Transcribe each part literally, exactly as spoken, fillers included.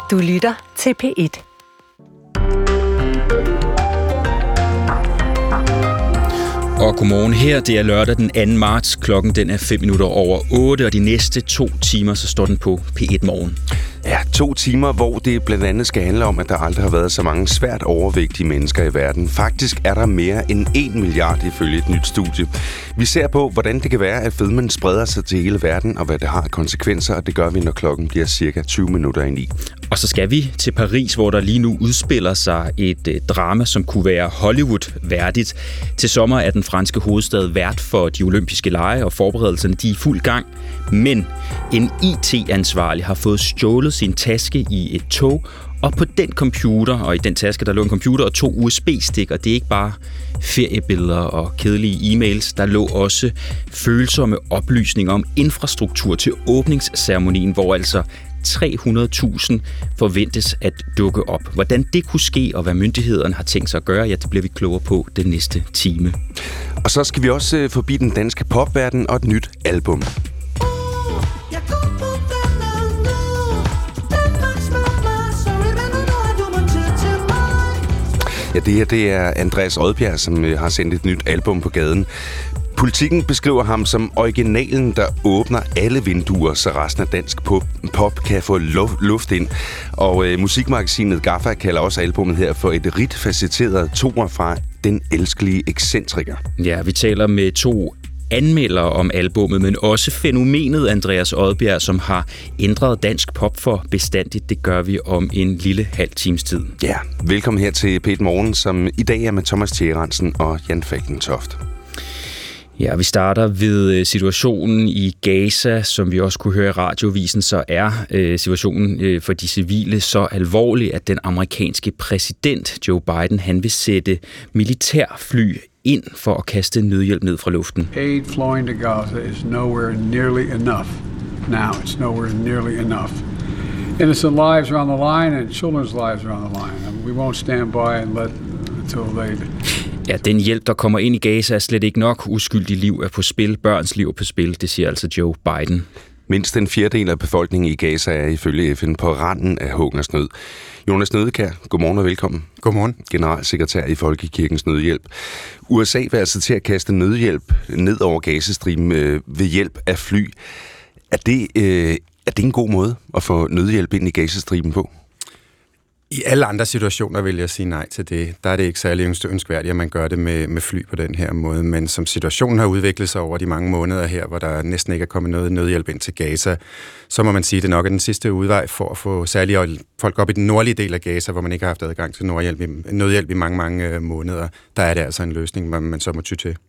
Du lytter til P et. Og godmorgen her, det er lørdag den anden marts, klokken den er fem minutter over otte, og de næste to timer, så står den på P et Morgen. Ja, to timer, hvor det blandt andet skal handle om, at der aldrig har været så mange svært overvægtige mennesker i verden. Faktisk er der mere end en milliard ifølge et nyt studie. Vi ser på, hvordan det kan være, at fedmen spreder sig til hele verden, og hvad det har konsekvenser, og det gør vi, når klokken bliver cirka tyve minutter i ni. Og så skal vi til Paris, hvor der lige nu udspiller sig et øh, drama, som kunne være Hollywood-værdigt. Til sommer er den franske hovedstad vært for de olympiske lege, og forberedelserne de er i fuld gang. Men en I T-ansvarlig har fået stjålet sin taske i et tog, og på den computer, og i den taske, der lå en computer og to U S B-stik, og det er ikke bare feriebilleder og kedelige e-mails, der lå også følsomme oplysninger om infrastruktur til åbningsceremonien, hvor altså tre hundrede tusind forventes at dukke op. Hvordan det kunne ske, og hvad myndighederne har tænkt sig at gøre, ja, det bliver vi klogere på den næste time. Og så skal vi også forbi den danske popverden og et nyt album. Ja, det her det er Andreas Odbjerg, som har sendt et nyt album på gaden. Politikken beskriver ham som originalen, der åbner alle vinduer, så resten af dansk pop, pop kan få luft ind. Og øh, musikmagasinet Gaffa kalder også albumet her for et rigt facetteret toer fra den elskelige ekscentriker. Ja, vi taler med to anmelder om albummet, men også fænomenet Andreas Odbjerg, som har ændret dansk pop for bestandigt. Det gør vi om en lille halv times tid. Ja, velkommen her til P et Morgen, som i dag er med Thomas Tjerensen og Jan Falkentoft. Ja, vi starter ved situationen i Gaza, som vi også kunne høre i radiovisen, så er øh, situationen øh, for de civile så alvorlig, at den amerikanske præsident Joe Biden, han vil sætte militærfly ind for at kaste nødhjælp ned fra luften. Aid flowing to Gaza is nowhere nearly enough. Now it's nowhere nearly enough. Innocent lives are on the line and children's lives are on the line. And we won't stand by and let until they... Ja, den hjælp, der kommer ind i Gaza, er slet ikke nok. Uskyldige liv er på spil, børns liv er på spil, det siger altså Joe Biden. Mindst en fjerdedel af befolkningen i Gaza er ifølge F N på randen af hungersnød. Jonas Nødekær, godmorgen og velkommen. Godmorgen. Generalsekretær i Folkekirkens Nødhjælp. U S A vil altså til at kaste nødhjælp ned over Gazastriben øh, ved hjælp af fly. Er det, øh, er det en god måde at få nødhjælp ind i Gazastriben på? I alle andre situationer vil jeg sige nej til det. Der er det ikke særlig ønskværdigt, at man gør det med, med fly på den her måde. Men som situationen har udviklet sig over de mange måneder her, hvor der næsten ikke er kommet noget nødhjælp ind til Gaza, så må man sige, at det nok er den sidste udvej for at få særligt folk op i den nordlige del af Gaza, hvor man ikke har haft adgang til nødhjælp i mange, mange måneder. Der er det altså en løsning, man, man så må ty til.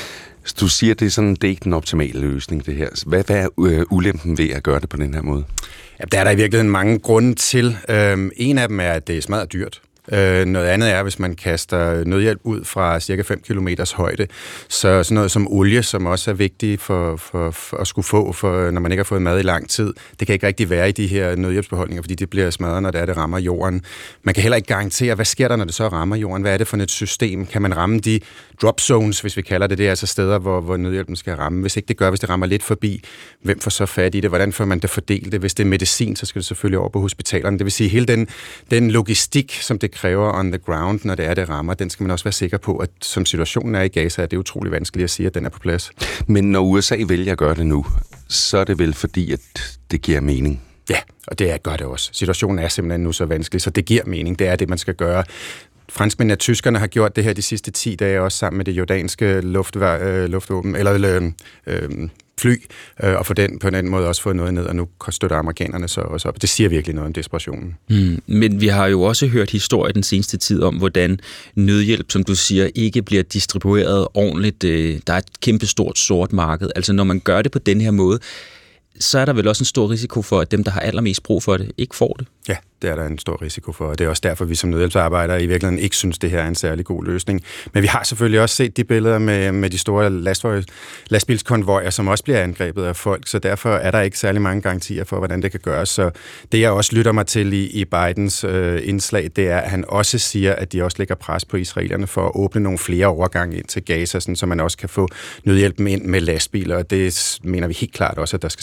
Du siger, at det er sådan, det er ikke den optimale løsning, det her. Hvad, hvad er øh, ulempen ved at gøre det på den her måde? Ja, der er der i virkeligheden mange grunde til. Øhm, en af dem er, at det er smadret dyrt. Øh, noget andet er, hvis man kaster nødhjælp ud fra cirka fem kilometers højde, så sådan noget som olie, som også er vigtigt for, for, for at skulle få, for, når man ikke har fået mad i lang tid, det kan ikke rigtig være i de her nødhjælpsbeholdninger, fordi det bliver smadret, når det er, det rammer jorden. Man kan heller ikke garantere, hvad sker der, når det så rammer jorden? Hvad er det for et system? Kan man ramme de drop zones, hvis vi kalder det, det er altså steder, hvor, hvor nødhjælpen skal ramme? Hvis ikke det gør, hvis det rammer lidt forbi, hvem får så fat i det? Hvordan får man det fordelt? Hvis det er medicin, så skal det selvfølgelig over på hospitalerne. Det vil sige, hele den, den logistik, som det kræver on the ground, når det er, det rammer, den skal man også være sikker på, at som situationen er i Gaza, er det utrolig vanskeligt at sige, at den er på plads. Men når U S A vælger at gøre det nu, så er det vel fordi, at det giver mening? Ja, og det er, gør det også. Situationen er simpelthen nu så vanskelig, så det giver mening. Det er det, man skal gøre. Franskmændene og tyskerne har gjort det her de sidste ti dage, også sammen med det jordanske luftvær, øh, luftvåben, eller øh, øh, fly, øh, og for den, på den måde også fået noget ned, og nu støtter amerikanerne så også op. Det siger virkelig noget om desperationen. Mm, men vi har jo også hørt historier den seneste tid om, hvordan nødhjælp, som du siger, ikke bliver distribueret ordentligt. Der er et kæmpestort sort marked. Altså når man gør det på den her måde, så er der vel også en stor risiko for, at dem, der har allermest brug for det, ikke får det. Ja, det er der en stor risiko for, og det er også derfor, vi som nødhjælpsarbejdere i virkeligheden ikke synes, det her er en særlig god løsning. Men vi har selvfølgelig også set de billeder med, med de store lastbilskonvojer, som også bliver angrebet af folk, så derfor er der ikke særlig mange garantier for, hvordan det kan gøres. Så det, jeg også lytter mig til i, i Bidens øh, indslag, det er, at han også siger, at de også lægger pres på israelerne for at åbne nogle flere overgange ind til Gaza, sådan, så man også kan få nødhjælpen ind med lastbiler, og det mener vi helt klart også, at der skal ske.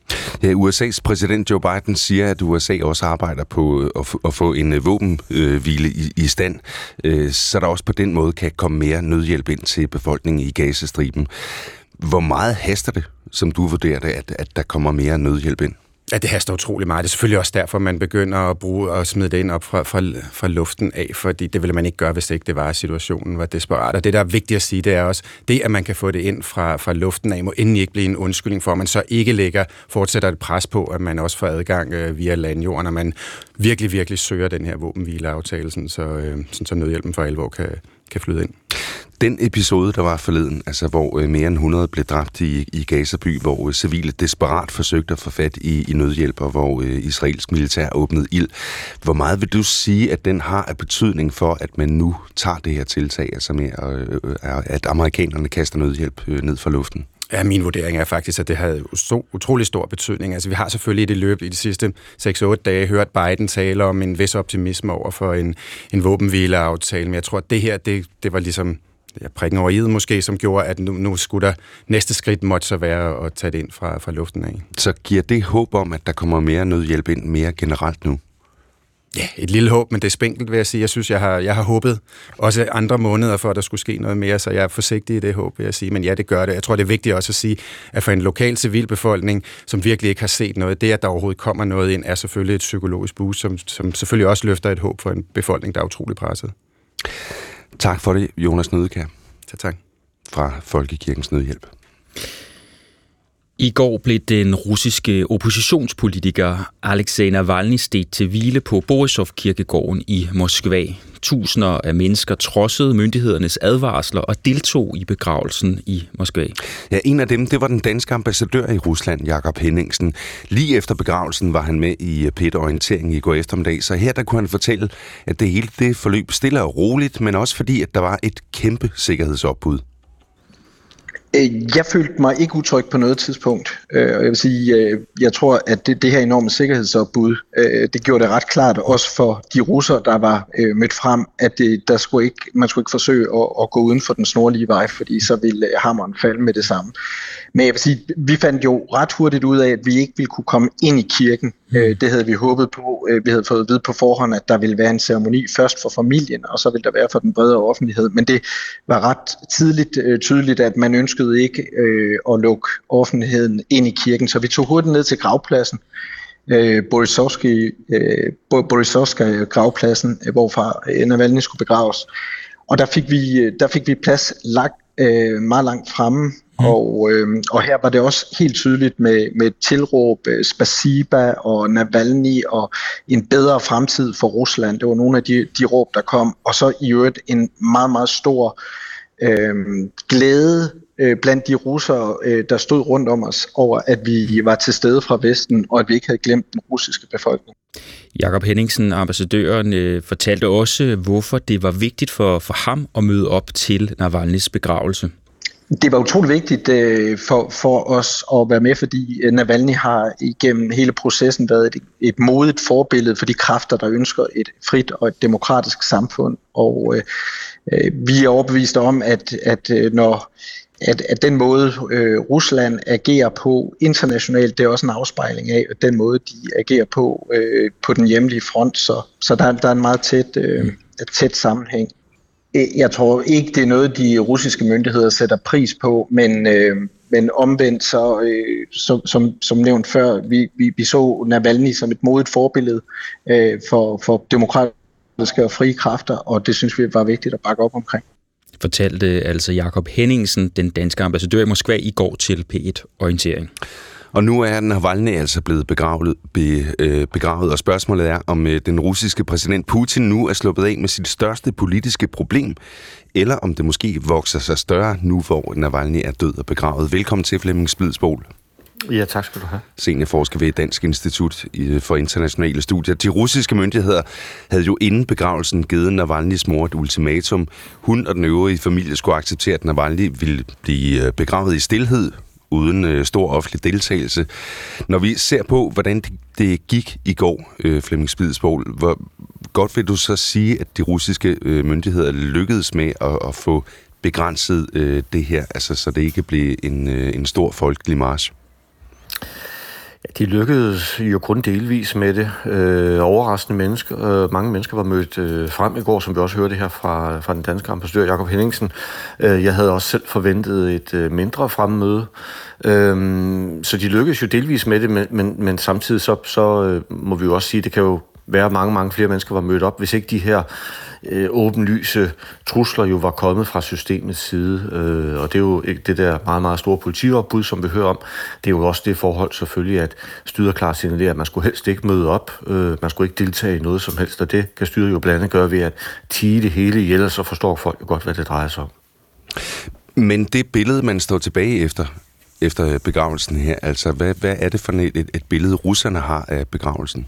Ja, U S A's præsident Joe Biden siger, at U S A også arbejder på at, f- at få en våbenhvile i, i stand, øh, så der også på den måde kan komme mere nødhjælp ind til befolkningen i Gazastriben. Hvor meget haster det, som du vurderer det, at, at der kommer mere nødhjælp ind? Ja, det haster utrolig meget. Det er selvfølgelig også derfor, man begynder at bruge og smide det ind op fra, fra, fra luften af, fordi det ville man ikke gøre, hvis ikke det var, situationen var desperat. Og det, der er vigtigt at sige, det er også, det, at man kan få det ind fra, fra luften af, må endelig ikke blive en undskyldning for, at man så ikke lægger, fortsætter et pres på, at man også får adgang øh, via landjorden, og man virkelig, virkelig søger den her våbenhvileaftale, sådan så, øh, sådan så nødhjælpen for alvor kan, kan flyde ind. Den episode, der var forleden, altså hvor mere end hundrede blev dræbt i, i Gaza-by, hvor civile desperat forsøgte at få fat i, i nødhjælp, og hvor øh, israelsk militær åbnede ild. Hvor meget vil du sige, at den har af betydning for, at man nu tager det her tiltag, altså med, øh, at amerikanerne kaster nødhjælp øh, ned fra luften? Ja, min vurdering er faktisk, at det havde utrolig stor betydning. Altså, vi har selvfølgelig i det løb i de sidste seks otte dage hørt Biden tale om en vis optimisme over for en, en våbenhvileaftale, men jeg tror, at det her, det, det var ligesom ja, prikken over i'et måske, som gjorde, at nu, nu skulle der næste skridt måtte så være at tage det ind fra, fra luften af. Så giver det håb om, at der kommer mere nødhjælp ind mere generelt nu? Ja, et lille håb, men det er spinkelt, vil jeg sige. Jeg synes, jeg har, jeg har håbet også andre måneder for, at der skulle ske noget mere, så jeg er forsigtig i det håb, vil jeg sige. Men ja, det gør det. Jeg tror, det er vigtigt også at sige, at for en lokal civilbefolkning, som virkelig ikke har set noget, det, at der overhovedet kommer noget ind, er selvfølgelig et psykologisk boost, som, som selvfølgelig også løfter et håb for en befolkning, der er utrolig presset. Tak for det, Jonas Nødekær. Så tak. Fra Folkekirkens Nødhjælp. I går blev den russiske oppositionspolitiker Alexej Navalny stedt til hvile på Borisov-kirkegården i Moskva. Tusinder af mennesker trodsede myndighedernes advarsler og deltog i begravelsen i Moskva. Ja, en af dem, det var den danske ambassadør i Rusland, Jakob Henningsen. Lige efter begravelsen var han med i P et Orientering i går eftermiddag, så her der kunne han fortælle, at det hele det forløb stille og roligt, men også fordi, at der var et kæmpe sikkerhedsopbud. Jeg følte mig ikke utryg på noget tidspunkt, og jeg vil sige, jeg tror, at det, det her enorme sikkerhedsopbud, det gjorde det ret klart også for de russere, der var mødt frem, at det, der skulle ikke, man skulle ikke forsøge at, at gå uden for den snorlige vej, fordi så ville hammeren falde med det samme. Men jeg vil sige, vi fandt jo ret hurtigt ud af, at vi ikke ville kunne komme ind i kirken. Det havde vi håbet på. Vi havde fået at vide på forhånd, at der ville være en ceremoni først for familien, og så ville der være for den bredere offentlighed. Men det var ret tidligt tydeligt, at man ønskede ikke at lukke offentligheden ind i kirken. Så vi tog hurtigt ned til gravpladsen, Borisovskaya gravpladsen, hvorfra Navalny skulle begraves. Og der fik vi, der fik vi plads lagt, meget langt fremme. Mm. Og, øh, og her var det også helt tydeligt med, med tilråb, Spasiba og Navalny og en bedre fremtid for Rusland. Det var nogle af de, de råb, der kom. Og så i øvrigt en meget, meget stor øh, glæde øh, blandt de russere, øh, der stod rundt om os, over at vi var til stede fra Vesten, og at vi ikke havde glemt den russiske befolkning. Jakob Henningsen, ambassadøren, øh, fortalte også, hvorfor det var vigtigt for, for ham at møde op til Navalnys begravelse. Det var utroligt vigtigt øh, for, for os at være med, fordi Navalny har igennem hele processen været et, et modigt forbillede for de kræfter, der ønsker et frit og et demokratisk samfund. Og øh, vi er overbevist om, at, at når at, at den måde øh, Rusland agerer på internationalt, det er også en afspejling af den måde, de agerer på øh, på den hjemlige front. Så, så der, der er en meget tæt, øh, tæt sammenhæng. Jeg tror ikke, det er noget, de russiske myndigheder sætter pris på, men, øh, men omvendt, så, øh, så, som, som nævnt før, vi, vi, vi så Navalny som et modigt forbillede øh, for, for demokratiske og frie kræfter, og det synes vi var vigtigt at bakke op omkring. Fortalte altså Jakob Henningsen, den danske ambassadør i Moskva, i går til P et Orientering. Og nu er Navalny altså blevet begravet, be, øh, begravet, og spørgsmålet er, om øh, den russiske præsident Putin nu er sluppet af med sit største politiske problem, eller om det måske vokser sig større nu, hvor Navalny er død og begravet. Velkommen til, Flemming Splidsbol. Ja, tak skal du have. Seniorforsker ved Dansk Institut for Internationale Studier. De russiske myndigheder havde jo inden begravelsen givet Navalnys mor et ultimatum. Hun og den øvrige familie skulle acceptere, at Navalny ville blive begravet i stilhed, uden øh, stor offentlig deltagelse. Når vi ser på, hvordan det, det gik i går, øh, Flemming Splidsbol, hvor godt vil du så sige, at de russiske øh, myndigheder lykkedes med at, at få begrænset øh, det her, altså så det ikke blev en, øh, en stor folkelig march? De lykkedes jo kun delvis med det. Øh, overraskende mennesker, øh, mange mennesker var mødt øh, frem i går, som vi også hørte her fra, fra den danske ambassadør Jakob Henningsen. Øh, jeg havde også selv forventet et øh, mindre fremmøde. Øh, så de lykkedes jo delvis med det, men, men, men samtidig så, så øh, må vi jo også sige, at det kan jo være, at mange, mange flere mennesker var mødt op, hvis ikke de her øh, åbenlyse trusler jo var kommet fra systemets side. Øh, og det er jo ikke det der meget, meget store politiopbud, som vi hører om. Det er jo også det forhold selvfølgelig, at styret klart signalerer, at man skulle helst ikke møde op. Øh, man skulle ikke deltage i noget som helst, og det kan styret jo blandt andet gøre ved at tie det hele ihjel, så forstår folk jo godt, hvad det drejer sig om. Men det billede, man står tilbage efter, efter begravelsen her, altså hvad, hvad er det for et, et, et billede, russerne har af begravelsen?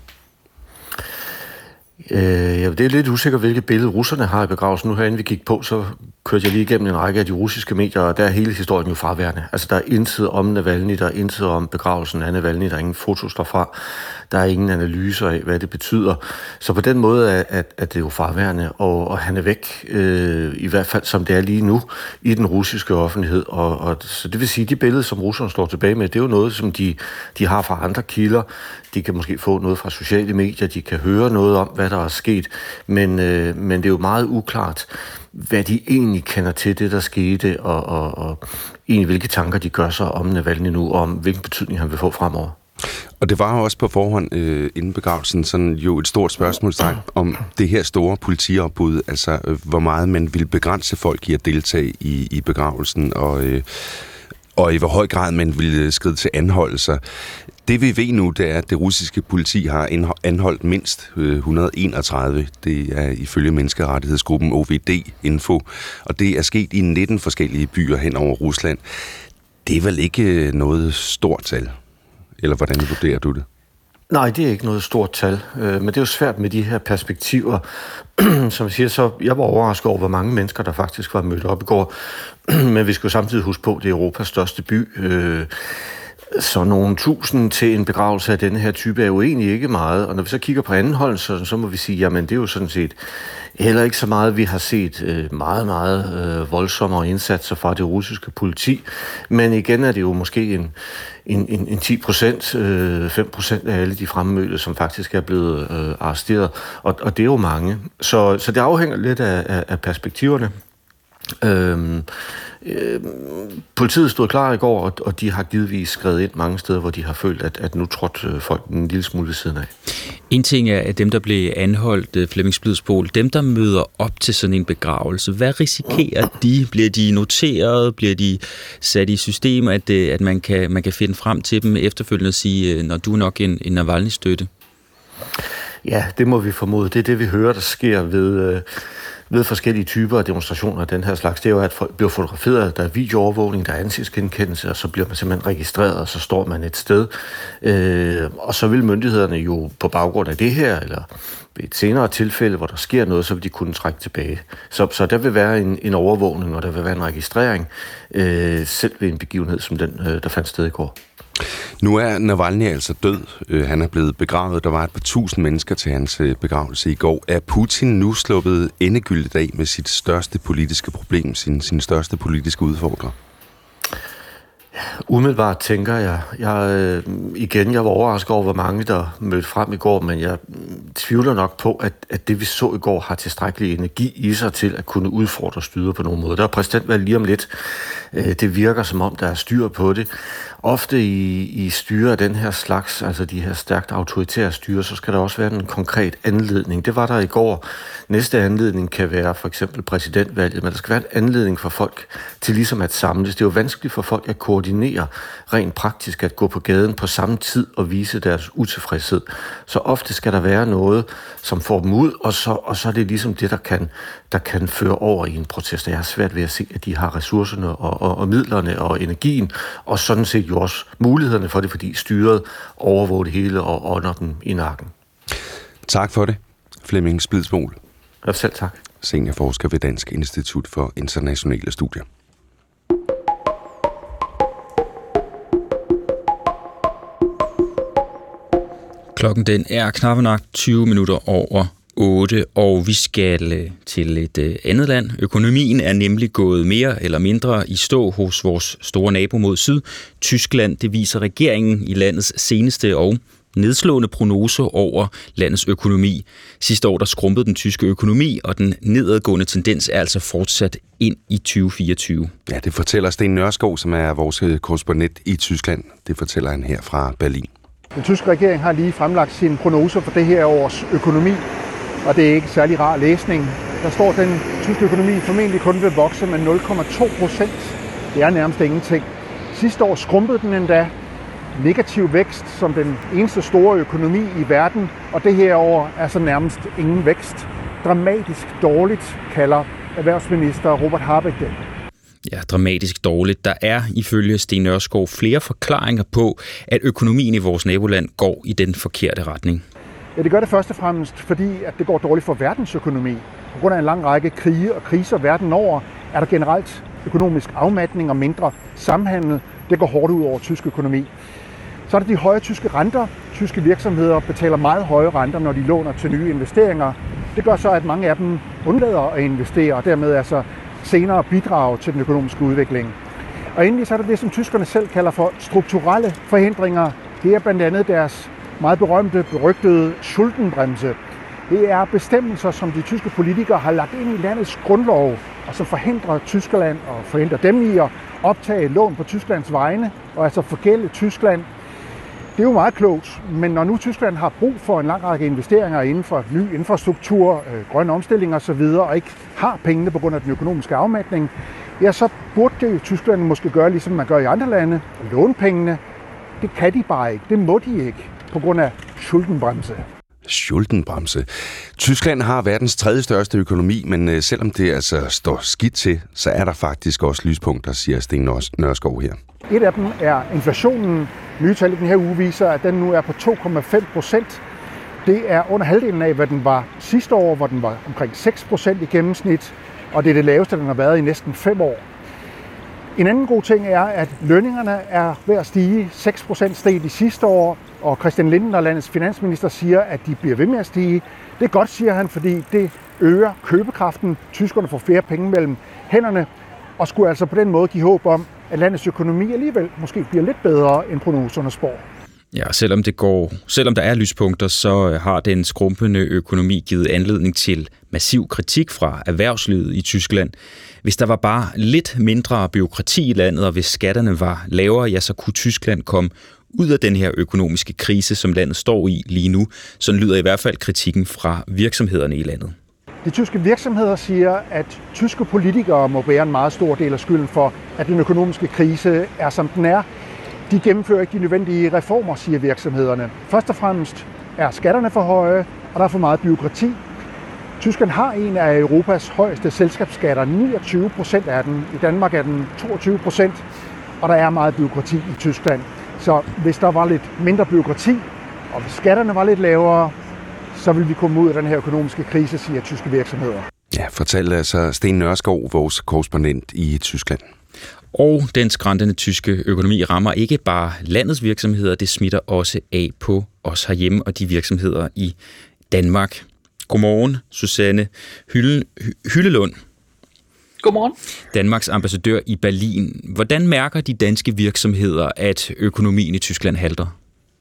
Øh, ja, det er lidt usikkert, hvilket billede russerne har i begravelsen. Nu herinde vi gik på, så kørte jeg lige igennem en række af de russiske medier, og der er hele historien jo fraværende. Altså, der er intet om Navalny, der er intet om begravelsen af Navalny, der er ingen fotos derfra, der er ingen analyser af, hvad det betyder. Så på den måde er, at, at det er jo fraværende, og, og han er væk, øh, i hvert fald som det er lige nu, i den russiske offentlighed. Og, og, så det vil sige, at de billeder, som russerne står tilbage med, det er jo noget, som de, de har fra andre kilder. De kan måske få noget fra sociale medier, de kan høre noget om, hvad der er sket, men, øh, men det er jo meget uklart, hvad de egentlig kender til det, der skete, og, og, og egentlig hvilke tanker de gør sig om Navalny nu, og om hvilken betydning han vil få fremover. Og det var jo også på forhånd øh, inden begravelsen sådan jo et stort spørgsmålstegn om det her store politiopbud, altså øh, hvor meget man ville begrænse folk i at deltage i, i begravelsen, og, øh, og i hvor høj grad man ville skride til anholdelser. Det vi ved nu, det er, at det russiske politi har anholdt mindst et hundrede og enogtredive. Det er ifølge menneskerettighedsgruppen O V D-info, og det er sket i nitten forskellige byer hen over Rusland. Det er vel ikke noget stort tal? Eller hvordan vurderer du det? Nej, det er ikke noget stort tal, men det er jo svært med de her perspektiver. Som jeg siger, så jeg var overrasket over, hvor mange mennesker, der faktisk var mødt op i går. Men vi skal jo samtidig huske på, at det er Europas største by. Så nogle tusind til en begravelse af denne her type er jo egentlig ikke meget. Og når vi så kigger på anholdelser, så må vi sige, jamen det er jo sådan set heller ikke så meget, vi har set meget, meget øh, voldsommere indsatser fra det russiske politi. Men igen er det jo måske en, en, en, en ti procent, øh, fem procent af alle de fremmødte, som faktisk er blevet øh, arresteret. Og, og det er jo mange. Så, så det afhænger lidt af, af, af perspektiverne. Øhm, øh, politiet stod klar i går, og, og de har givetvis skrevet ind mange steder, hvor de har følt, at, at nu trådte folk en lille smule ved siden af. En ting er, at dem, der blev anholdt, Flemming Splidsboel, dem, der møder op til sådan en begravelse, hvad risikerer de? Bliver de noteret? Bliver de sat i system, at, at man, kan, man kan finde frem til dem efterfølgende og sige, når du er nok en, en Navalny-støtte? Ja, det må vi formode. Det er det, vi hører, der sker ved... Øh ved forskellige typer af demonstrationer af den her slags. Det er jo, at folk bliver fotograferet, der er videoovervågning, der er ansigtsgenkendelse, og så bliver man simpelthen registreret, og så står man et sted. Øh, og så vil myndighederne jo på baggrund af det her, eller ved et senere tilfælde, hvor der sker noget, så vil de kunne trække tilbage. Så, så der vil være en, en overvågning, og der vil være en registrering, øh, selv ved en begivenhed som den, øh, der fandt sted i går. Nu er Navalny altså død. Han er blevet begravet. Der var et par tusind mennesker til hans begravelse i går. Er Putin nu sluppet endegyldigt af med sit største politiske problem, sin, sin største politiske udfordrer? Umiddelbart tænker jeg, jeg øh, igen, jeg var overrasket over, hvor mange der mødte frem i går, men jeg tvivler nok på, at, at det vi så i går har tilstrækkelig energi i sig til at kunne udfordre styret på nogen måde. Der er præsidentvalg lige om lidt. Øh, det virker som om, der er styr på det. Ofte i, i styre af den her slags, altså de her stærkt autoritære styre, så skal der også være en konkret anledning. Det var der i går. Næste anledning kan være for eksempel præsidentvalget, men der skal være en anledning for folk til ligesom at samles. Det er jo vanskeligt for folk at koordinere rent praktisk, at gå på gaden på samme tid og vise deres utilfredshed. Så ofte skal der være noget, som får dem ud, og så, og så er det ligesom det, der kan, der kan føre over i en protest. Jeg har svært ved at se, at de har ressourcerne og, og, og midlerne og energien, og sådan set jo også mulighederne for det, fordi styret overvåger det hele og ånder dem i nakken. Tak for det, Flemming Splidsboel. Ja, selv tak. Seniorforsker ved Dansk Institut for Internationale Studier. Klokken den er knap nok tyve minutter over otte, og vi skal til et andet land. Økonomien er nemlig gået mere eller mindre i stå hos vores store nabo mod syd, Tyskland. Det viser regeringen i landets seneste og nedslående prognose over landets økonomi. Sidste år der skrumpede den tyske økonomi, og den nedadgående tendens er altså fortsat ind i tyve fireogtyve. Ja, det fortæller Sten Nørskov, som er vores korrespondent i Tyskland. Det fortæller han her fra Berlin. Den tyske regering har lige fremlagt sine prognoser for det her års økonomi, og det er ikke særlig rar læsning. Der står, at den tyske økonomi formentlig kun vil vokse med nul komma to procent. Det er nærmest ingenting. Sidste år skrumpede den endda. Negativ vækst som den eneste store økonomi i verden, og det her år er så nærmest ingen vækst. Dramatisk dårligt, kalder erhvervsminister Robert Habeck det. Ja, dramatisk dårligt. Der er ifølge Sten Nørskov flere forklaringer på, at økonomien i vores naboland går i den forkerte retning. Ja, det gør det først og fremmest, fordi at det går dårligt for verdensøkonomi. På grund af en lang række krige og kriser verden over, er der generelt økonomisk afmatning og mindre samhandel. Det går hårdt ud over tysk økonomi. Så er der de høje tyske renter. Tyske virksomheder betaler meget høje renter, når de låner til nye investeringer. Det gør så, at mange af dem undlader at investere, og dermed altså senere bidrage til den økonomiske udvikling. Og endelig så er der det, som tyskerne selv kalder for strukturelle forhindringer. Det er blandt andet deres meget berømte, berygtede Schuldenbremse. Det er bestemmelser, som de tyske politikere har lagt ind i landets grundlov, og som forhindrer Tyskland og forhindrer dem i at optage lån på Tysklands vegne, og altså forgælde Tyskland. Det er jo meget klogt, men når nu Tyskland har brug for en lang række investeringer inden for ny infrastruktur, øh, grøn omstilling osv., og ikke har pengene på grund af den økonomiske afmatning, ja, så burde det jo Tyskland måske gøre, ligesom man gør i andre lande, låne pengene. Det kan de bare ikke. Det må de ikke på grund af Schuldenbremse. Schuldenbremse. Tyskland har verdens tredje største økonomi, men selvom det altså står skidt til, så er der faktisk også lyspunkter, siger Sten Nørskov her. Et af dem er inflationen. Nye tal i den her uge viser, at den nu er på to komma fem procent. Det er under halvdelen af, hvad den var sidste år, hvor den var omkring seks procent i gennemsnit, og det er det laveste, den har været i næsten fem år. En anden god ting er, at lønningerne er ved at stige. seks procent steg de sidste år, og Christian Lindner, landets finansminister, siger, at de bliver ved med at stige. Det er godt, siger han, fordi det øger købekraften. Tyskerne får flere penge mellem hænderne, og skulle altså på den måde give håb om, at landets økonomi alligevel måske bliver lidt bedre end prognoserne spår. Ja, selvom det går, selvom der er lyspunkter, så har den skrumpende økonomi givet anledning til massiv kritik fra erhvervslivet i Tyskland. Hvis der var bare lidt mindre bureaukrati i landet, og hvis skatterne var lavere, ja, så kunne Tyskland komme ud af den her økonomiske krise, som landet står i lige nu. Sådan lyder i hvert fald kritikken fra virksomhederne i landet. De tyske virksomheder siger, at tyske politikere må bære en meget stor del af skylden for, at den økonomiske krise er, som den er. De gennemfører ikke de nødvendige reformer, siger virksomhederne. Først og fremmest er skatterne for høje, og der er for meget bureaukrati. Tyskland har en af Europas højeste selskabsskatter, niogtyve procent af den. I Danmark er den toogtyve procent, og der er meget bureaukrati i Tyskland. Så hvis der var lidt mindre bureaukrati, og hvis skatterne var lidt lavere, så vil vi komme ud af den her økonomiske krise, siger tyske virksomheder. Ja, fortæl altså Sten Nørskov, vores korrespondent i Tyskland. Og den skrantende tyske økonomi rammer ikke bare landets virksomheder, det smitter også af på os herhjemme og de virksomheder i Danmark. Godmorgen, Susanne Hylde, Hyllelund. Godmorgen. Danmarks ambassadør i Berlin. Hvordan mærker de danske virksomheder, at økonomien i Tyskland halter?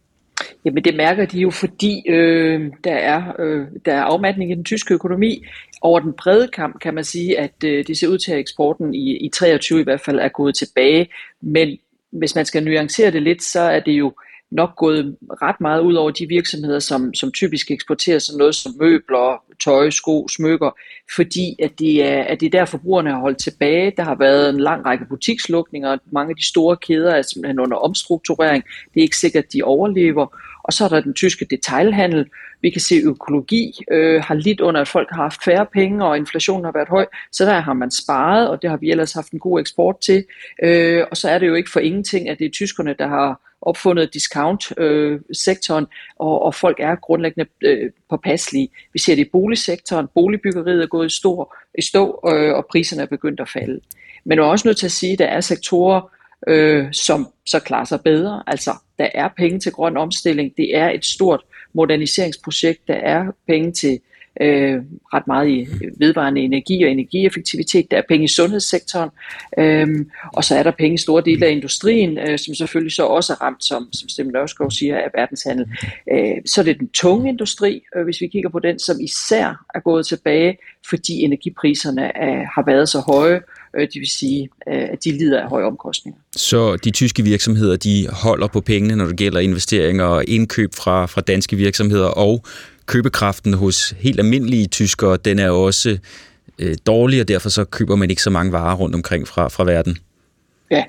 Jamen det mærker de jo, fordi øh, der, er, øh, der er afmatning i den tyske økonomi. Over den brede kamp kan man sige, at øh, det ser ud til, at eksporten i, i treogtyve i hvert fald er gået tilbage. Men hvis man skal nuancere det lidt, så er det jo nok gået ret meget ud over de virksomheder, som, som typisk eksporterer sådan noget som møbler, tøj, sko, smykker, fordi at det, er, at det er der forbrugerne har holdt tilbage. Der har været en lang række butikslukninger, mange af de store kæder er simpelthen under omstrukturering. Det er ikke sikkert, at de overlever. Og så er der den tyske detailhandel. Vi kan se, at økologi øh, har lidt under, at folk har haft færre penge, og inflationen har været høj. Så der har man sparet, og det har vi ellers haft en god eksport til. Øh, og så er det jo ikke for ingenting, at det er tyskerne, der har opfundet discount-sektoren, øh, og, og folk er grundlæggende øh, påpasselige. Vi ser det i boligsektoren. Boligbyggeriet er gået i, stor, i stå, øh, og priserne er begyndt at falde. Men du er også nødt til at sige, at der er sektorer, øh, som så klarer sig bedre. Altså, der er penge til grøn omstilling. Det er et stort moderniseringsprojekt. Der er penge til øh, ret meget i vedvarende energi og energieffektivitet. Der er penge i sundhedssektoren, øh, og så er der penge i store dele af industrien, øh, som selvfølgelig så også er ramt, som, som Steffen Nørskov siger, af verdenshandel. Øh, så er det den tunge industri, øh, hvis vi kigger på den, som især er gået tilbage, fordi energipriserne er, har været så høje. Det vil sige, at de lider af høje omkostninger. Så de tyske virksomheder, de holder på pengene, når det gælder investeringer og indkøb fra, fra danske virksomheder, og købekraften hos helt almindelige tyskere, den er også øh, dårlig, og derfor så køber man ikke så mange varer rundt omkring fra, fra verden. Ja.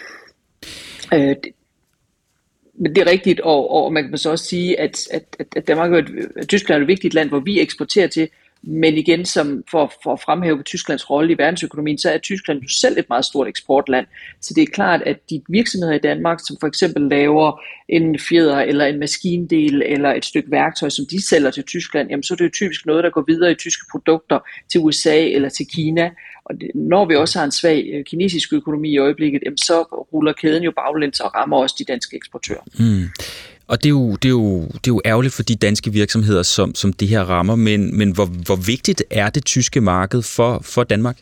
Øh, det, men det er rigtigt, og, og man kan så også sige, at, at, at Danmark er et, at Tyskland er et vigtigt land, hvor vi eksporterer til. Men igen, som for, for at fremhæve Tysklands rolle i verdensøkonomien, så er Tyskland jo selv et meget stort eksportland. Så det er klart, at de virksomheder i Danmark, som for eksempel laver en fjeder eller en maskindel eller et stykke værktøj, som de sælger til Tyskland, jamen så er det jo typisk noget, der går videre i tyske produkter til U S A eller til Kina. Og det, når vi også har en svag kinesisk økonomi i øjeblikket, jamen så ruller kæden jo baglæns og rammer også de danske eksportører. Mm. Og det er, jo, det, er jo, det er jo ærgerligt for de danske virksomheder, som, som det her rammer, men, men hvor, hvor vigtigt er det tyske marked for, for Danmark?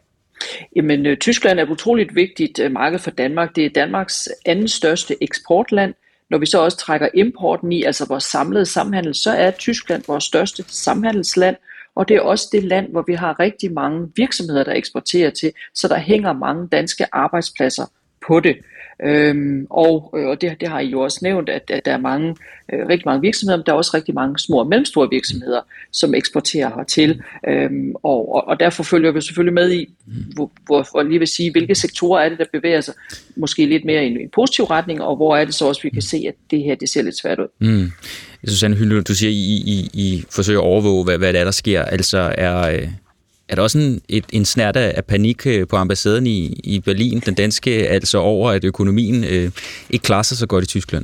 Jamen, øh, Tyskland er et utroligt vigtigt øh, marked for Danmark. Det er Danmarks anden største eksportland. Når vi så også trækker importen i, altså vores samlede samhandel, så er Tyskland vores største samhandelsland, og det er også det land, hvor vi har rigtig mange virksomheder, der eksporterer til, så der hænger mange danske arbejdspladser på det. Øhm, og og det, det har I jo også nævnt, at, at der er mange, øh, rigtig mange virksomheder, men der er også rigtig mange små og mellemstore virksomheder, som eksporterer hertil. Øhm, og, og, og derfor følger vi selvfølgelig med i, hvor, hvor, hvor lige vil sige, hvilke sektorer er det, der bevæger sig måske lidt mere i en, en positiv retning, og hvor er det så også, vi kan se, at det her, det ser lidt svært ud. Mm. Susanne Hyllelund, du siger, I, I, I forsøger at overvåge, hvad, hvad det er, der sker. Altså er... Øh Er der også en, et, en snert af panik på ambassaden i, i Berlin, den danske, altså over, at økonomien øh, ikke klarer sig så godt i Tyskland?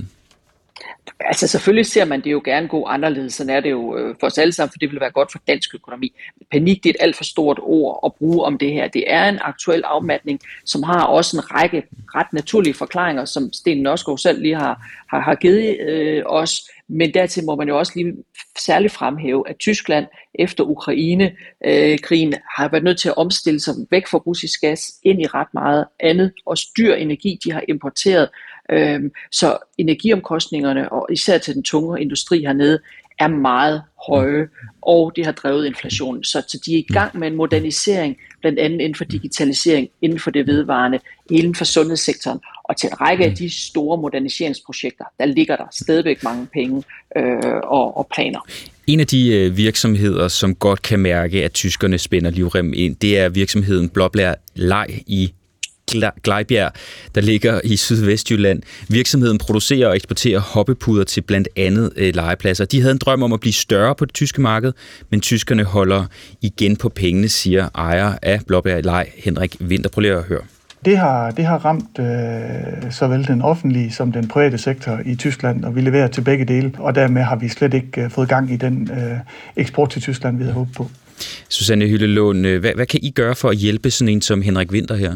Altså selvfølgelig ser man det jo gerne gå anderledes, sådan er det jo øh, for os alle sammen, for det vil være godt for dansk økonomi. Panik, det er et alt for stort ord at bruge om det her. Det er en aktuel afmatning, som har også en række ret naturlige forklaringer, som Sten Nørskov selv lige har, har, har givet øh, os. Men dertil må man jo også lige særligt fremhæve, at Tyskland efter Ukraine-krigen øh, har været nødt til at omstille sig væk fra russisk gas ind i ret meget andet, og dyr energi, de har importeret. Øh, så energiomkostningerne, og især til den tunge industri hernede, er meget høje, og det har drevet inflationen. Så, så de er i gang med en modernisering, blandt andet inden for digitalisering, inden for det vedvarende, inden for sundhedssektoren. Og til en række af de store moderniseringsprojekter, der ligger der stadigvæk mange penge øh, og, og planer. En af de øh, virksomheder, som godt kan mærke, at tyskerne spænder livrem ind, det er virksomheden Blåbær Leg i Glejbjerg, der ligger i Sydvestjylland. Virksomheden producerer og eksporterer hoppepuder til blandt andet øh, legepladser. De havde en drøm om at blive større på det tyske marked, men tyskerne holder igen på pengene, siger ejer af Blåbær Leg, Henrik Winther. Prøv lige at høre. Det har, det har ramt øh, såvel den offentlige som den private sektor i Tyskland, og vi leverer til begge dele, og dermed har vi slet ikke øh, fået gang i den øh, eksport til Tyskland, vi havde håbet på. Susanne Hyllelund, hvad, hvad kan I gøre for at hjælpe sådan en som Henrik Winther her?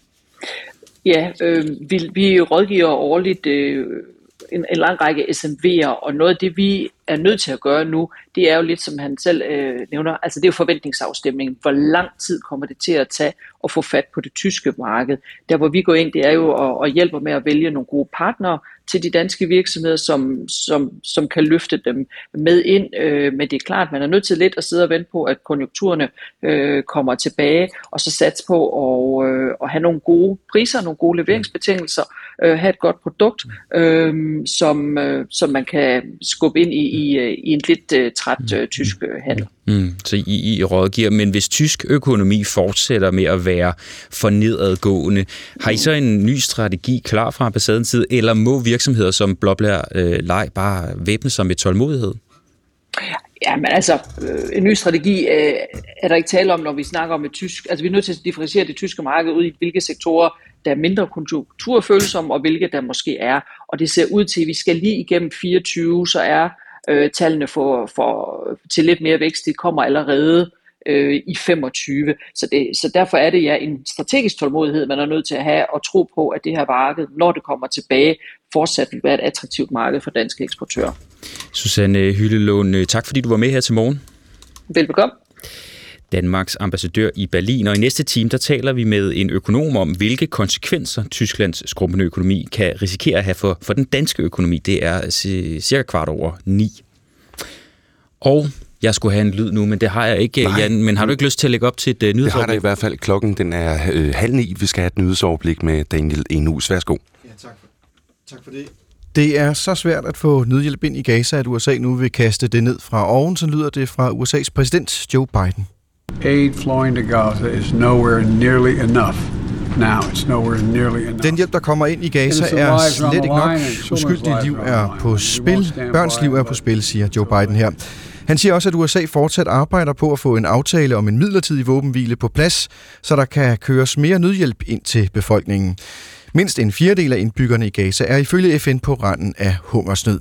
Ja, øh, vi, vi rådgiver årligt øh, en, en lang række S M V'er, og noget af det, vi er nødt til at gøre nu, det er jo lidt, som han selv øh, nævner, altså det er jo forventningsafstemningen. Hvor lang tid kommer det til at tage at få fat på det tyske marked? Der, hvor vi går ind, det er jo at, at hjælpe med at vælge nogle gode partnere til de danske virksomheder, som, som, som kan løfte dem med ind. Øh, men det er klart, man er nødt til lidt at sidde og vente på, at konjunkturerne øh, kommer tilbage, og så satse på at, øh, at have nogle gode priser, nogle gode leveringsbetingelser, øh, have et godt produkt, øh, som, øh, som man kan skubbe ind i, i, i en lidt øh, træt øh, tysk øh, handel. Mm, så I, I rådgiver, men hvis tysk økonomi fortsætter med at være for nedadgående, har I så en ny strategi klar fra ambassadens side, eller må virksomheder som Blåbær øh, Leg bare væbne sig med tålmodighed? Ja, men altså, øh, en ny strategi øh, er der ikke tale om, når vi snakker om et tysk. Altså, vi er nødt til at differentiere det tyske marked ud i, hvilke sektorer, der er mindre konjunkturfølsomme, og hvilke der måske er. Og det ser ud til, at vi skal lige igennem fireogtyve, så er øh, tallene for, for, til lidt mere vækst, det kommer allerede øh, i femogtyve. Så, det, så derfor er det ja en strategisk tålmodighed, man er nødt til at have, og tro på, at det her marked, når det kommer tilbage, fortsat vil være et attraktivt marked for danske eksportører. Susanne Hyllelund, tak fordi du var med her til morgen. Velbekomme. Danmarks ambassadør i Berlin, og i næste time, der taler vi med en økonom om, hvilke konsekvenser Tysklands skrumpende økonomi kan risikere at have for, for den danske økonomi. Det er cirka kvart over ni. Og jeg skulle have en lyd nu, men det har jeg ikke, Nej. Jan. Men har du ikke lyst til at lægge op til et uh, nyhedsoverblik? Det har der i hvert fald. Klokken den er øh, halv ni. Vi skal have et nyhedsoverblik med Daniel Enhus. Værsgo. Ja, tak for, tak for det. Det er så svært at få nødhjælp ind i Gaza, at U S A nu vil kaste det ned fra oven. Så lyder det fra U S A's præsident Joe Biden. Aid flowing to Gaza is nowhere nearly enough. Now it's nowhere nearly enough. Den hjælp, der kommer ind i Gaza, er slet ikke nok. Uskyldige liv er på spil. Børns liv er på spil, siger Joe Biden her. Han siger også, at U S A fortsat arbejder på at få en aftale om en midlertidig våbenhvile på plads, så der kan køres mere nødhjælp ind til befolkningen. Mindst en fjerdedel af indbyggerne i Gaza er ifølge F N på randen af hungersnød.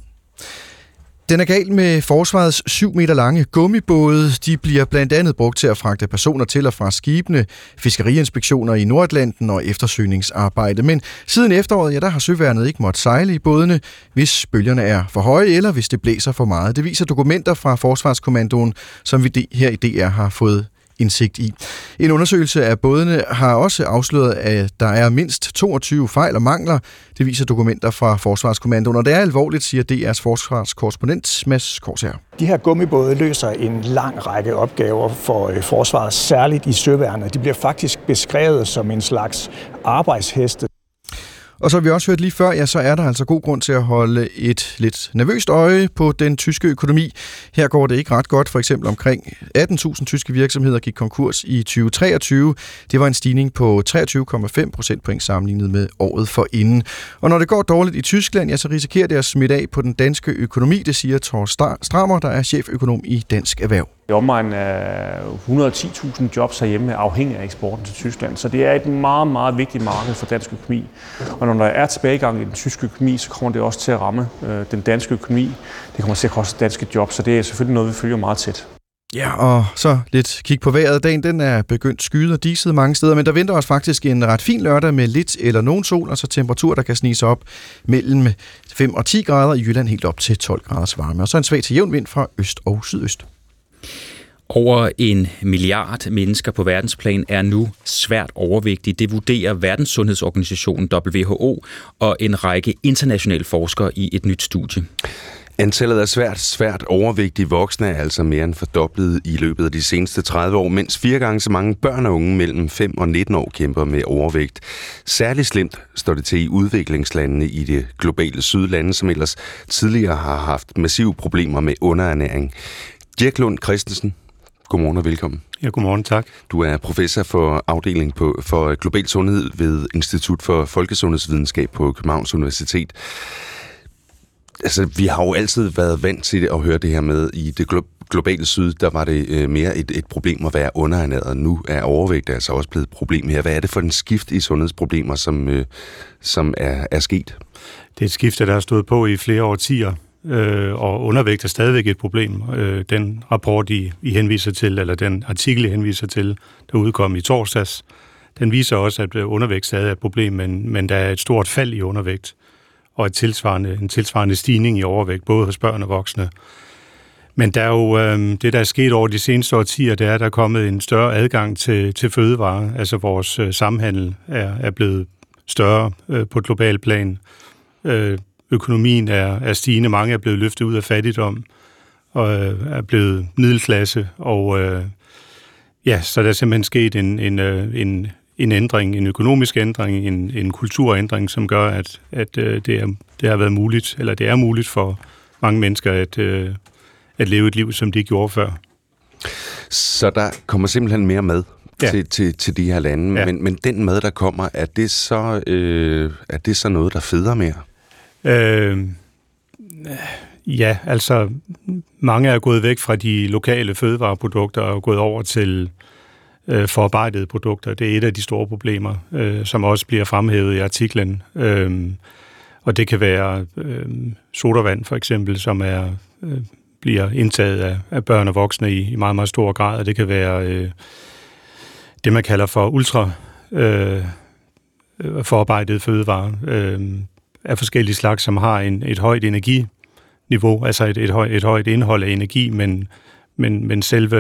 Den er gal med forsvarets syv meter lange gummibåde. De bliver blandt andet brugt til at fragte personer til og fra skibene, fiskeriinspektioner i Nordatlanten og eftersøgningsarbejde. Men siden efteråret, ja, der har søværnet ikke måttet sejle i bådene, hvis bølgerne er for høje eller hvis det blæser for meget. Det viser dokumenter fra Forsvarskommandoen, som vi her i D R har fået indsigt i. En undersøgelse af bådene har også afsløret, at der er mindst toogtyve fejl og mangler. Det viser dokumenter fra Forsvarskommandoen, og det er alvorligt, siger D R's forsvarskorrespondent Mads Korsager. De her gummibåde løser en lang række opgaver for forsvaret, særligt i søværnet. De bliver faktisk beskrevet som en slags arbejdsheste. Og så har vi også hørt lige før, ja, så er der altså god grund til at holde et lidt nervøst øje på den tyske økonomi. Her går det ikke ret godt. For eksempel omkring atten tusind tyske virksomheder gik konkurs i tyve treogtyve. Det var en stigning på treogtyve komma fem procentpoint sammenlignet med året forinden. Og når det går dårligt i Tyskland, ja, så risikerer det at smitte af på den danske økonomi, det siger Thor Strammer, der er cheføkonom i Dansk Erhverv. I omegnen af et hundrede og ti tusind jobs herhjemme er afhængige af eksporten til Tyskland. Så det er et meget, meget vigtigt marked for dansk økonomi. Og når der er tilbagegang i den tyske økonomi, så kommer det også til at ramme øh, den danske økonomi. Det kommer til at koste danske jobs, så det er selvfølgelig noget, vi følger meget tæt. Ja, og så lidt kig på vejret. Dagen den er begyndt skyet og diset mange steder, men der venter os faktisk en ret fin lørdag med lidt eller nogen sol, og så temperatur, der kan snige sig op mellem fem og ti grader, i Jylland helt op til tolv graders varme. Og så en svag til jævn vind fra øst og sydøst. Over en milliard mennesker på verdensplan er nu svært overvægtige. Det vurderer Verdenssundhedsorganisationen W H O og en række internationale forskere i et nyt studie. Antallet af svært, svært overvægtige voksne er altså mere end fordoblet i løbet af de seneste tredive år, mens fire gange så mange børn og unge mellem fem og nitten år kæmper med overvægt. Særligt slemt står det til i udviklingslandene i det globale sydlande, som ellers tidligere har haft massive problemer med underernæring. Dirk Lund Christensen, godmorgen og velkommen. Ja, godmorgen, tak. Du er professor for afdeling på, for global sundhed ved Institut for Folkesundhedsvidenskab på Københavns Universitet. Altså, vi har jo altid været vant til at høre det her med, i det globale syd, der var det øh, mere et, et problem at være underernæret. Nu er overvægt altså også blevet et problem her. Hvad er det for en skift i sundhedsproblemer, som, øh, som er, er sket? Det er et skift, der har stået på i flere årtier, øh, og undervægt er stadigvæk et problem. Øh, den rapport, I, I henviser til, eller den artikel, I henviser til, der udkom i torsdags, den viser også, at undervægt stadig er et problem, men, men der er et stort fald i undervægt, og et tilsvarende, en tilsvarende stigning i overvægt, både hos børn og voksne. Men der er jo, øh, det, der er sket over de seneste årtier, det er, at der er kommet en større adgang til, til fødevarer. Altså vores øh, samhandel er, er blevet større øh, på et globalt plan. Øh, økonomien er, er stigende. Mange er blevet løftet ud af fattigdom og øh, er blevet middelklasse. Og øh, ja, så der er simpelthen sket en, en, en, en ændring, en økonomisk ændring, en, en kulturændring, som gør, at, at øh, det, er, det har været muligt, eller det er muligt for mange mennesker at, øh, at leve et liv, som de gjorde før. Så der kommer simpelthen mere mad ja. til, til, til de her lande, ja. men, men den mad, der kommer, er det så, øh, er det så noget, der feder mere? Øh, ja, altså mange er gået væk fra de lokale fødevareprodukter og gået over til øh, forarbejdede produkter. Det er et af de store problemer, øh, som også bliver fremhævet i artiklen. Øh, og det kan være øh, sodavand for eksempel, som er øh, bliver indtaget af, af børn og voksne i, i meget, meget stor grad. Og det kan være øh, det, man kalder for ultra øh, forarbejdede fødevarer øh, af forskellige slags, som har en, et højt energiniveau, altså et, et, høj, et højt indhold af energi, men, men, men selve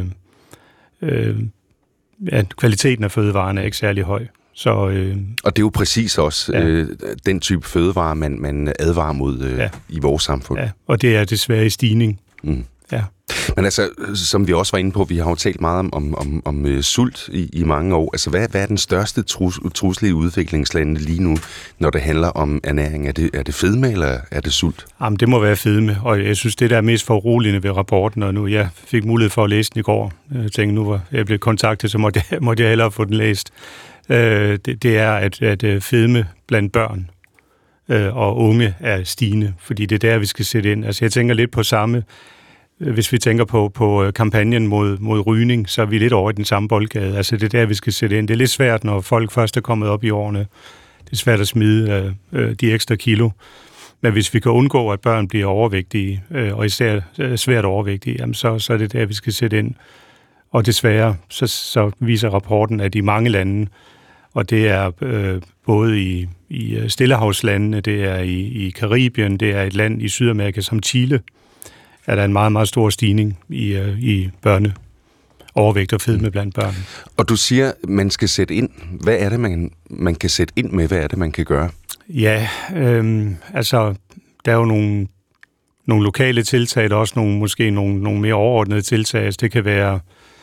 øh, ja, kvaliteten af fødevarene er ikke særlig høj. Så, øh, og det er jo præcis også ja. øh, den type fødevarer, man, man advarer mod øh, ja. i vores samfund. Ja, og det er desværre i stigning. Mm. Ja. Men altså, som vi også var inde på, vi har jo talt meget om, om, om, om uh, sult i, i mange år. Altså, hvad, hvad er den største trus, trusle i udviklingslande lige nu, når det handler om ernæring? Er det, er det fedme, eller er det sult? Jamen, det må være fedme, og jeg synes, det der er mest foruroligende ved rapporten, og nu jeg fik mulighed for at læse den i går, jeg tænkte, nu var jeg blevet kontaktet, så måtte jeg, måtte jeg hellere få den læst. Uh, det, det er, at, at fedme blandt børn uh, og unge er stigende, fordi det er der, vi skal sætte ind. Altså, jeg tænker lidt på samme. Hvis vi tænker på, på kampagnen mod, mod rygning, så er vi lidt over i den samme boldgade. Altså det er der, vi skal sætte ind. Det er lidt svært, når folk først er kommet op i årene. Det er svært at smide øh, de ekstra kilo. Men hvis vi kan undgå, at børn bliver overvægtige, øh, og især øh, svært overvægtige, jamen så, så er det der, vi skal sætte ind. Og desværre, så, så viser rapporten, at i mange lande, og det er øh, både i, i Stillehavslandene, det er i, i Karibien, det er et land i Sydamerika som Chile, er der en meget, meget stor stigning i, uh, i børne, overvægt og fedme blandt børn. Og du siger, man skal sætte ind. Hvad er det, man, man kan sætte ind med? Hvad er det, man kan gøre? Ja, øhm, altså, der er jo nogle, nogle lokale tiltag, der er også nogle, måske nogle, nogle mere overordnede tiltag. Altså, det kan være,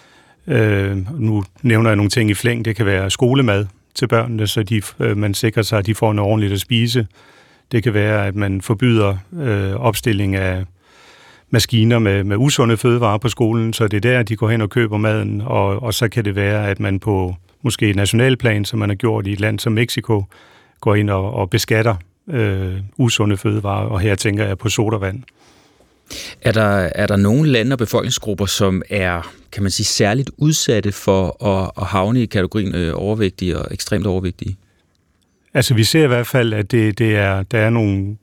øh, nu nævner jeg nogle ting i flæng, det kan være skolemad til børnene, så de, øh, man sikrer sig, at de får noget ordentligt at spise. Det kan være, at man forbyder øh, opstilling af maskiner med, med usunde fødevarer på skolen, så det er der, de går hen og køber maden, og, og så kan det være, at man på måske et nationalplan, som man har gjort i et land som Mexico, går ind og, og beskatter øh, usunde fødevarer, og her tænker jeg på sodavand. Er der, er der nogle lande og befolkningsgrupper, som er, kan man sige, særligt udsatte for at, at havne i kategorien øh, overvægtige og ekstremt overvægtige? Altså vi ser i hvert fald, at det, det er, der er nogle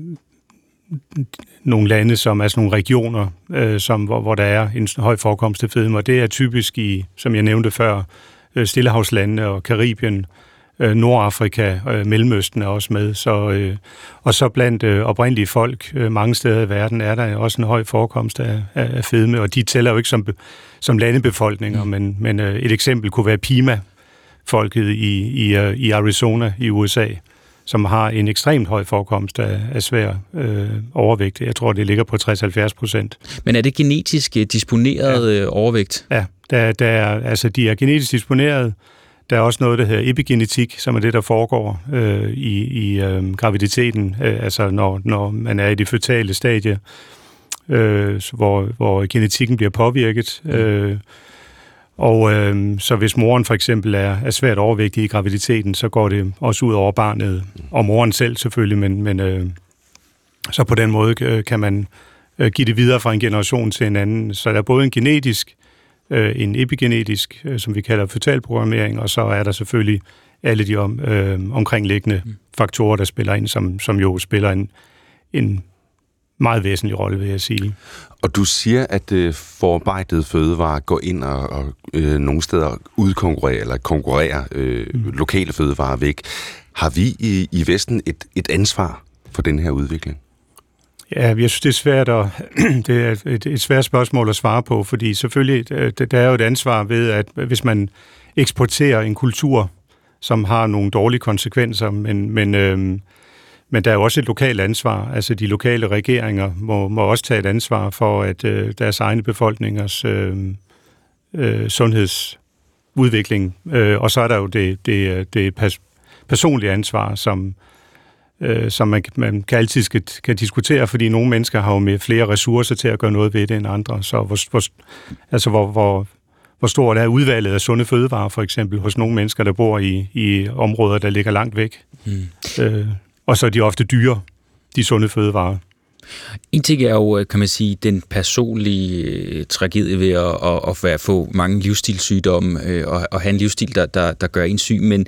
nogle lande, som er sådan nogle regioner, øh, som, hvor, hvor der er en høj forekomst af fedme, og det er typisk i, som jeg nævnte før, øh, Stillehavslandene og Karibien, øh, Nordafrika, øh, Mellemøsten er også med, så, øh, og så blandt øh, oprindelige folk øh, mange steder i verden er der også en høj forekomst af, af, af fedme, og de tæller jo ikke som, som landebefolkninger, mm. men, men øh, et eksempel kunne være Pima-folket i, i, øh, i Arizona i U S A, som har en ekstremt høj forekomst af, af svær øh, overvægt. Jeg tror, det ligger på tres til halvfjerds procent. Men er det genetisk disponeret ja. overvægt? Ja, der, der er, altså, de er genetisk disponeret. Der er også noget, der hedder epigenetik, som er det, der foregår øh, i, i øh, graviditeten, øh, altså når, når man er i det føtale stadie, øh, hvor, hvor genetikken bliver påvirket. Øh, Og øh, så hvis moren for eksempel er, er svært overvægtig i graviditeten, så går det også ud over barnet, og moren selv selvfølgelig, men, men øh, så på den måde øh, kan man øh, give det videre fra en generation til en anden. Så der er både en genetisk, øh, en epigenetisk, øh, som vi kalder føtalprogrammering, og så er der selvfølgelig alle de om, øh, omkringliggende faktorer, der spiller ind, som, som jo spiller en, en meget væsentlig rolle, vil jeg sige. Og du siger, at øh, forarbejdede fødevarer går ind og, og øh, nogle steder udkonkurrerer eller konkurrerer øh, mm. lokale fødevarer væk. Har vi i, i Vesten et, et ansvar for den her udvikling? Ja, jeg synes, det er svært at, det er et, et svært spørgsmål at svare på, fordi selvfølgelig, der er jo et ansvar ved, at hvis man eksporterer en kultur, som har nogle dårlige konsekvenser, men, men øh, Men der er jo også et lokalt ansvar. Altså de lokale regeringer må, må også tage et ansvar for, at øh, deres egne befolkningers øh, øh, sundhedsudvikling. Øh, og så er der jo det, det, det pers- personlige ansvar, som, øh, som man, man kan altid skal, kan diskutere, fordi nogle mennesker har jo med flere ressourcer til at gøre noget ved det end andre. Så hvor, hvor, altså hvor, hvor, hvor stort er udvalget af sunde fødevarer, for eksempel, hos nogle mennesker, der bor i, i områder, der ligger langt væk. Mm. Øh, Og så er de ofte dyre, de sunde fødevarer. En ting er jo, kan man sige, den personlige tragedie ved at, at, at få mange livsstilssygdomme og at have en livsstil, der, der, der gør en syg, men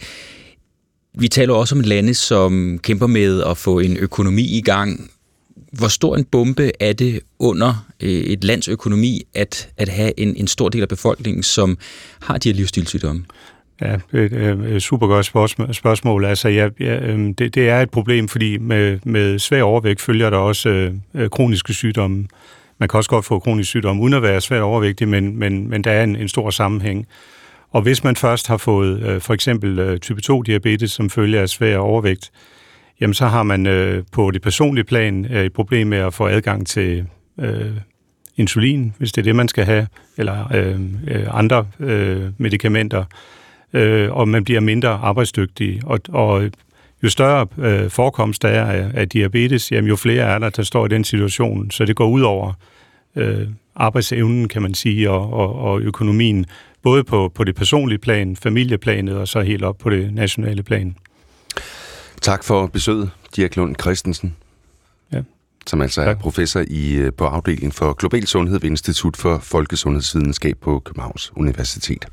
vi taler også om lande, som kæmper med at få en økonomi i gang. Hvor stor en bombe er det under et lands økonomi at, at have en, en stor del af befolkningen, som har de her livsstilssygdomme? Ja, et, et super godt spørgsmål. Altså, ja, ja, det, det er et problem, fordi med, med svær overvægt følger der også øh, kroniske sygdomme. Man kan også godt få kronisk sygdom uden at være svært overvægtig, men, men, men der er en, en stor sammenhæng. Og hvis man først har fået øh, for eksempel øh, type to diabetes, som følger af svær overvægt, jamen så har man øh, på det personlige plan øh, et problem med at få adgang til øh, insulin, hvis det er det, man skal have, eller øh, øh, andre øh, medicamenter, øh, og man bliver mindre arbejdsdygtig. Og, og jo større øh, forekomst der er af, af diabetes, jamen jo flere er der, der står i den situation, så det går ud over øh, arbejdsevnen, kan man sige, og, og, og økonomien, både på, på det personlige plan, familieplanet, og så helt op på det nationale plan. Tak for besøget, Dirk Lund Christensen, ja. som altså er professor i, på afdelingen for global sundhed ved Institut for Folkesundhedsvidenskab på Københavns Universitet.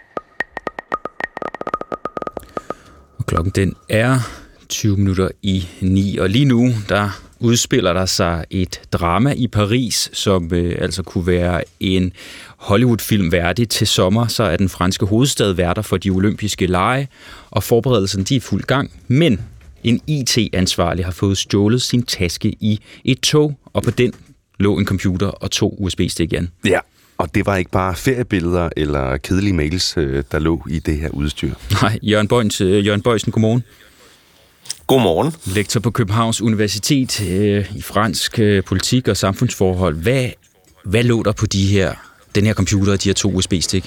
Og klokken den er tyve minutter i ni, og lige nu der udspiller der sig et drama i Paris, som øh, altså kunne være en Hollywood-film værdig. Til sommer så er den franske hovedstad værter for de olympiske lege, og forberedelserne de er i fuld gang. Men en I T-ansvarlig har fået stjålet sin taske i et tog, og på den lå en computer og to U S B-stik igen. Ja, og det var ikke bare feriebilleder eller kedelige mails, der lå i det her udstyr. Nej, Jørgen Bøjsen, Jørgen Bøjsen, godmorgen. Godmorgen. Lektor på Københavns Universitet øh, i fransk øh, politik og samfundsforhold. Hvad, hvad lå der på de her, den her computer og de her to U S B-stik?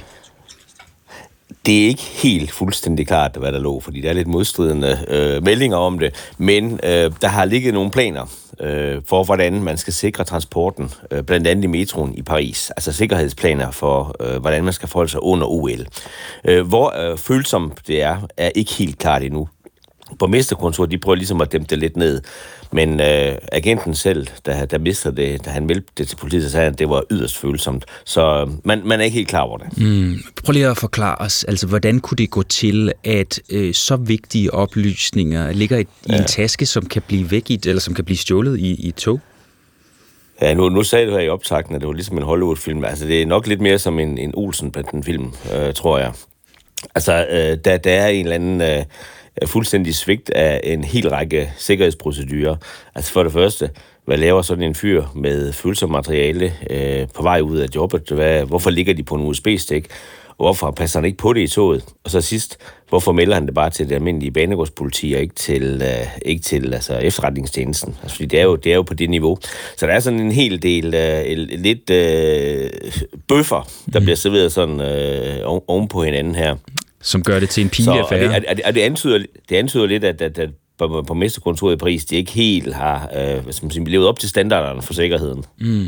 Det er ikke helt fuldstændig klart, hvad der lå, fordi der er lidt modstridende øh, meldinger om det, men øh, der har ligget nogle planer øh, for, hvordan man skal sikre transporten, øh, blandt andet i metroen i Paris, altså sikkerhedsplaner for, øh, hvordan man skal forholde sig under O L. Øh, hvor øh, følsomt det er, er ikke helt klart endnu. Borgmesterkontoret, de prøver ligesom at dæmpe det lidt ned, men øh, agenten selv, der, der mistede det, da han meldte det til politiet, så sagde han, at det var yderst følsomt. Så man, man er ikke helt klar over det. Mm. Prøv lige at forklare os, altså hvordan kunne det gå til, at øh, så vigtige oplysninger ligger i, ja. i en taske, som kan blive væk i, eller som kan blive stjålet i, i et tog? Ja, nu, nu sagde du her i optakten, at det var ligesom en Hollywood-film. Altså det er nok lidt mere som en, en Olsen-banden-film, øh, tror jeg. Altså øh, der, der er en eller anden... Øh, fuldstændig svigt af en hel række sikkerhedsprocedurer. Altså for det første, hvad laver sådan en fyr med følsomt materiale øh, på vej ud af jobbet? Hvad, hvorfor ligger de på en U S B-stik? Og hvorfor passer han ikke på det i toget? Og så sidst, hvorfor melder han det bare til det almindelige banegårdspoliti og ikke til, øh, ikke til altså, efterretningstjenesten? Altså, fordi det er, jo, det er jo på det niveau. Så der er sådan en hel del øh, lidt øh, bøffer, der bliver serveret sådan øh, oven på hinanden her. Som gør det til en pinlig affære. Og, det, og, det, og det, antyder, det antyder lidt, at, at, at på, på mesterkontoret i Paris, de ikke helt har øh, hvad skal man sige, levet op til standarderne for sikkerheden. Mm.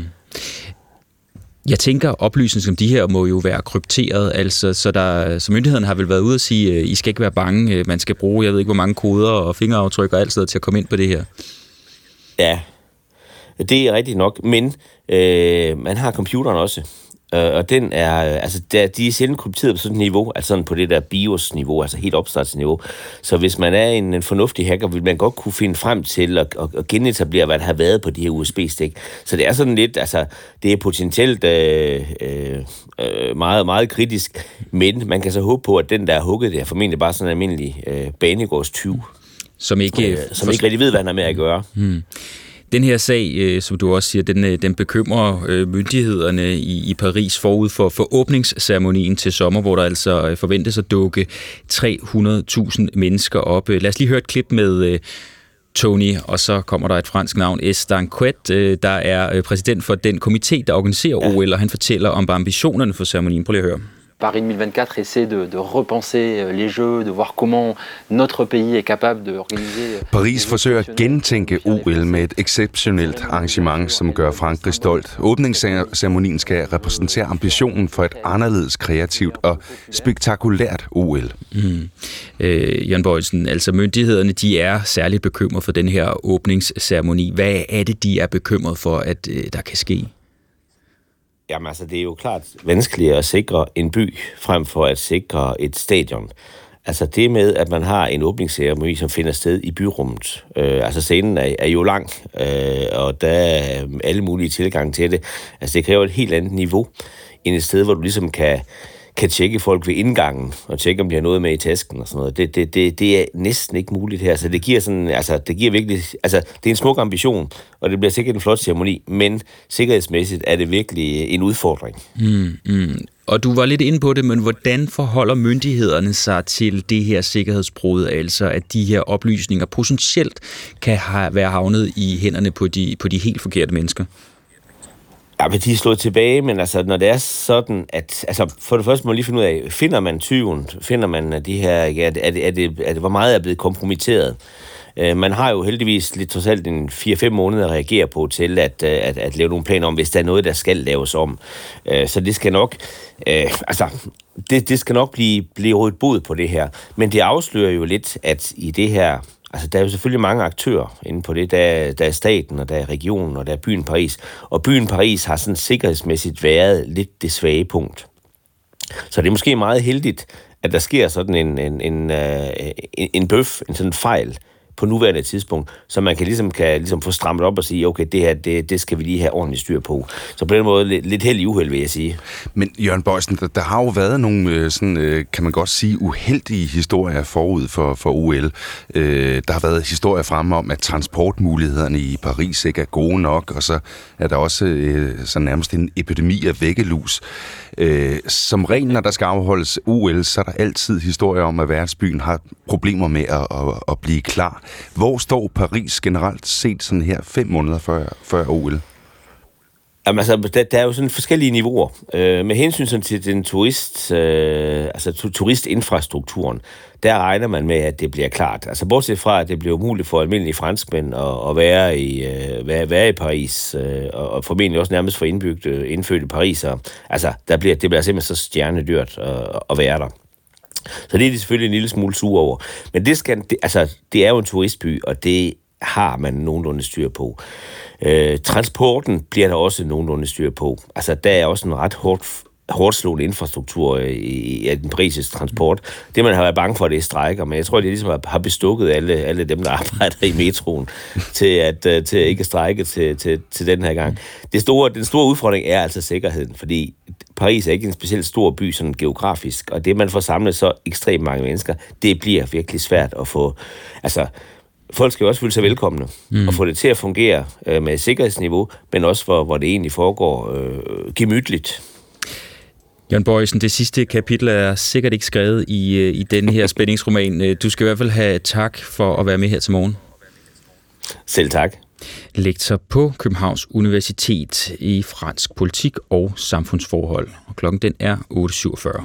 Jeg tænker, oplysninger som de her må jo være krypteret, altså, så, der, så myndighederne har vel været ude at sige, at I skal ikke være bange, man skal bruge, jeg ved ikke hvor mange koder og fingeraftryk og alt sådan til at komme ind på det her. Ja, det er rigtigt nok, men øh, man har computeren også. Uh, og den er, altså der, de er sjældent krypteret på sådan et niveau, altså sådan på det der BIOS-niveau, altså helt opstartsniveau. Så hvis man er en, en fornuftig hacker, vil man godt kunne finde frem til at, at, at genetablere, hvad der har været på de her U S B-stik. Så det er sådan lidt, altså det er potentielt øh, øh, meget, meget kritisk, men man kan så håbe på, at den der er hugget, det er formentlig bare sådan en almindelig øh, banegårdstyv, som ikke, øh, som for... ikke rigtig ved, hvad han har med at gøre. Hmm. Den her sag, øh, som du også siger, den, den bekymrer øh, myndighederne i, i Paris forud for, for åbningsceremonien til sommer, hvor der altså øh, forventes at dukke tre hundrede tusind mennesker op. Lad os lige høre et klip med øh, Tony, og så kommer der et fransk navn, Estanquet, øh, der er øh, præsident for den komité, der organiserer O L, og han fortæller om ambitionerne for ceremonien. Prøv lige at høre. Paris to twenty twenty-four essaie de, de repenser les jeux, de voir comment notre pays est capable de organiser... Paris forsøger at gentænke O L med et exceptionelt arrangement, som gør Frankrig stolt. Åbningsceremonien skal repræsentere ambitionen for et anderledes kreativt og spektakulært O L. Mm. Øh, Jørgen Bøjsen, altså myndighederne, de er særligt bekymret for den her åbningsceremoni. Hvad er det, de er bekymret for, at øh, der kan ske? Jamen altså, det er jo klart vanskeligt at sikre en by, frem for at sikre et stadion. Altså det med, at man har en åbningsceremoni, som finder sted i byrummet. Øh, altså scenen er, er jo lang, øh, og der er alle mulige tilgang til det. Altså det kræver et helt andet niveau, end et sted, hvor du ligesom kan, kan tjekke folk ved indgangen, og tjekke, om de har noget med i tasken og sådan noget. Det, det, det, det er næsten ikke muligt her. Så det giver sådan, altså, det giver virkelig, altså, det er en smuk ambition, og det bliver sikkert en flot ceremoni, men sikkerhedsmæssigt er det virkelig en udfordring. Mm, mm. Og du var lidt inde på det, men hvordan forholder myndighederne sig til det her sikkerhedsbrud, altså at de her oplysninger potentielt kan have, være havnet i hænderne på de, på de helt forkerte mennesker? Ja, men de er slået tilbage, men altså, når det er sådan, at... Altså, for det første må man lige finde ud af, finder man tyven? Finder man de her... Er det, er det, er det, er det, hvor meget er blevet kompromitteret? Uh, man har jo heldigvis lidt trods alt en fire fem måneder at reagere på til at, at, at lave nogle planer om, hvis der er noget, der skal laves om. Uh, så det skal nok... Uh, altså, det, det skal nok blive, blive rådet bod på det her. Men det afslører jo lidt, at i det her... Altså, der er jo selvfølgelig mange aktører inde på det. Der er, der er staten, og der er regionen, og der er byen Paris. Og byen Paris har sådan sikkerhedsmæssigt været lidt det svage punkt. Så det er måske meget heldigt, at der sker sådan en, en, en, en, en bøf, en sådan fejl på nuværende tidspunkt, så man kan ligesom, kan ligesom få strammet op og sige, okay, det her, det, det skal vi lige have ordentligt styr på. Så på den måde lidt, lidt held i uheld, vil jeg sige. Men Jørgen Boysen, der, der har jo været nogle, sådan, kan man godt sige, uheldige historier forud for, for O L. Øh, der har været historier fremme om, at transportmulighederne i Paris ikke er gode nok, og så er der også øh, så nærmest en epidemi af væggelus. Øh, som regel, når der skal afholdes O L, så er der altid historier om, at værtsbyen har problemer med at, at, at blive klar. Hvor står Paris generelt set sådan her fem måneder før, før O L? Jamen altså, der, der er jo sådan forskellige niveauer. Øh, med hensyn til den turist, øh, altså turistinfrastrukturen, der regner man med, at det bliver klart. Altså bortset fra, at det bliver umuligt for almindelige franskmænd at, at være, i, øh, være, være i Paris, øh, og formentlig også nærmest for indbygget, øh, indfødte pariser. Altså, der bliver, det bliver simpelthen så stjernedyrt at, at være der. Så det er de selvfølgelig en lille smule sur over. Men det, skal, det, altså, det er jo en turistby, og det har man nogenlunde styr på. Øh, transporten bliver der også nogenlunde styr på. Altså, der er også en ret hårdt, hårdt slående infrastruktur i, i den parisiske transport. Det, man har været bange for, det er strejker, men jeg tror, det ligesom har bestukket alle, alle dem, der arbejder i metroen, til at, til at ikke strejke til, til, til den her gang. Det store, den store udfordring er altså sikkerheden, fordi Paris er ikke en specielt stor by sådan geografisk, og det, man får samlet så ekstremt mange mennesker, det bliver virkelig svært at få... Altså, folk skal jo også føle sig velkomne, mm. og få det til at fungere øh, med sikkerhedsniveau, men også for, hvor det egentlig foregår øh, gemytligt. Jørgen Boysen, det sidste kapitel er sikkert ikke skrevet i, i denne her spændingsroman. Du skal i hvert fald have tak for at være med her til morgen. Selv tak. Lektor på Københavns Universitet i fransk politik og samfundsforhold. Og klokken den er otte syvogfyrre.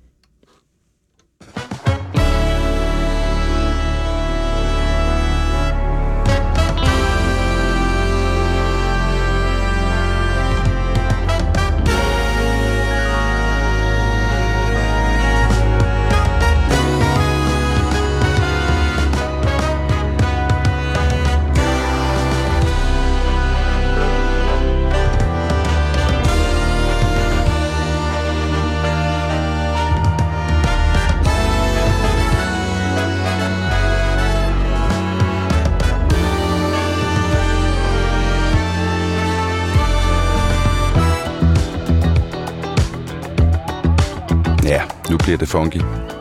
Nu bliver det funky.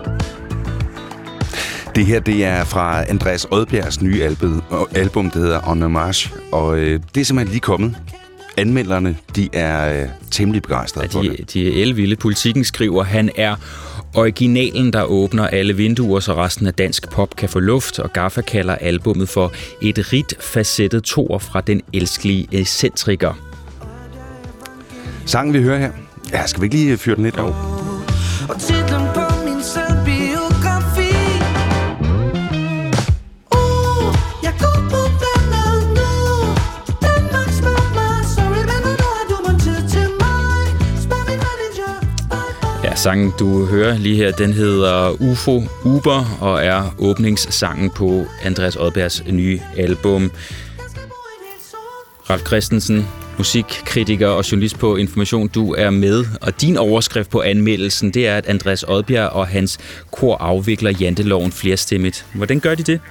Det her, det er fra Andreas Odbjergs nye album, album der hedder On Hommage, og øh, det er simpelthen lige kommet. Anmelderne, de er øh, temmelig begejstrede ja, de, for det. De er elvilde. Politikken skriver, han er originalen, der åbner alle vinduer, så resten af dansk pop kan få luft, og Gaffa kalder albummet for et rigt facettet toer fra den elskelige excentriker. Sangen, vi hører her, ja, skal vi ikke lige fyre den lidt af? Og titlen på min selvbiografi. Uh, jeg går på vandet nu. Danmark spørger mig. Sorry, men nu har du mon tid til mig. Spørg min manager. Ja, sangen du hører lige her, den hedder U F O Uber og er åbningssangen på Andreas Odbjergs nye album. Ralf Christensen, musikkritiker og journalist på Information, du er med, og din overskrift på anmeldelsen, det er, at Andreas Odbjerg og hans kor afvikler janteloven flerstemmigt. Hvordan gør de det?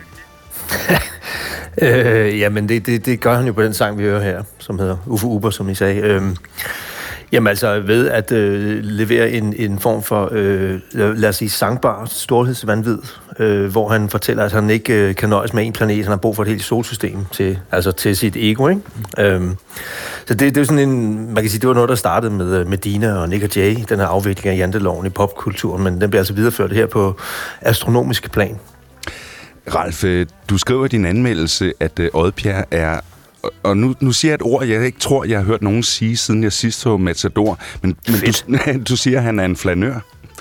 øh, jamen, det, det, det gør han jo på den sang, vi hører her, som hedder U F O Uber, som I sagde. Øh, Jamen altså ved at øh, levere en, en form for, øh, lad os sige, sangbar storhedsvanvid, øh, hvor han fortæller, at han ikke øh, kan nøjes med en planet, han har brug for et helt solsystem til, altså til sit ego, ikke? Øhm, så det, det er sådan en, man kan sige, det var noget, der startede med Medina og Nick og Jay, den her afvikling af janteloven i popkulturen, men den bliver altså videreført her på astronomisk plan. Ralf, du skriver i din anmeldelse, at Odbjerg er, og nu, nu siger jeg et ord, jeg ikke tror, jeg har hørt nogen sige, siden jeg sidst så Matador, men, men du, du siger, at han er en flanør.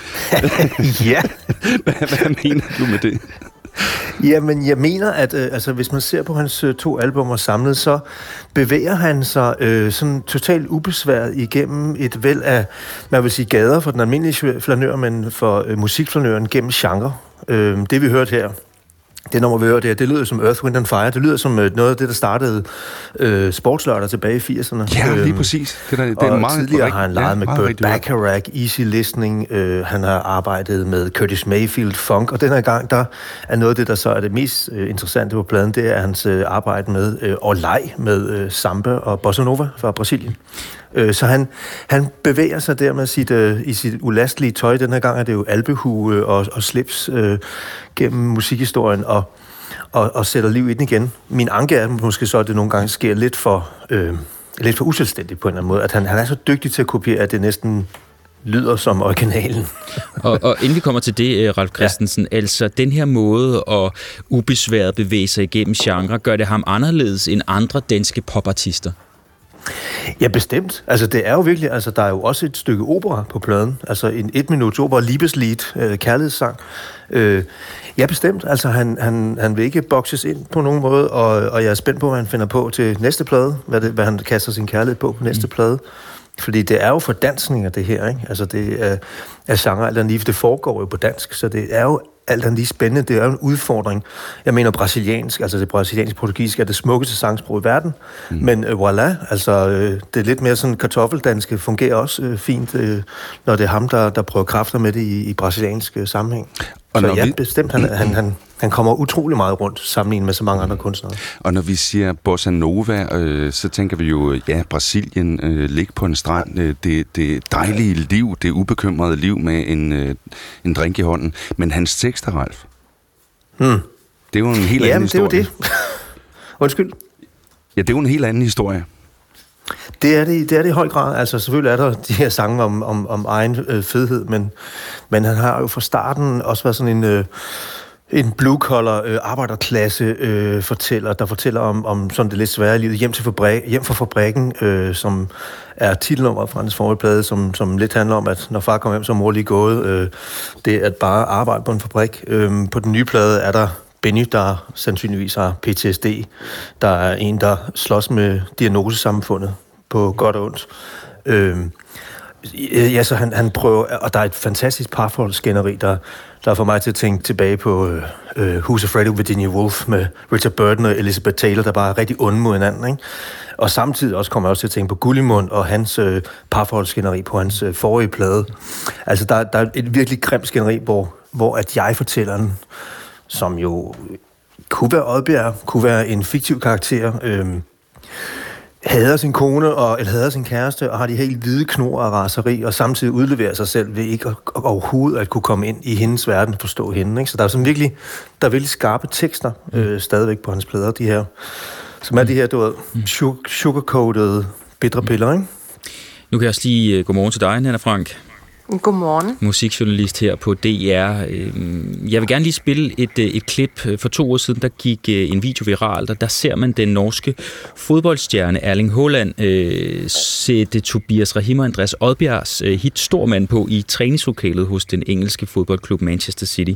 Ja. hvad, hvad mener du med det? Jamen, jeg mener, at øh, altså, hvis man ser på hans øh, to albumer samlet, så bevæger han sig øh, sådan totalt ubesværet igennem et væld af, man vil sige, gader for den almindelige flanør, men for øh, musikflanøren gennem genre. Øh, det vi hørte her, det nummer vi hørte her, det lyder som Earth, Wind and Fire. Det lyder som øh, noget af det, der startede øh, sportslørdag tilbage i firserne. Ja, lige præcis. Det er, det er og meget tidligere rigtig, har han leget ja, med Burt Bacharach, Easy Listening. Øh, han har arbejdet med Curtis Mayfield, funk. Og den her gang, der er noget af det, der så er det mest øh, interessante på pladen, det er hans øh, arbejde med øh, og leg med øh, samba og bossa nova fra Brasilien. Øh, så han, han bevæger sig der med sit, øh, i sit ulastelige tøj. Den her gang er det jo alpehue og, og slips øh, gennem musikhistorien og, og, og sætter liv i den igen. Min anke er måske så, at det nogle gange sker lidt for, øh, lidt for uselvstændigt på en eller anden måde. At han, han er så dygtig til at kopiere, at det næsten lyder som originalen. og, og inden vi kommer til det, Ralf Christensen, ja. altså den her måde at ubesværet bevæge sig igennem genre, gør det ham anderledes end andre danske popartister? Ja, bestemt. Altså, det er jo virkelig, altså, der er jo også et stykke opera på pladen. Altså, en et minuts opera, Liebeslied, øh, kærlighedssang. Øh, ja, bestemt. Altså, han, han, han vil ikke bokses ind på nogen måde, og, og jeg er spændt på, hvad han finder på til næste plade, hvad, det, hvad han kaster sin kærlighed på på næste mm. plade. Fordi det er jo fordansninger, det her, ikke? Altså, det er, er genre alt andet lige, det foregår jo på dansk, så det er jo alt andet lige spændende. Det er jo en udfordring. Jeg mener, brasiliansk, altså det brasiliansk-portugisiske er det smukkeste sangsprog i verden, mm. men øh, voilà, altså øh, det er lidt mere sådan kartoffeldanske, fungerer også øh, fint, øh, når det er ham, der, der prøver kræfter med det i, i brasiliansk øh, sammenhæng. Og så ja, vi... bestemt, han, han, han, han kommer utrolig meget rundt sammenlignet med så mange andre kunstnere. Og når vi siger bossa nova, øh, så tænker vi jo, ja, Brasilien, øh, ligge på en strand, øh, det, det dejlige liv, det ubekymrede liv med en, øh, en drink i hånden. Men hans tekster, Ralf, hmm. det er jo en helt Jamen, anden historie. det er jo det. Undskyld. Ja, det er jo en helt anden historie. Det er det, det er det i høj grad. Altså selvfølgelig er der de her sange om, om, om egen øh, fedhed, men, men han har jo fra starten også været sådan en, øh, en blue-collar øh, arbejderklasse øh, fortæller, der fortæller om, om sådan det lidt svære livet. Hjem, til fabrik, hjem fra fabrikken, øh, som er titelnummeret fra hans forrige plade, som, som lidt handler om, at når far kommer hjem, så er mor lige gået. Øh, det er at bare arbejde på en fabrik. Øh, på den nye plade er der Benny, der sandsynligvis har P T S D. Der er en, der slås med diagnosesamfundet på godt og ondt. Øh, ja, så han, han prøver, og der er et fantastisk parforholdsskænderi, der, der får mig til at tænke tilbage på øh, Who's Afraid of Virginia Woolf med Richard Burton og Elizabeth Taylor, der bare er rigtig onde mod hinanden, ikke? Og samtidig også kommer jeg også til at tænke på Gullimund og hans øh, parforholdsskænderi på hans øh, forrige plade. Altså, der, der er et virkelig grimt skænderi, hvor, hvor at jeg fortæller den, som jo kunne være Odbjerg, kunne være en fiktiv karakter, øh, hader sin kone og eller hader sin kæreste og har de helt hvide knor af raseri og samtidig udleverer sig selv ved ikke overhovedet at kunne komme ind i hendes verden og forstå hende. Ikke? Så der er sådan virkelig, der er virkelig skarpe tekster øh, stadigvæk på hans plader, de her, som er de her, du ved, sugarcoated bitre piller, ikke? Nu kan jeg også lige uh, godmorgen til dig, Nanna Frank. Godmorgen. Musikjournalist her på D R. Jeg vil gerne lige spille et, et klip. For to år siden, der gik en video viralt, og der ser man den norske fodboldstjerne Erling Haaland øh, sætte Tobias Rahim og Andreas Odbjergs øh, hit Stormand på i træningslokalet hos den engelske fodboldklub Manchester City.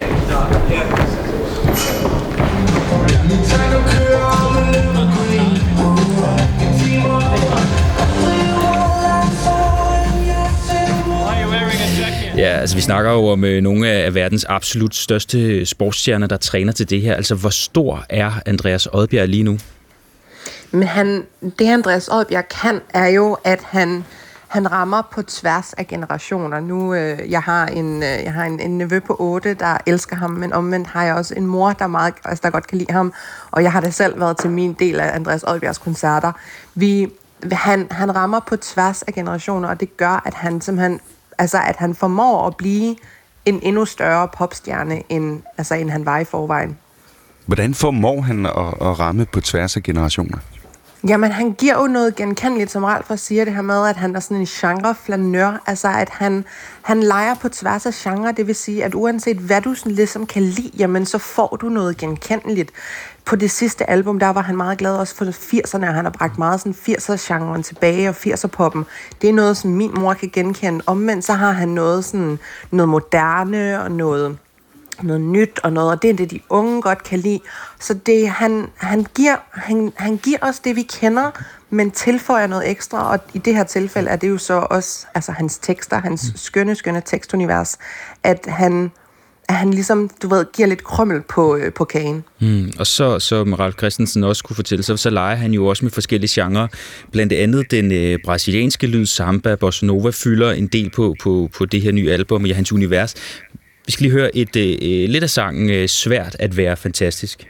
Ja, altså vi snakker jo om øh, nogle af verdens absolut største sportsstjerner, der træner til det her. Altså, hvor stor er Andreas Odbjerg lige nu? Men han, det Andreas Odbjerg kan, er jo, at han, han rammer på tværs af generationer. Nu, øh, jeg har, en, øh, jeg har en, en nevø på otte, der elsker ham, men omvendt har jeg også en mor, der, meget, altså, der godt kan lide ham. Og jeg har da selv været til min del af Andreas Odbjergs koncerter. Vi han, han rammer på tværs af generationer, og det gør, at han simpelthen, altså at han formår at blive en endnu større popstjerne, end, altså, end han var i forvejen. Hvordan formår han at, at ramme på tværs af generationer? Jamen, han giver jo noget genkendeligt, som Ralf også siger, det her med, at han er sådan en genreflanør, altså at han, han leger på tværs af genre, det vil sige, at uanset hvad du sådan ligesom kan lide, jamen så får du noget genkendeligt. På det sidste album, der var han meget glad også for firserne, og han har bragt meget sådan firser-genren tilbage, og firser-poppen. Det er noget, som min mor kan genkende. Omvendt så har han noget sådan, noget moderne og noget... noget nyt og noget, og det er det, de unge godt kan lide. Så det, han, han, giver, han, han giver os det, vi kender, men tilføjer noget ekstra, og i det her tilfælde er det jo så også altså hans tekster, hans skønne, skønne tekstunivers, at han, at han ligesom, du ved, giver lidt krymmel på, øh, på kagen. Mm, og så, som Ralf Christensen også kunne fortælle, så, så leger han jo også med forskellige genrer. Blandt andet den øh, brasilianske lyd, samba, bossa nova, fylder en del på, på, på det her nye album i hans univers. Vi skal lige høre et, øh, lidt af sangen øh, Svært at være fantastisk.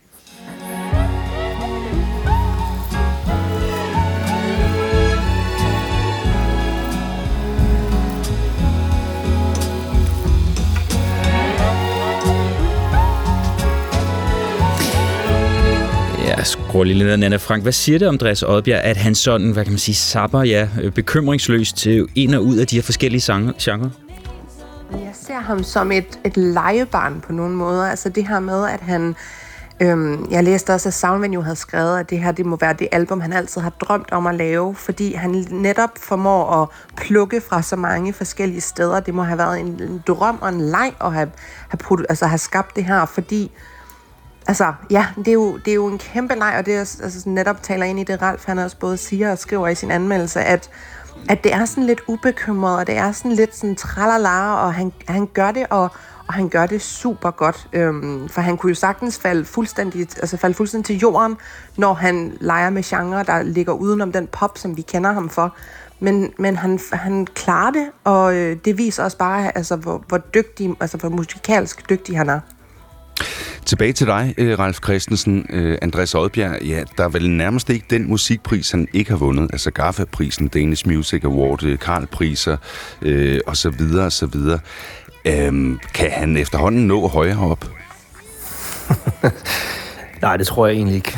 Jeg skruer lige ned, Nanna Frank. Hvad siger det om Andreas Odbjerg, at han sådan, hvad kan man sige, sapper, ja, bekymringsløst til ind og ud af de her forskellige genrer? Jeg ser ham som et, et legebarn på nogle måder. Altså det her med, at han... Øhm, jeg læste også, at Soundvenue havde skrevet, at det her det må være det album, han altid har drømt om at lave, fordi han netop formår at plukke fra så mange forskellige steder. Det må have været en, en drøm og en leg at have, have, produ- altså have skabt det her, fordi... Altså, ja, det er jo, det er jo en kæmpe leg, og det er altså, netop taler ind i det, Ralf han også både siger og skriver i sin anmeldelse, at at det er sådan lidt ubekymret, og det er sådan lidt sådan tralala, og han, han gør det, og, og han gør det super godt. Øhm, for han kunne jo sagtens falde fuldstændig, altså falde fuldstændig til jorden, når han leger med genre, der ligger udenom den pop, som vi kender ham for. Men, men han, han klarer det, og øh, det viser også bare, altså, hvor, hvor dygtig, altså hvor musikalsk dygtig han er. Tilbage til dig, Ralf Christensen. Andreas Odbjerg, ja, der er vel nærmest ikke den musikpris, han ikke har vundet. Altså GAFFA-prisen, Danish Music Award, Carl-priser øh, og så videre og så videre. Øhm, kan han efterhånden nå højere op? Nej, det tror jeg egentlig ikke.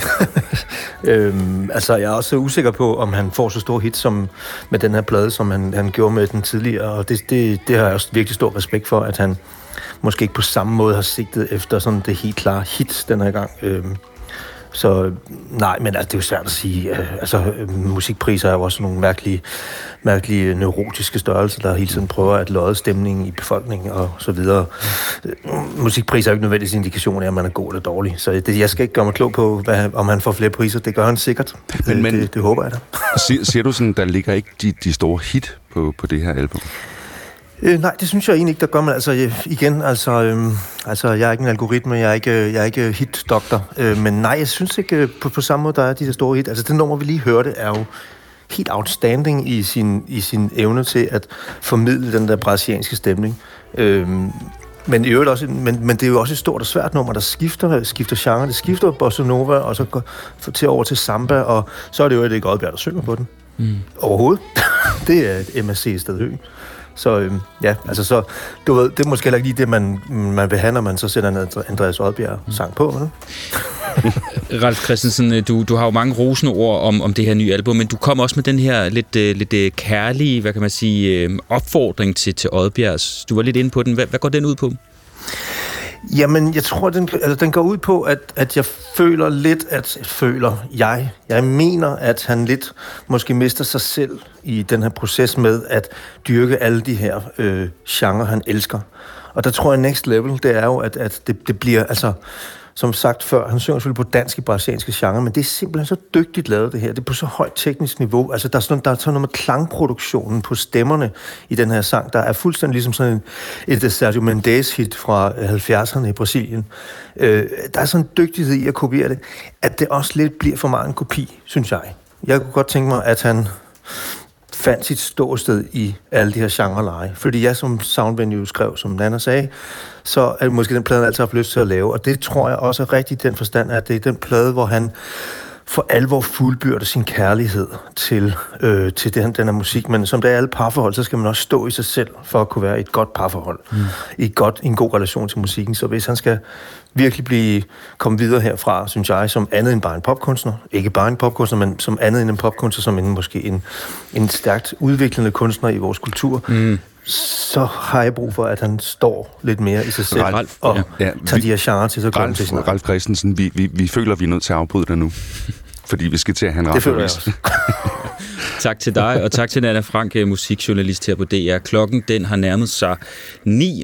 øhm, altså, jeg er også usikker på, om han får så stor hit som med den her plade, som han, han gjorde med den tidligere. Og det, det, det har jeg også virkelig stor respekt for, at han måske ikke på samme måde har sigtet efter sådan det helt klare hit den her gang. Øhm, så nej, men altså, det er jo svært at sige. Øh, altså, musikpriser er jo også nogle mærkelige, mærkelige neurotiske størrelser, der hele tiden prøver at lodde stemningen i befolkningen og så videre. Øh, musikpriser er jo ikke nødvendigvis indikation af, at man er god eller dårlig. Så det, jeg skal ikke gøre mig klog på, hvad, om han får flere priser. Det gør han sikkert. Men, men, det, det håber jeg da. Siger, siger du sådan, der ligger ikke de, de store hit på, på det her album? Øh, nej, det synes jeg egentlig ikke, der gør man. Altså igen, altså, øhm, altså jeg er ikke en algoritme, jeg er ikke, jeg er ikke hit-doktor, øh, men nej, jeg synes ikke øh, på, på samme måde, der er de der store hit. Altså det nummer, vi lige hørte, er jo helt outstanding i sin, i sin evne til at formidle den der brasilianske stemning. Øh, men, i øvrigt også, men, men det er jo også et stort og svært nummer, der skifter, skifter genre. Det skifter bossa nova, og så går til over til samba, og så er det jo ikke Odbjerg, der synger på den. Mm. Overhovedet. Det er et M S C Stadø. Så øhm, ja, altså så, du ved, det er måske heller ikke lige det, man, man vil have, når man så sætter en Andreas Odbjerg sang på, eller? Ralf Christensen, du, du har jo mange rosende ord om, om det her nye album, men du kom også med den her lidt, lidt kærlige, hvad kan man sige, opfordring til, til Odbjerg. Du var lidt inde på den. Hvad, hvad går den ud på? Jamen, jeg tror, den, altså, den går ud på, at, at jeg føler lidt, at føler jeg, jeg mener, at han lidt måske mister sig selv i den her proces med at dyrke alle de her øh, genrer, han elsker. Og der tror jeg, next level, det er jo, at, at det, det bliver, altså, som sagt før, han synger selvfølgelig på dansk i brasilianske genre, men det er simpelthen så dygtigt lavet, det her. Det er på så højt teknisk niveau. Altså, der er sådan, der er sådan noget med klangproduktionen på stemmerne i den her sang, der er fuldstændig ligesom sådan en, et Sergio Mendes-hit fra halvfjerdserne i Brasilien. Øh, der er sådan en dygtighed i at kopiere det, at det også lidt bliver for meget en kopi, synes jeg. Jeg kunne godt tænke mig, at han fandt sit ståsted i alle de her genreleje. Fordi jeg som Soundvenue skrev, som Nanna sagde, så er det måske den plade, han altid har haft lyst til at lave. Og det tror jeg også er rigtigt den forstand, at det er den plade, hvor han for alvor fuldbyrde sin kærlighed til, øh, til den, den her musik. Men som det er alle parforhold, så skal man også stå i sig selv for at kunne være et godt parforhold. Mm. I, et godt, I en god relation til musikken. Så hvis han skal virkelig blive komme videre herfra, synes jeg, som andet end bare en popkunstner, ikke bare en popkunstner, men som andet end en popkunstner, som en, måske en, en stærkt udviklende kunstner i vores kultur, mm. så har jeg brug for, at han står lidt mere i sig selv Ralf, og ja. tager de her genre til sig. Ralf, Ralf Christensen, vi, vi, vi føler, vi er nødt til at afbryde dig nu, fordi vi skal til at have en det føler jeg også. Tak til dig, og tak til Nanna Frank, musikjournalist her på D R. Klokken den har nærmet sig ni.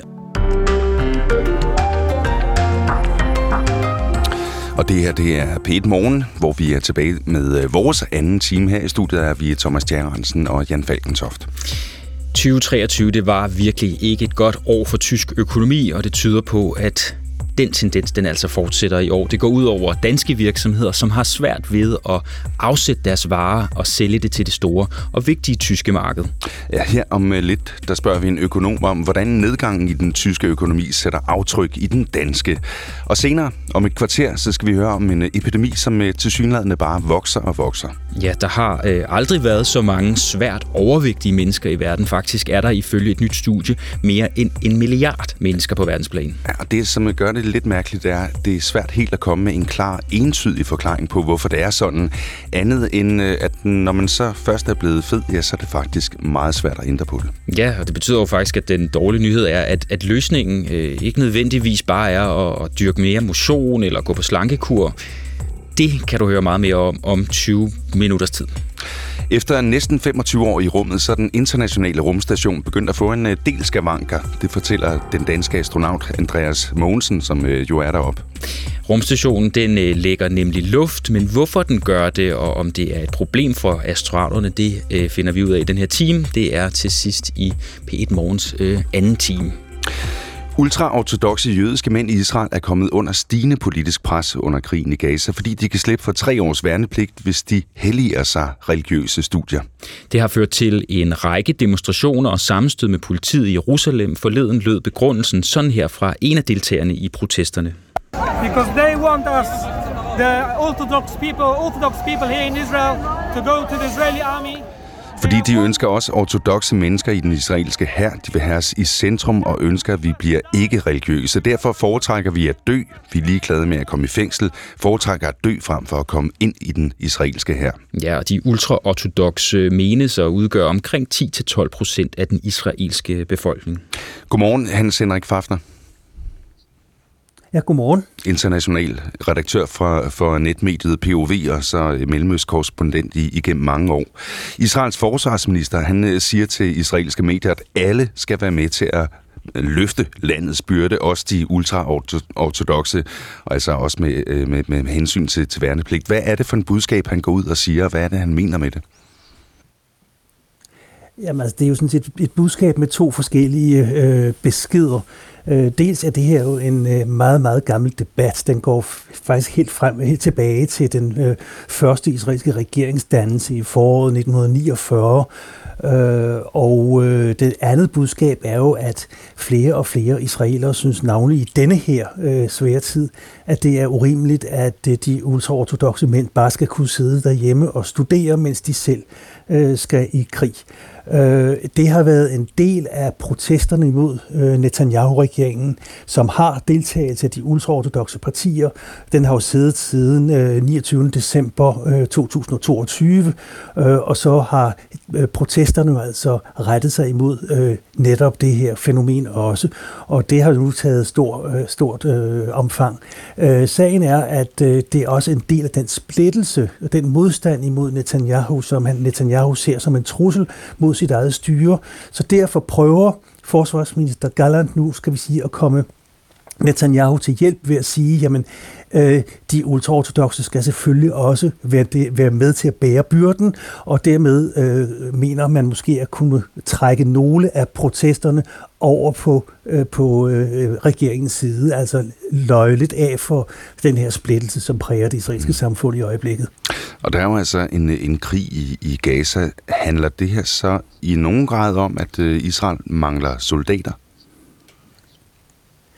Og det her, det er P et Morgen, hvor vi er tilbage med vores anden time. Her i studiet er vi Thomas Tjernsen og Jan Falkentoft. tyve treogtyve, det var virkelig ikke et godt år for tysk økonomi, og det tyder på, at den tendens, den altså fortsætter i år. Det går ud over danske virksomheder, som har svært ved at afsætte deres varer og sælge det til det store og vigtige tyske marked. Ja, her om lidt, der spørger vi en økonom om, hvordan nedgangen i den tyske økonomi sætter aftryk i den danske. Og senere, om et kvarter, så skal vi høre om en epidemi, som tilsyneladende bare vokser og vokser. Ja, der har øh, aldrig været så mange svært overvægtige mennesker i verden. Faktisk er der ifølge et nyt studie mere end en milliard mennesker på verdensplan. Ja, og det, som gør det lidt mærkeligt, er, at det er svært helt at komme med en klar, entydig forklaring på, hvorfor det er sådan. Andet end, at når man så først er blevet fed, ja, så er det faktisk meget svært at ændre på det. Ja, og det betyder jo faktisk, at den dårlige nyhed er, at, at løsningen øh, ikke nødvendigvis bare er at, at dyrke mere motion eller gå på slankekur. Det kan du høre meget mere om om tyve minutters tid. Efter næsten femogtyve år i rummet, så er den internationale rumstation begyndt at få en del skavanker. Det fortæller den danske astronaut Andreas Mogensen, som jo er deroppe. Rumstationen den lægger nemlig luft, men hvorfor den gør det, og om det er et problem for astronauterne, det finder vi ud af i den her time. Det er til sidst i P et Morgens anden time. Ultraortodokse jødiske mænd i Israel er kommet under stigende politisk pres under krigen i Gaza, fordi de kan slippe for tre års værnepligt, hvis de helliger sig religiøse studier. Det har ført til en række demonstrationer og sammenstød med politiet i Jerusalem. Forleden lød begrundelsen sådan her fra en af deltagerne i protesterne. Because they want us, the Orthodox people, Orthodox people here in Israel, to go to the Israeli army. Fordi de ønsker også ortodokse mennesker i den israelske hær. De vil have os i centrum og ønsker, at vi bliver ikke religiøse. Derfor foretrækker vi at dø. Vi er ligeglade med at komme i fængsel. Foretrækker at dø frem for at komme ind i den israelske hær. Ja, og de ultraortodokse menes at udgøre omkring ti til tolv procent af den israelske befolkning. Godmorgen, Hans Henrik Fafner. Ja, godmorgen. International redaktør for, for netmediet P O V og så mellemøstkorrespondent i, igennem mange år. Israels forsvarsminister, han siger til israelske medier, at alle skal være med til at løfte landets byrde, også de ultraortodokse, og altså også med, med, med hensyn til, til værnepligt. Hvad er det for en budskab, han går ud og siger, og hvad er det, han mener med det? Jamen, altså, det er jo sådan set et budskab med to forskellige øh, beskeder. Øh, dels er det her jo en øh, meget, meget gammel debat. Den går f- faktisk helt frem, helt tilbage til den øh, første israelske regeringsdannelse i foråret nitten niogfyrre. Øh, og øh, det andet budskab er jo, at flere og flere israelere synes navnlig i denne her øh, svære tid, at det er urimeligt, at øh, de ultraortodokse mænd bare skal kunne sidde derhjemme og studere, mens de selv øh, skal i krig. Øh, det har været en del af protesterne imod øh, Netanyahu-regeringen, som har deltagelse af de ultraortodokse partier. Den har jo siddet siden øh, niogtyvende december øh, to tusind og toogtyve, øh, og så har øh, protesterne altså rettet sig imod øh, netop det her fænomen også, og det har nu taget stor, øh, stort øh, omfang. Øh, sagen er, at øh, det er også en del af den splittelse, den modstand imod Netanyahu, som han, Netanyahu ser som en trussel mod sit eget styre. Så derfor prøver forsvarsminister Gallant nu, skal vi sige, at komme Netanyahu til hjælp ved at sige, jamen, øh, de ultraortodokse skal selvfølgelig også være, det, være med til at bære byrden, og dermed øh, mener man måske at kunne trække nogle af protesterne over på, øh, på øh, regeringens side, altså løjeligt af for den her splittelse, som præger det israelske samfund i øjeblikket. Og der er jo altså en, en krig i, i Gaza. Handler det her så i nogen grad om, at øh, Israel mangler soldater?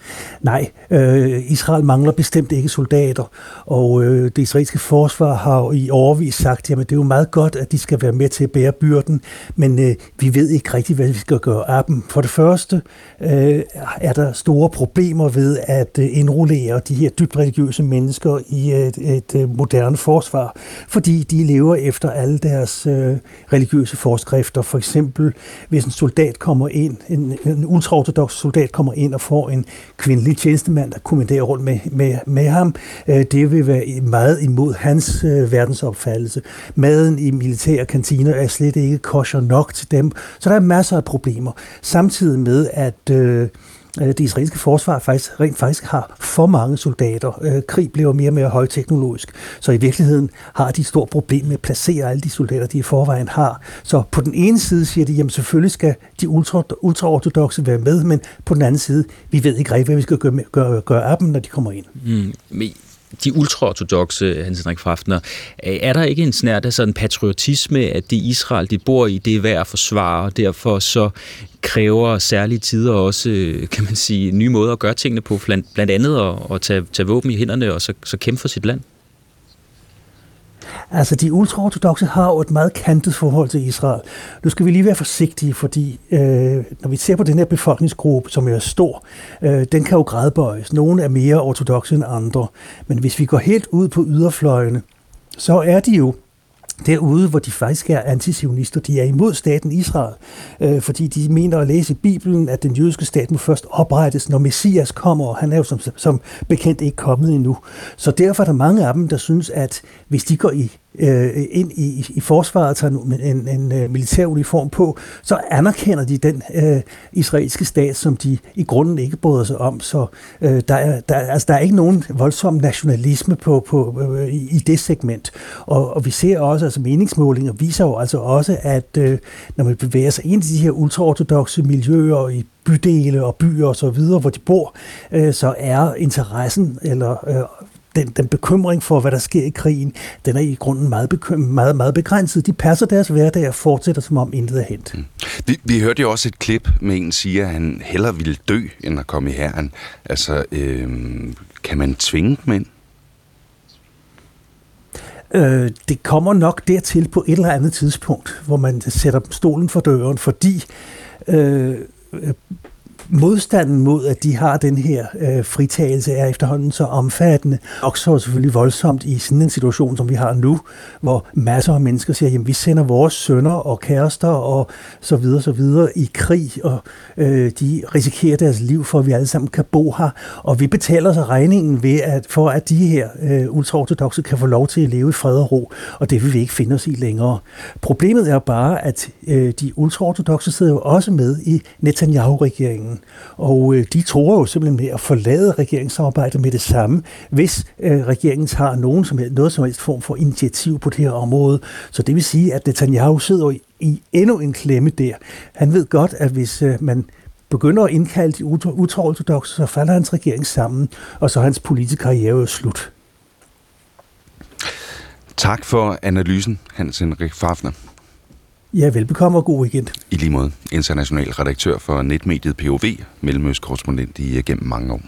nej, øh, Israel mangler bestemt ikke soldater, og øh, det israelske forsvar har jo i årevis sagt, jamen det er jo meget godt, at de skal være med til at bære byrden, men øh, vi ved ikke rigtigt, hvad vi skal gøre af dem. For det første øh, er der store problemer ved at øh, indrullere de her dybt religiøse mennesker i et, et, et moderne forsvar, fordi de lever efter alle deres øh, religiøse forskrifter. For eksempel, hvis en soldat kommer ind, en, en ultraortodox soldat kommer ind og får en kvindelig tjenestemand, der kommanderer rundt med, med, med ham, øh, det vil være meget imod hans øh, verdensopfattelse. Maden i militære kantiner er slet ikke kosher nok til dem, så der er masser af problemer. Samtidig med, at øh, det israelske forsvar faktisk, rent faktisk har for mange soldater. Krig bliver mere og mere højteknologisk, så i virkeligheden har de et stort problem med at placere alle de soldater, de i forvejen har. Så på den ene side siger de, jamen selvfølgelig skal de ultra, ultraortodoxe være med, men på den anden side, vi ved ikke rigtig, hvad vi skal gøre, gøre, gøre af dem, når de kommer ind. Mm. De ultraortodoxe, Hans Henrik Frafner, er der ikke en snert af sådan patriotisme, at det Israel, de bor i, det er værd at forsvare, og derfor så kræver særlige tider også, kan man sige, nye måder at gøre tingene på, blandt, blandt andet at, at tage, tage våben i hænderne og så, så kæmpe for sit land? Altså, de ultraortodoxe har jo et meget kantet forhold til Israel. Nu skal vi lige være forsigtige, fordi øh, når vi ser på den her befolkningsgruppe, som er stor, øh, den kan jo gradbøjes. Nogle er mere ortodoxe end andre. Men hvis vi går helt ud på yderfløjene, så er de jo derude, hvor de faktisk er antisionister. De er imod staten Israel, øh, fordi de mener at læse i Bibelen, at den jødiske stat må først oprettes, når Messias kommer, og han er jo som, som bekendt ikke kommet endnu. Så derfor er der mange af dem, der synes, at hvis de går i øh, ind i, i forsvaret og tager en, en, en, en militær uniform på, så anerkender de den øh, israelske stat, som de i grunden ikke bryder sig om. Så øh, der, er, der, altså, der er ikke nogen voldsom nationalisme på, på, øh, i, i det segment. Og, og vi ser også, altså meningsmålinger viser jo altså også, at øh, når man bevæger sig ind i de her ultraortodoxe miljøer i bydele og byer og så videre, hvor de bor, øh, så er interessen eller øh, Den, den bekymring for, hvad der sker i krigen, den er i grunden meget, bekym- meget, meget begrænset. De passer deres hverdag og fortsætter, som om intet er hent. Mm. Vi, vi hørte jo også et klip med en, siger, at han hellere ville dø, end at komme i hæren. Altså, øh, kan man tvinge dem ind? Øh, det kommer nok dertil på et eller andet tidspunkt, hvor man sætter stolen for døren, fordi øh, modstanden mod, at de har den her øh, fritagelse, er efterhånden så omfattende, og så selvfølgelig voldsomt i sådan en situation, som vi har nu, hvor masser af mennesker siger, jamen vi sender vores sønner og kærester og så videre, så videre i krig, og øh, de risikerer deres liv, for at vi alle sammen kan bo her, og vi betaler så regningen ved, at, for at de her øh, ultraortodoxe kan få lov til at leve i fred og ro, og det vil vi ikke finde os i længere. Problemet er bare, at øh, de ultraortodoxe sidder jo også med i Netanyahu-regeringen, og øh, de tror jo simpelthen med at forlade regeringssamarbejdet med det samme, hvis øh, regeringen tager nogen som helst, noget som helst form for initiativ på det her område. Så det vil sige, at Netanyahu sidder i, i endnu en klemme der. Han ved godt, at hvis øh, man begynder at indkalde de ultraortodoxe, så falder hans regering sammen, og så er hans politiske karriere jo slut. Tak for analysen, Hans Henrik Frafner. Ja, velbekomme og god weekend. I lige måde, international redaktør for netmediet P O V, mellemøstkorrespondent i gennem mange år.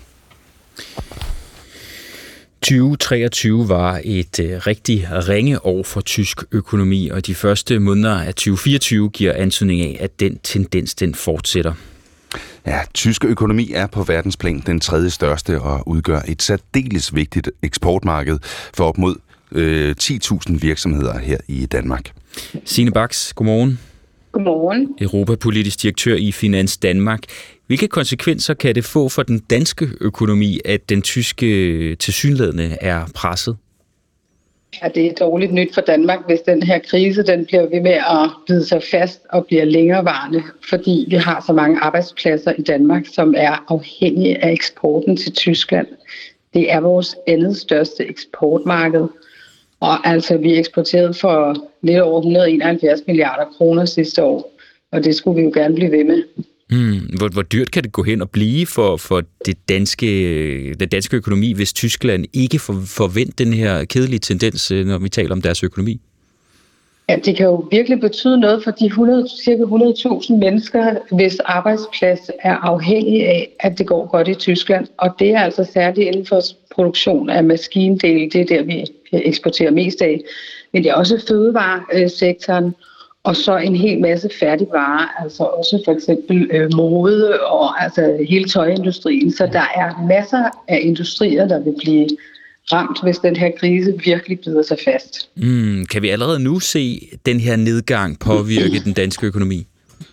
tyve treogtyve var et øh, rigtig ringe år for tysk økonomi, og de første måneder af tyve fireogtyve giver antydning af, at den tendens den fortsætter. Ja, tysk økonomi er på verdensplan den tredje største og udgør et særdeles vigtigt eksportmarked for op mod øh, ti tusind virksomheder her i Danmark. Signe Baks, godmorgen. Godmorgen. Europapolitisk direktør i Finans Danmark. Hvilke konsekvenser kan det få for den danske økonomi, at den tyske tilsyneladende er presset? Ja, det er dårligt nyt for Danmark, hvis den her krise den bliver ved med at bide sig fast og bliver længerevarende, fordi vi har så mange arbejdspladser i Danmark, som er afhængige af eksporten til Tyskland. Det er vores andet største eksportmarked. Og altså, vi eksporterede for lidt over et hundrede og enoghalvfjerds milliarder kroner sidste år, og det skulle vi jo gerne blive ved med. Hmm, hvor, hvor dyrt kan det gå hen og blive for, for det danske, den danske økonomi, hvis Tyskland ikke får, får vendt den her kedelige tendens, når vi taler om deres økonomi? Ja, det kan jo virkelig betyde noget for de hundrede, cirka hundrede tusind mennesker, hvis arbejdsplads er afhængig af, at det går godt i Tyskland. Og det er altså særligt inden for produktion af maskindele, det er der, vi eksporterer mest af. Men det er også fødevaresektoren, og så en hel masse færdigvarer, altså også for eksempel øh, mode og altså hele tøjindustrien. Så der er masser af industrier, der vil blive ramt, hvis den her krise virkelig bider sig fast. Mm, kan vi allerede nu se den her nedgang påvirke den danske økonomi?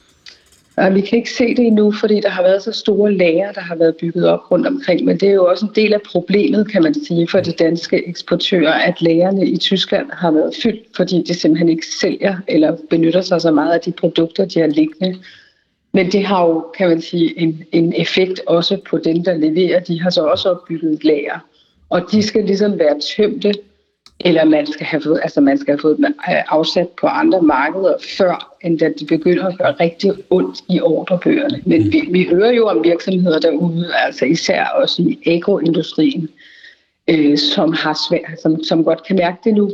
Ja, vi kan ikke se det endnu, fordi der har været så store lager, der har været bygget op rundt omkring, men det er jo også en del af problemet, kan man sige, for de danske eksportører, at lagerne i Tyskland har været fyldt, fordi de simpelthen ikke sælger eller benytter sig så meget af de produkter, de har liggende. Men det har jo, kan man sige, en, en effekt også på dem, der leverer. De har så også opbygget et lager. Og de skal ligesom være tømte, eller man skal have fået, altså man skal have fået dem afsat på andre markeder, før end da de begynder at gøre rigtig ondt i ordrebøgerne. Men vi, vi hører jo om virksomheder derude, altså især også i agroindustrien, øh, som, har svært, som, som godt kan mærke det nu.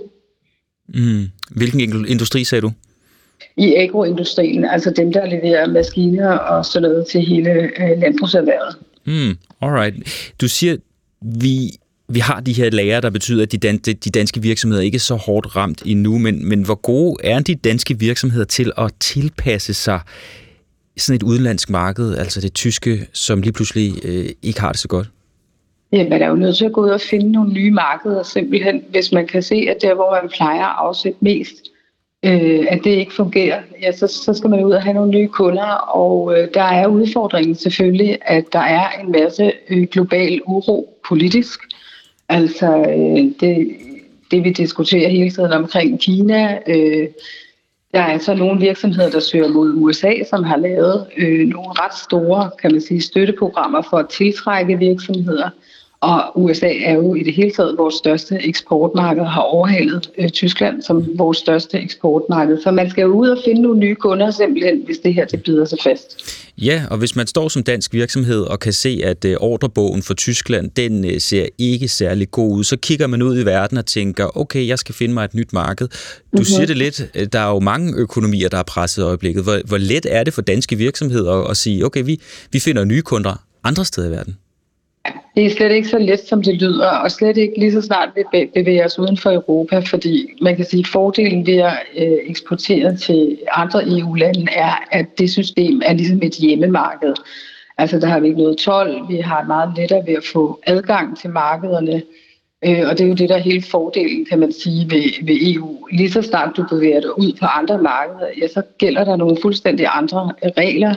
Mm. Hvilken industri sagde du? I agroindustrien, altså dem, der leverer maskiner og sådan noget til hele øh, landbrugserhvervet. Mm. Alright. Du siger, vi... Vi har de her lager, der betyder, at de, dan- de danske virksomheder ikke er så hårdt ramt endnu, men, men hvor gode er de danske virksomheder til at tilpasse sig sådan et udenlandsk marked, altså det tyske, som lige pludselig øh, ikke har det så godt? Ja, man er jo nødt til at gå ud og finde nogle nye markeder, simpelthen, hvis man kan se, at der, hvor man plejer at afsætte mest, øh, at det ikke fungerer, ja, så, så skal man ud og have nogle nye kunder, og øh, der er udfordringen selvfølgelig, at der er en masse øh, global uro politisk. Altså det, det vi diskuterer hele tiden omkring Kina. Øh, der er så nogle virksomheder, der søger mod U S A, som har lavet øh, nogle ret store, kan man sige, støtteprogrammer for at tiltrække virksomheder. Og U S A er jo i det hele taget vores største eksportmarked, har overhalet øh, Tyskland som vores største eksportmarked. Så man skal jo ud og finde nogle nye kunder simpelthen, hvis det her det bider sig fast. Ja, og hvis man står som dansk virksomhed og kan se, at øh, ordrebogen for Tyskland, den øh, ser ikke særlig god ud, så kigger man ud i verden og tænker, okay, jeg skal finde mig et nyt marked. Du mm-hmm. siger det lidt, der er jo mange økonomier, der er presset i øjeblikket. Hvor, hvor let er det for danske virksomheder at sige, okay, vi, vi finder nye kunder andre steder i verden? Det er slet ikke så let, som det lyder, og slet ikke lige så snart vi bevæger os uden for Europa, fordi man kan sige, at fordelen ved at eksportere til andre E U-lande er, at det system er ligesom et hjemmemarked. Altså der har vi ikke noget told, vi har meget lettere ved at få adgang til markederne, og det er jo det, der er hele fordelen, kan man sige, ved, ved E U. Lige så snart du bevæger dig ud på andre markeder, ja, så gælder der nogle fuldstændig andre regler.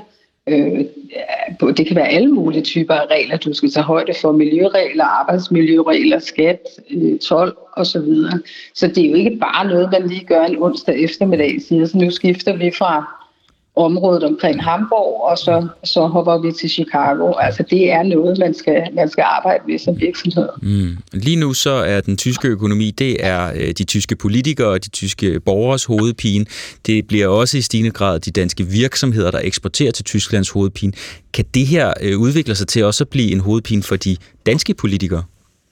Det kan være alle mulige typer af regler. Du skal tage højde for miljøregler, arbejdsmiljøregler, skat, told osv. Så det er jo ikke bare noget, man lige gør en onsdag eftermiddag, siger, så nu skifter vi fra området omkring Hamburg, og så, så hopper vi til Chicago. Altså det er noget, man skal, man skal arbejde med som virksomhed. Mm. Lige nu så er den tyske økonomi, det er øh, de tyske politikere og de tyske borgers hovedpine. Det bliver også i stigende grad de danske virksomheder, der eksporterer til Tysklands hovedpine. Kan det her øh, udvikle sig til også at blive en hovedpine for de danske politikere?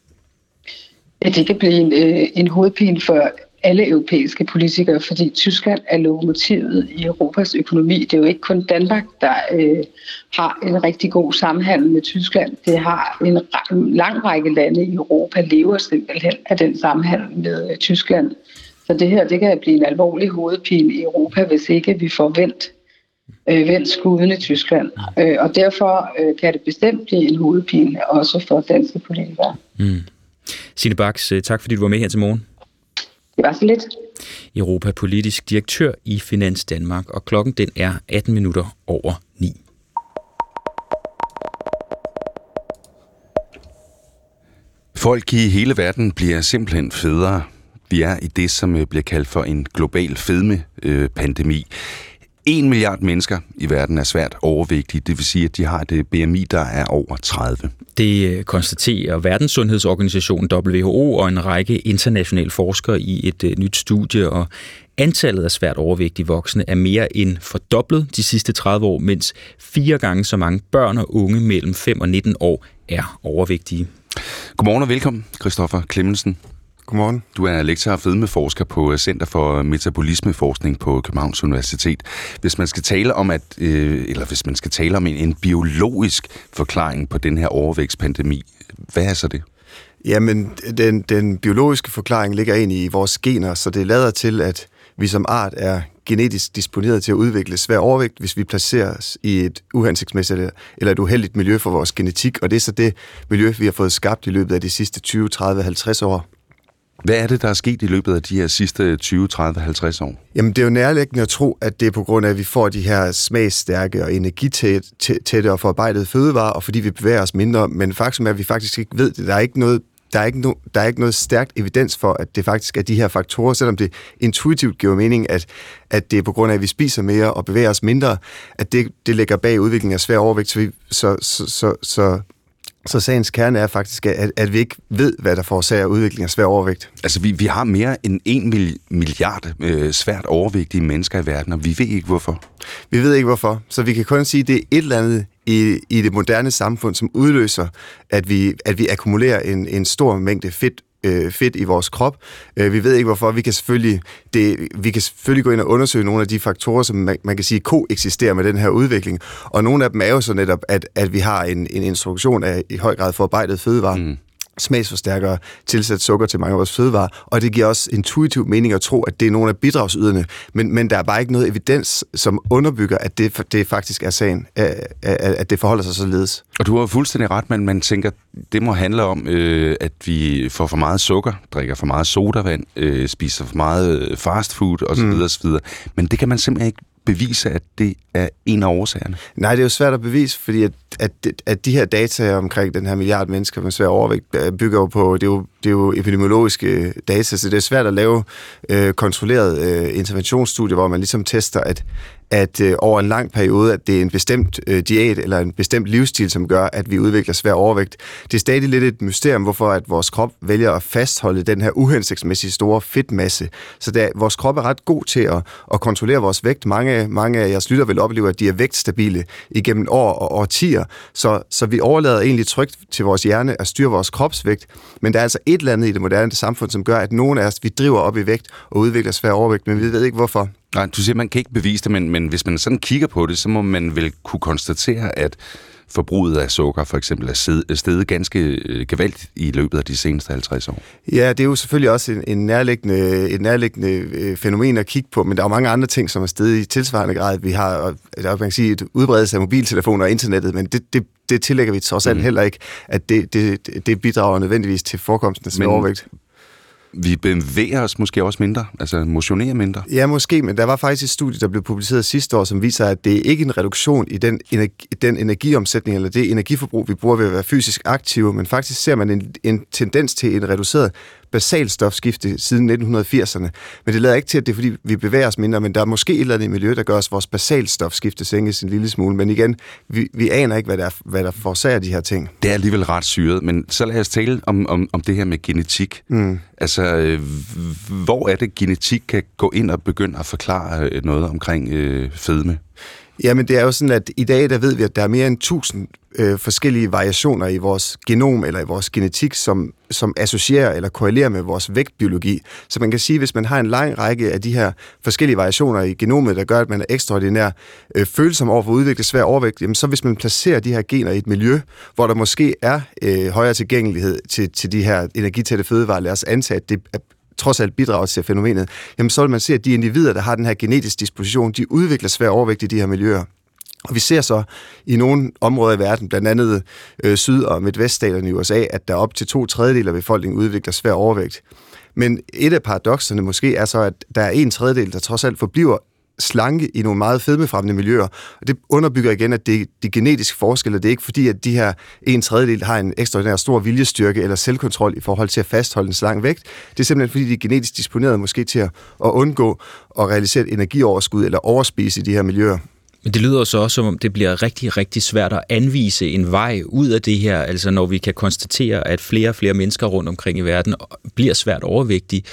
Ja, det kan blive en, øh, en hovedpine for alle europæiske politikere, fordi Tyskland er lokomotivet i Europas økonomi. Det er jo ikke kun Danmark, der øh, har en rigtig god samhandel med Tyskland. Det har en, en lang række lande i Europa, lever simpelthen af den samhandel med øh, Tyskland. Så det her, det kan blive en alvorlig hovedpine i Europa, hvis ikke vi får vendt, øh, vendt skuden i Tyskland. Øh, og derfor øh, kan det bestemt blive en hovedpine, også for danske politikere. Mm. Signe Baks, tak fordi du var med her til morgen. Det var så lidt. Europapolitisk direktør i Finans Danmark, og klokken den er atten minutter over ni. Folk i hele verden bliver simpelthen federe. Vi er i det, som bliver kaldt for en global fedmepandemi. En milliard mennesker i verden er svært overvægtige, det vil sige, at de har et B M I, der er over tredive. Det konstaterer Verdenssundhedsorganisationen W H O og en række internationale forskere i et nyt studie, og antallet af svært overvægtige voksne er mere end fordoblet de sidste tredive år, mens fire gange så mange børn og unge mellem fem og nitten år er overvægtige. Godmorgen og velkommen, Christoffer Clemmensen. Godmorgen. Du er lektor og fedmeforsker på Center for Metabolismeforskning på Københavns Universitet. Hvis man skal tale om at, øh, eller hvis man skal tale om en, en biologisk forklaring på den her overvægtspandemi, hvad er så det? Jamen, den, den biologiske forklaring ligger egentlig i vores gener, så det lader til, at vi som art er genetisk disponeret til at udvikle svær overvægt, hvis vi placerer os i et uhensigtsmæssigt eller et uheldigt miljø for vores genetik, og det er så det miljø, vi har fået skabt i løbet af de sidste tyve, tredive, halvtreds år. Hvad er det, der er sket i løbet af de her sidste tyve, tredive, halvtreds år? Jamen, det er jo nærliggende at tro, at det er på grund af, at vi får de her smagsstærke og energitætte og forarbejdede fødevarer, og fordi vi bevæger os mindre, men faktum er, at vi faktisk ikke ved det. Der er ikke noget Der er, ikke no, der er ikke noget stærkt evidens for, at det faktisk er de her faktorer, selvom det intuitivt giver mening, at, at det er på grund af, at vi spiser mere og bevæger os mindre, at det, det ligger bag udviklingen af svær overvægt. Så, vi, så, så, så, så, så sagens kerne er faktisk, at, at vi ikke ved, hvad der forårsager udviklingen af svær overvægt. Altså, vi, vi har mere end en milliard øh, svært overvægtige mennesker i verden, og vi ved ikke, hvorfor. Vi ved ikke, hvorfor. Så vi kan kun sige, at det er et eller andet i, i det moderne samfund, som udløser, at vi, at vi akkumulerer en, en stor mængde fedt, øh, fedt i vores krop. Øh, vi ved ikke, hvorfor. Vi kan, selvfølgelig, det, vi kan selvfølgelig gå ind og undersøge nogle af de faktorer, som man, man kan sige koeksisterer med den her udvikling. Og nogle af dem er jo så netop, at, at vi har en, en introduktion af i høj grad forarbejdet fødevarer. Mm. Smagsforstærkere, tilsat sukker til mange af vores fødevarer, og det giver også intuitiv mening at tro, at det er nogle af bidragsyderne, men, men der er bare ikke noget evidens, som underbygger, at det, det faktisk er sagen, at, at det forholder sig således. Og du har fuldstændig ret, men man tænker, det må handle om, øh, at vi får for meget sukker, drikker for meget sodavand, øh, spiser for meget fast food osv. Mm. osv. Men det kan man simpelthen ikke bevise, at det er en af årsagerne? Nej, det er jo svært at bevise, fordi at, at, at de her data omkring den her milliard mennesker med svær overvægt bygger jo på, det er jo, det er jo epidemiologiske data, så det er svært at lave øh, kontrolleret øh, interventionsstudier, hvor man ligesom tester, at at øh, over en lang periode, at det er en bestemt øh, diæt eller en bestemt livsstil, som gør, at vi udvikler svær overvægt. Det er stadig lidt et mysterium, hvorfor at vores krop vælger at fastholde den her uhensigtsmæssigt store fedtmasse. Så der, vores krop er ret god til at, at kontrollere vores vægt. Mange, mange af jeres lytter vil opleve, at de er vægtstabile igennem år og årtier. Så, så vi overlader egentlig trygt til vores hjerne at styre vores kropsvægt. Men der er altså et eller andet i det moderne samfund, som gør, at nogle af os, vi driver op i vægt og udvikler svær overvægt, men vi ved ikke hvorfor. Nej, du siger, man kan ikke bevise det, men, men hvis man sådan kigger på det, så må man vel kunne konstatere, at forbruget af sukker for eksempel er steget ganske øh, gevaldigt i løbet af de seneste halvtreds år. Ja, det er jo selvfølgelig også en, en nærliggende, et nærliggende øh, fænomen at kigge på, men der er jo mange andre ting, som er steget i tilsvarende grad. Vi har, og, der man kan sige, et udbredelse af mobiltelefoner og internettet, men det, det, det tillægger vi trods alt mm. heller ikke, at det, det, det bidrager nødvendigvis til forekomsten af svær overvægt. Vi bevæger os måske også mindre, altså motionerer mindre. Ja, måske, men der var faktisk et studie, der blev publiceret sidste år, som viser, at det er ikke en reduktion i den, energi, den energiomsætning eller det energiforbrug, vi bruger ved at være fysisk aktive, men faktisk ser man en, en tendens til en reduceret basalstofskifte siden nitten firserne. Men det lader ikke til, at det er, fordi vi bevæger os mindre, men der er måske et eller andet i miljøet, der gør os vores basalstofskifte sænkes en lille smule. Men igen, vi, vi aner ikke, hvad der, hvad der forårsager de her ting. Det er alligevel ret syret, men så lad os tale om, om, om det her med genetik. Mm. Altså, øh, hvor er det, genetik kan gå ind og begynde at forklare noget omkring øh, fedme? Jamen, det er jo sådan, at i dag, der ved vi, at der er mere end tusind øh, forskellige variationer i vores genom eller i vores genetik, som, som associerer eller korrelerer med vores vægtbiologi. Så man kan sige, at hvis man har en lang række af de her forskellige variationer i genomet, der gør, at man er ekstraordinær øh, følsom over for at udvikle svær overvægt, jamen så hvis man placerer de her gener i et miljø, hvor der måske er øh, højere tilgængelighed til, til de her energitætte fødevarer, lad os antage, at det er trods alt bidrager til fænomenet, jamen så vil man se, at de individer, der har den her genetiske disposition, de udvikler svær overvægt i de her miljøer. Og vi ser så i nogle områder i verden, blandt andet øh, syd- og midtveststaterne i U S A, at der op til to tredjedel af befolkningen udvikler svær overvægt. Men et af paradokserne måske er så, at der er en tredjedel, der trods alt forbliver slanke i nogle meget fedmefremmende miljøer. Og det underbygger igen, at det er de genetiske forskelle. Det er ikke fordi, at de her en tredjedel har en ekstraordinær stor viljestyrke eller selvkontrol i forhold til at fastholde en slank vægt. Det er simpelthen fordi, de er genetisk disponeret måske til at undgå at realisere et energioverskud eller overspise i de her miljøer. Men det lyder så også, som om det bliver rigtig, rigtig svært at anvise en vej ud af det her, altså når vi kan konstatere, at flere og flere mennesker rundt omkring i verden bliver svært overvægtige.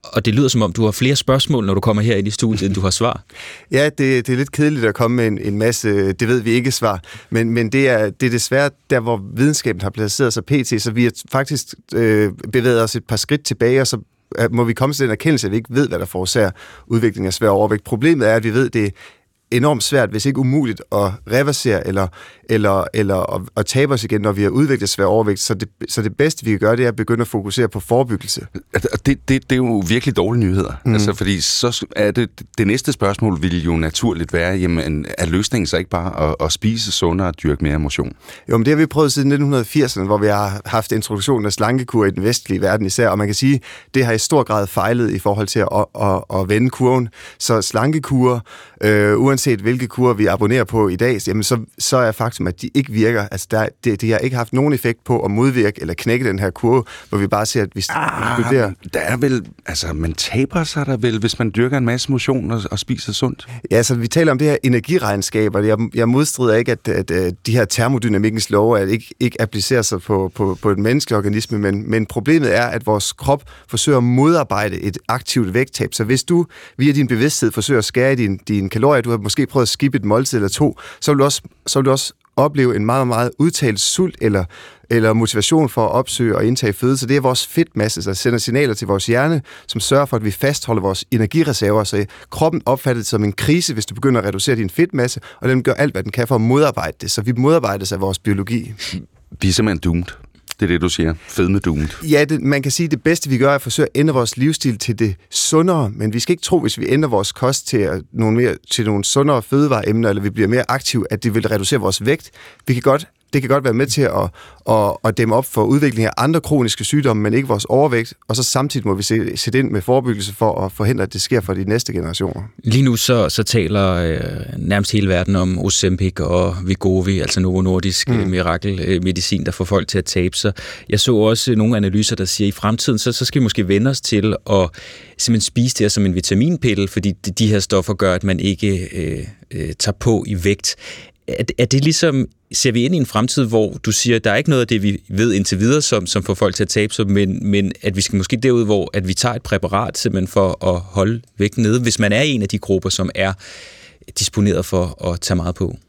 og det lyder som om, du har flere spørgsmål, når du kommer her ind i studiet, end du har svar. Ja, det, det er lidt kedeligt at komme med en, en masse, det ved vi ikke svar, men, men det, er, det er desværre der, hvor videnskaben har placeret sig pt, så vi har faktisk øh, bevæget os et par skridt tilbage, og så må vi komme til den erkendelse, at vi ikke ved, hvad der forårsager udviklingen af svær overvægt. Problemet er, at vi ved, at det er enormt svært, hvis ikke umuligt, at reversere eller, eller, eller at, at tabe os igen, når vi har udviklet svær overvægt. Så det, så det bedste, vi kan gøre, det er at begynde at fokusere på forebyggelse. Det, det, det er jo virkelig dårlige nyheder. Mm. Altså, fordi så er det, det næste spørgsmål vil jo naturligt være, jamen, er løsningen så ikke bare at, at spise sundere og dyrke mere motion? Jo, men det har vi prøvet siden nitten firserne, hvor vi har haft introduktionen af slankekur i den vestlige verden især, og man kan sige, det har i stor grad fejlet i forhold til at, at, at, at vende kurven. Så slankekur, øh, uanset hvilke kurer vi abonnerer på i dag, jamen så, så er faktum, at de ikke virker. Altså, der, de, de har ikke haft nogen effekt på at modvirke eller knække den her kurve, hvor vi bare ser, at vi ah, der er vel, altså, man taber sig der vel, hvis man dyrker en masse motion og, og spiser sundt? Ja, altså, vi taler om det her energiregnskab, og jeg, jeg modstrider ikke, at, at, at de her termodynamikkens love at ikke, ikke applicerer sig på, på, på et menneskelig organisme, men, men problemet er, at vores krop forsøger at modarbejde et aktivt vægttab. Så hvis du via din bevidsthed forsøger at skære dine din kalorier, du har måske prøvet at skippe et måltid eller to, så vil du også, så vil du også opleve en meget, meget udtalt sult eller, eller motivation for at opsøge og indtage føde. Så det er vores fedtmasse, der sender signaler til vores hjerne, som sørger for, at vi fastholder vores energireserver. Så kroppen opfatter det som en krise, hvis du begynder at reducere din fedtmasse, og den gør alt, hvad den kan for at modarbejde det. Så vi modarbejdes af vores biologi. Vi er simpelthen doomed. Det er det, du siger. Fedmedumt. Ja, det, man kan sige, at det bedste, vi gør, er at forsøge at ændre vores livsstil til det sundere, men vi skal ikke tro, hvis vi ændrer vores kost til, at nogle, mere, til nogle sundere fødevareemner, eller vi bliver mere aktive, at det vil reducere vores vægt. Vi kan godt, det kan godt være med til at, at, at dæmme op for udvikling af andre kroniske sygdomme, men ikke vores overvægt, og så samtidig må vi sætte ind med forebyggelse for at forhindre, at det sker for de næste generationer. Lige nu så, så taler øh, nærmest hele verden om Ozempic og Wegovy, altså Novo Nordisk mm. mirakelmedicin, der får folk til at tabe sig. Jeg så også nogle analyser, der siger, at i fremtiden, så, så skal vi måske vende os til at simpelthen spise det her som en vitaminpille, fordi de her stoffer gør, at man ikke øh, øh, tager på i vægt. Er, er det ligesom, ser vi ind i en fremtid, hvor du siger, at der er ikke noget af det, vi ved indtil videre, som, som får folk til at tabe sig, men, men at vi skal måske derud, hvor at vi tager et præparat simpelthen for at holde vægten nede, hvis man er en af de grupper, som er disponeret for at tage meget på?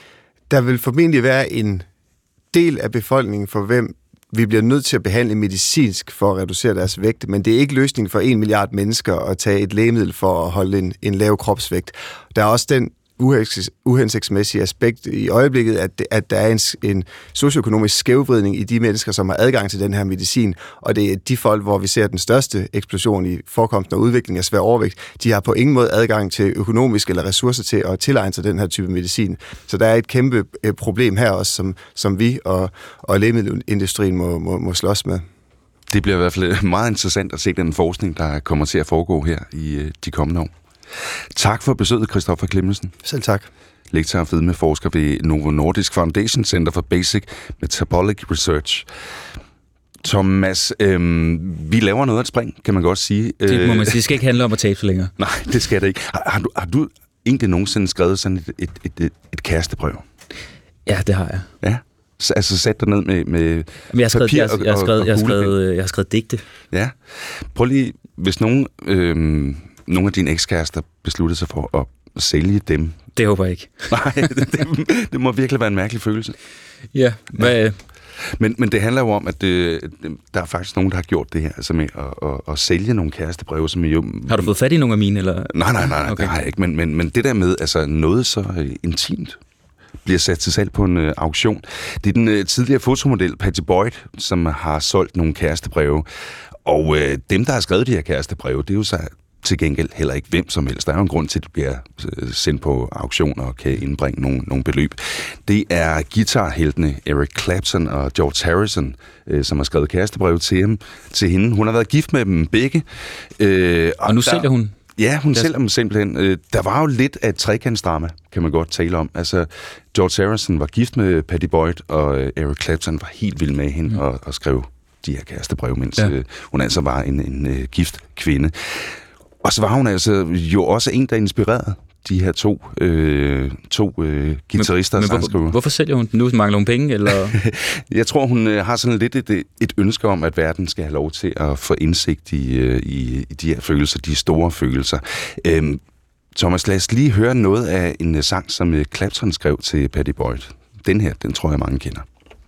Der vil formentlig være en del af befolkningen, for hvem vi bliver nødt til at behandle medicinsk for at reducere deres vægt, men det er ikke løsningen for en milliard mennesker at tage et lægemiddel for at holde en, en lav kropsvægt. Der er også den uhensigtsmæssige aspekt i øjeblikket, at, det, at der er en, en socioøkonomisk skævvridning i de mennesker, som har adgang til den her medicin, og det er de folk, hvor vi ser den største eksplosion i forekomsten og udviklingen af svær overvægt. De har på ingen måde adgang til økonomisk eller ressourcer til at tilegne sig den her type medicin. Så der er et kæmpe problem her også, som, som vi og, og lægemiddelindustrien må, må, må slås med. Det bliver i hvert fald meget interessant at se den forskning, der kommer til at foregå her i de kommende år. Tak for besøget, Christoffer Clemmensen. Selv tak. Lektor og fedmeforsker ved Novo Nordisk Foundation Center for Basic Metabolic Research. Thomas, øhm, vi laver noget at spring, kan man godt sige. Det må man sige. Det skal ikke handle om at tabe sig længere. Nej, det skal det ikke. Har, har, du, har du egentlig nogensinde skrevet sådan et, et, et, et, et kærestebrev? Ja, det har jeg. Ja? Altså sat dig ned med, med Jamen, jeg har skrevet, papir jeg, jeg, jeg, og, skrevet, og, jeg, og har skrevet, jeg har skrevet digte. Ja. Prøv lige, hvis nogen, øhm, nogle af dine ekskærester besluttede sig for at sælge dem. Det håber jeg ikke. Nej, det, det, det må virkelig være en mærkelig følelse. Ja, hvad... Ja. Men, men det handler jo om, at det, der er faktisk nogen, der har gjort det her, altså med at, at, at sælge nogle kærestebreve, som jo... Har du fået fat i nogle af mine, eller? Nej, nej, nej, okay. Det har jeg ikke, men, men, men det der med, altså noget så intimt, bliver sat til salg på en uh, auktion. Det er den uh, tidligere fotomodel, Patty Boyd, som har solgt nogle kærestebreve. Og uh, dem, der har skrevet de her kærestebreve, det er jo så til gengæld heller ikke hvem som helst. Der er jo en grund til, at de bliver sendt på auktioner og kan indbringe nogle, nogle beløb. Det er guitarheltene Eric Clapton og George Harrison, øh, som har skrevet kærestebreve til, ham, til hende. Hun har været gift med dem begge. Øh, og, og nu der, sælger hun? Ja, hun sælger dem simpelthen. Øh, der var jo lidt af et trekantsdrama, kan man godt tale om. Altså, George Harrison var gift med Patty Boyd, og øh, Eric Clapton var helt vild med hende mm. og, og skrev de her kærestebreve, mens ja. øh, hun altså var en, en øh, gift kvinde. Og så var hun altså jo også en, der inspirerede de her to, øh, to øh, guitarister og sangskriver. Hvor, hvorfor sælger hun den nu? Mangler hun penge? Eller? Jeg tror, hun øh, har sådan lidt et, et ønske om, at verden skal have lov til at få indsigt i, øh, i, i de her følelser, de store følelser. Øhm, Thomas, lad os lige høre noget af en uh, sang, som uh, Clapton skrev til Pattie Boyd. Den her, den tror jeg, mange kender.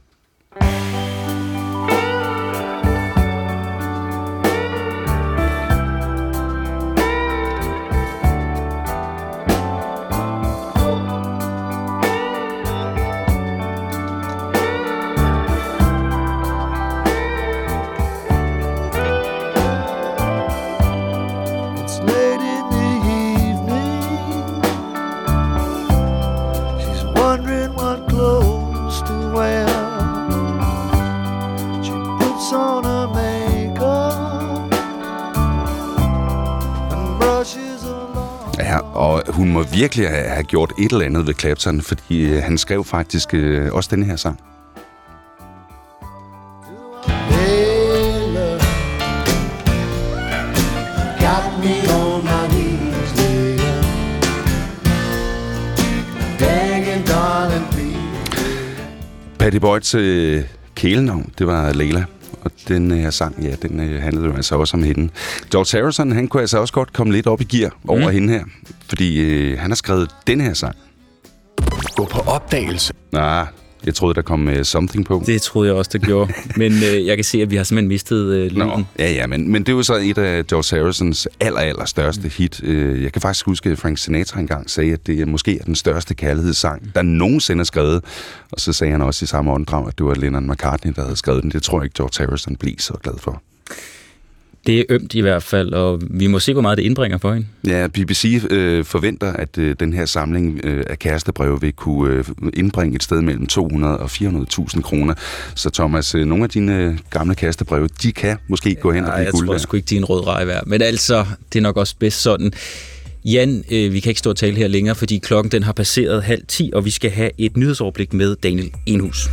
Hun må virkelig have gjort et eller andet ved Clapton, fordi øh, han skrev faktisk øh, også denne her sang. Pattie Boyds øh, kælenavn, det var Layla. Og den her sang, ja, den øh, handlede jo altså også om hende. George Harrison, han kunne altså også godt komme lidt op i gear over mm. hende her, fordi øh, han har skrevet den her sang. Gå på opdagelse. Nej, jeg troede, der kom uh, Something på. Det troede jeg også, det gjorde. Men øh, jeg kan se, at vi har simpelthen mistet øh, lyden. Nå, ja, ja, men, men det er jo så et af George Harrisons aller, aller største hit. Jeg kan faktisk huske, at Frank Sinatra engang sagde, at det måske er den største kærlighedssang, der nogensinde er skrevet. Og så sagde han også i samme åndedrag, at det var Lennon McCartney, der havde skrevet den. Det tror jeg ikke, George Harrison blev så glad for. Det er ømt i hvert fald, og vi må se, hvor meget det indbringer for hende. Ja, B B C øh, forventer, at øh, den her samling øh, af kærestebreve vil kunne øh, indbringe et sted mellem to hundrede og fire hundrede tusind kroner. Så Thomas, øh, nogle af dine øh, gamle kærestebreve, de kan måske gå hen og blive guld. Jeg tror sgu ikke, de er en rød rej værd. Men altså, det er nok også bedst sådan. Jan, øh, vi kan ikke stå og tale her længere, fordi klokken den har passeret halv ti, og vi skal have et nyhedsoverblik med Daniel Enhus.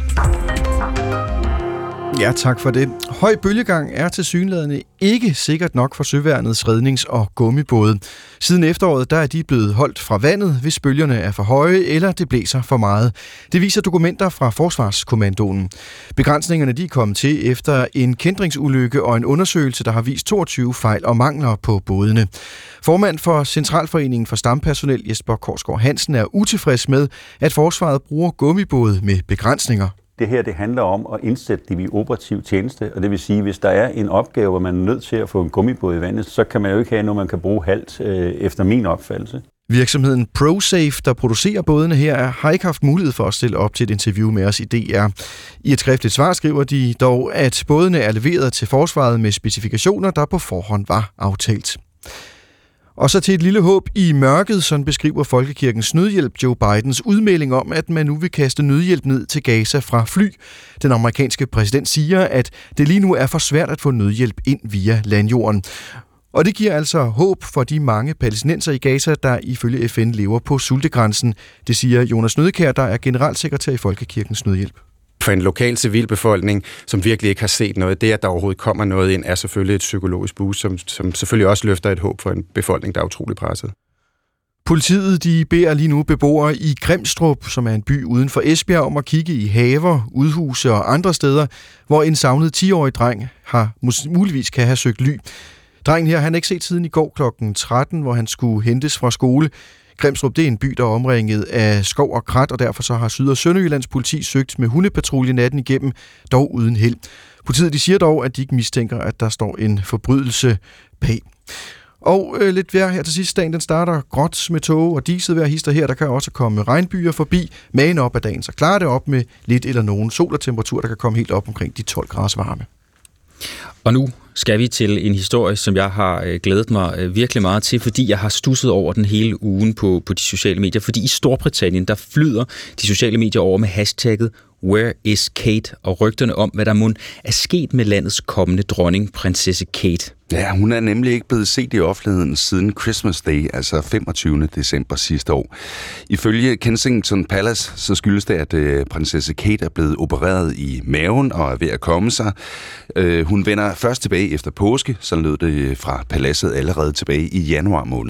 Ja, tak for det. Høj bølgegang er tilsyneladende ikke sikkert nok for søværnets rednings- og gummibåde. Siden efteråret der er de blevet holdt fra vandet, hvis bølgerne er for høje eller det blæser for meget. Det viser dokumenter fra Forsvarskommandoen. Begrænsningerne de er kommet til efter en kæntringsulykke og en undersøgelse, der har vist toogtyve fejl og mangler på bådene. Formand for Centralforeningen for Stampersonel, Jesper Korsgaard Hansen, er utilfreds med, at forsvaret bruger gummibåde med begrænsninger. Det her det handler om at indsætte det i operativ tjeneste, og det vil sige, at hvis der er en opgave, hvor man er nødt til at få en gummibåd i vandet, så kan man jo ikke have noget, man kan bruge halvt, øh, efter min opfattelse. Virksomheden ProSafe, der producerer bådene her, har ikke haft mulighed for at stille op til et interview med os i D R. I et skriftligt svar skriver de dog, at bådene er leveret til forsvaret med specifikationer, der på forhånd var aftalt. Og så til et lille håb i mørket, sådan beskriver Folkekirkens Nødhjælp Joe Bidens udmelding om, at man nu vil kaste nødhjælp ned til Gaza fra fly. Den amerikanske præsident siger, at det lige nu er for svært at få nødhjælp ind via landjorden. Og det giver altså håb for de mange palæstinenser i Gaza, der ifølge F N lever på sultegrænsen. Det siger Jonas Nødekær, der er generalsekretær i Folkekirkens Nødhjælp. For en lokal civilbefolkning, som virkelig ikke har set noget, det at der overhovedet kommer noget ind, er selvfølgelig et psykologisk boost, som, som selvfølgelig også løfter et håb for en befolkning, der er utrolig presset. Politiet de beder lige nu beboere i Grimstrup, som er en by uden for Esbjerg, om at kigge i haver, udhuse og andre steder, hvor en savnet ti-årig dreng har muligvis kan have søgt ly. Drengen her han har ikke set siden i går klokken tretten, hvor han skulle hentes fra skole. Grimstrup det er en by, der er omringet af skov og krat, og derfor så har Syd- og Sønderjyllands politi søgt med hundepatrulje natten igennem, dog uden held. Politiet de siger dog, at de ikke mistænker, at der står en forbrydelse bag. Og øh, lidt vejr her til sidst. Dagen den starter gråt med tåge og diset vejr hister her. Der kan også komme regnbyer forbi. Magen op ad dagen, så klarer det op med lidt eller nogen sol og temperatur, der kan komme helt op omkring de tolv graders varme. Og nu skal vi til en historie, som jeg har glædet mig virkelig meget til, fordi jeg har stusset over den hele ugen på, på de sociale medier. Fordi i Storbritannien, der flyder de sociale medier over med hashtagget Where is Kate? Og rygterne om, hvad der mon er sket med landets kommende dronning, prinsesse Kate. Ja, hun er nemlig ikke blevet set i offentligheden siden Christmas Day, altså femogtyvende december sidste år. Ifølge Kensington Palace, så skyldes det, at øh, prinsesse Kate er blevet opereret i maven og er ved at komme sig. Øh, hun vender først tilbage efter påske, så lød det fra paladset allerede tilbage i januar måned.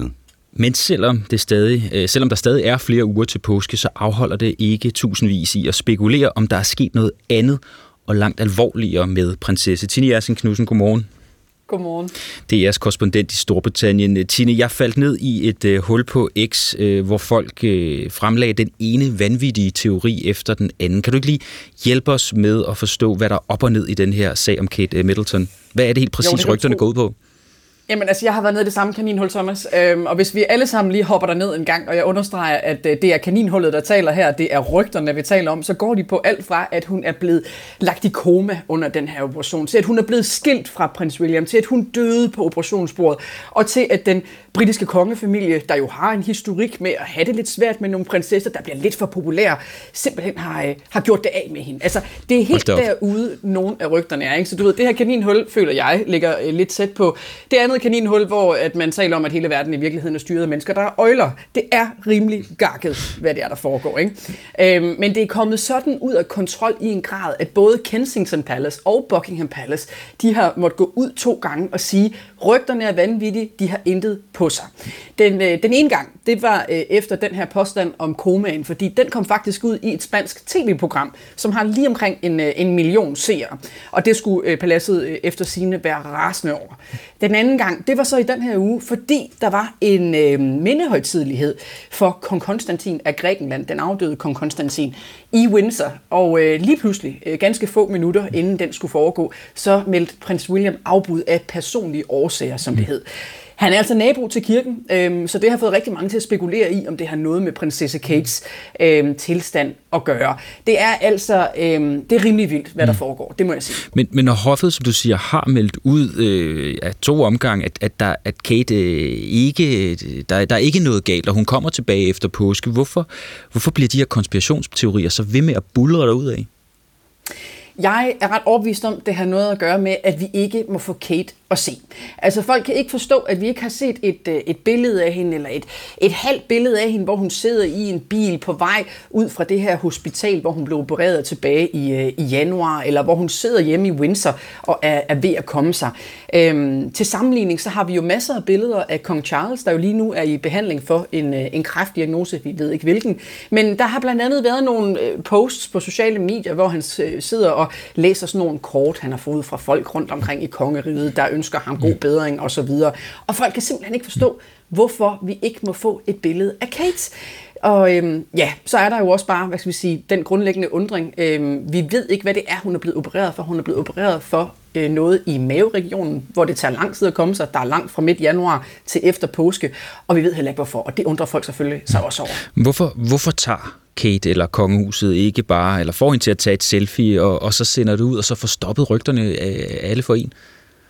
Men selvom, det stadig, øh, selvom der stadig er flere uger til påske, så afholder det ikke tusindvis i at spekulere, om der er sket noget andet og langt alvorligere med prinsesse Tine Yersin Knudsen. Godmorgen. Godmorgen. D R's korrespondent i Storbritannien. Tine, jeg faldt ned i et øh, hul på X, øh, hvor folk øh, fremlagde den ene vanvittige teori efter den anden. Kan du ikke lige hjælpe os med at forstå, hvad der er op og ned i den her sag om Kate Middleton? Hvad er det helt præcis, jo, rygterne går ud på? Jamen altså, jeg har været nede i det samme kaninhul, Thomas, øhm, og hvis vi alle sammen lige hopper derned en gang, og jeg understreger, at øh, det er kaninhullet, der taler her, det er rygterne, vi taler om, så går de på alt fra, at hun er blevet lagt i koma under den her operation, til at hun er blevet skilt fra prins William, til at hun døde på operationsbordet, og til at den britiske kongefamilie, der jo har en historik med at have det lidt svært med nogle prinsesser, der bliver lidt for populære, simpelthen har, øh, har gjort det af med hende. Altså, det er helt derude, nogle af rygterne er, ikke? Så du ved, det her kaninhul, føler jeg, ligger øh, lidt tæt på det andet kaninhul, hvor at man taler om, at hele verden i virkeligheden er styret af mennesker, der er øjler. Det er rimelig gakket, hvad det er, der foregår, ikke? Øhm, men det er kommet sådan ud af kontrol i en grad, at både Kensington Palace og Buckingham Palace, de har måttet gå ud to gange og sige, rygterne er vanvittige, de har intet på sig. Den, øh, den ene gang, det var øh, efter den her påstand om komaen, fordi den kom faktisk ud i et spansk tv-program, som har lige omkring en, øh, en million seere. Og det skulle øh, paladset øh, efter sigende være rasende over. Den anden gang, det var så i den her uge, fordi der var en øh, mindehøjtidelighed for kong Konstantin af Grækenland, den afdøde kong Konstantin, i Windsor. Og øh, lige pludselig, øh, ganske få minutter inden den skulle foregå, så meldte prins William afbud af personlige årsager, som det hed. Han er altså nabo til kirken, øhm, så det har fået rigtig mange til at spekulere i, om det har noget med prinsesse Kates øhm, tilstand at gøre. Det er altså øhm, det er rimelig vildt, hvad der foregår, det må jeg sige. Men, men når hoffet, som du siger, har meldt ud øh, af to omgange, at, at, der, at Kate øh, ikke, der, der er ikke noget galt, og hun kommer tilbage efter påske, hvorfor, hvorfor bliver de her konspirationsteorier så ved med at buldre derudad? Jeg er ret overbevist om, at det har noget at gøre med, at vi ikke må få Kate at se. Altså folk kan ikke forstå, at vi ikke har set et, et billede af hende, eller et, et halvt billede af hende, hvor hun sidder i en bil på vej ud fra det her hospital, hvor hun blev opereret tilbage i, i januar, eller hvor hun sidder hjemme i Windsor og er, er ved at komme sig. Øhm, til sammenligning, så har vi jo masser af billeder af kong Charles, der jo lige nu er i behandling for en, en kræftdiagnose, vi ved ikke hvilken. Men der har blandt andet været nogle posts på sociale medier, hvor han sidder og læser sådan nogle kort, han har fået fra folk rundt omkring i kongeriget, der ønsker ham god bedring og så videre. Og folk kan simpelthen ikke forstå, hvorfor vi ikke må få et billede af Kate. Og øhm, ja, så er der jo også bare, hvad skal vi sige, den grundlæggende undring. Øhm, vi ved ikke, hvad det er, hun er blevet opereret for. Hun er blevet opereret for øh, noget i maveregionen, hvor det tager lang tid at komme sig. Der er langt fra midt januar til efter påske, og vi ved heller ikke hvorfor. Og det undrer folk selvfølgelig sig også over. Hvorfor, hvorfor tager Kate eller kongehuset ikke bare, eller får hende til at tage et selfie, og, og så sender det ud, og så får stoppet rygterne af alle for en?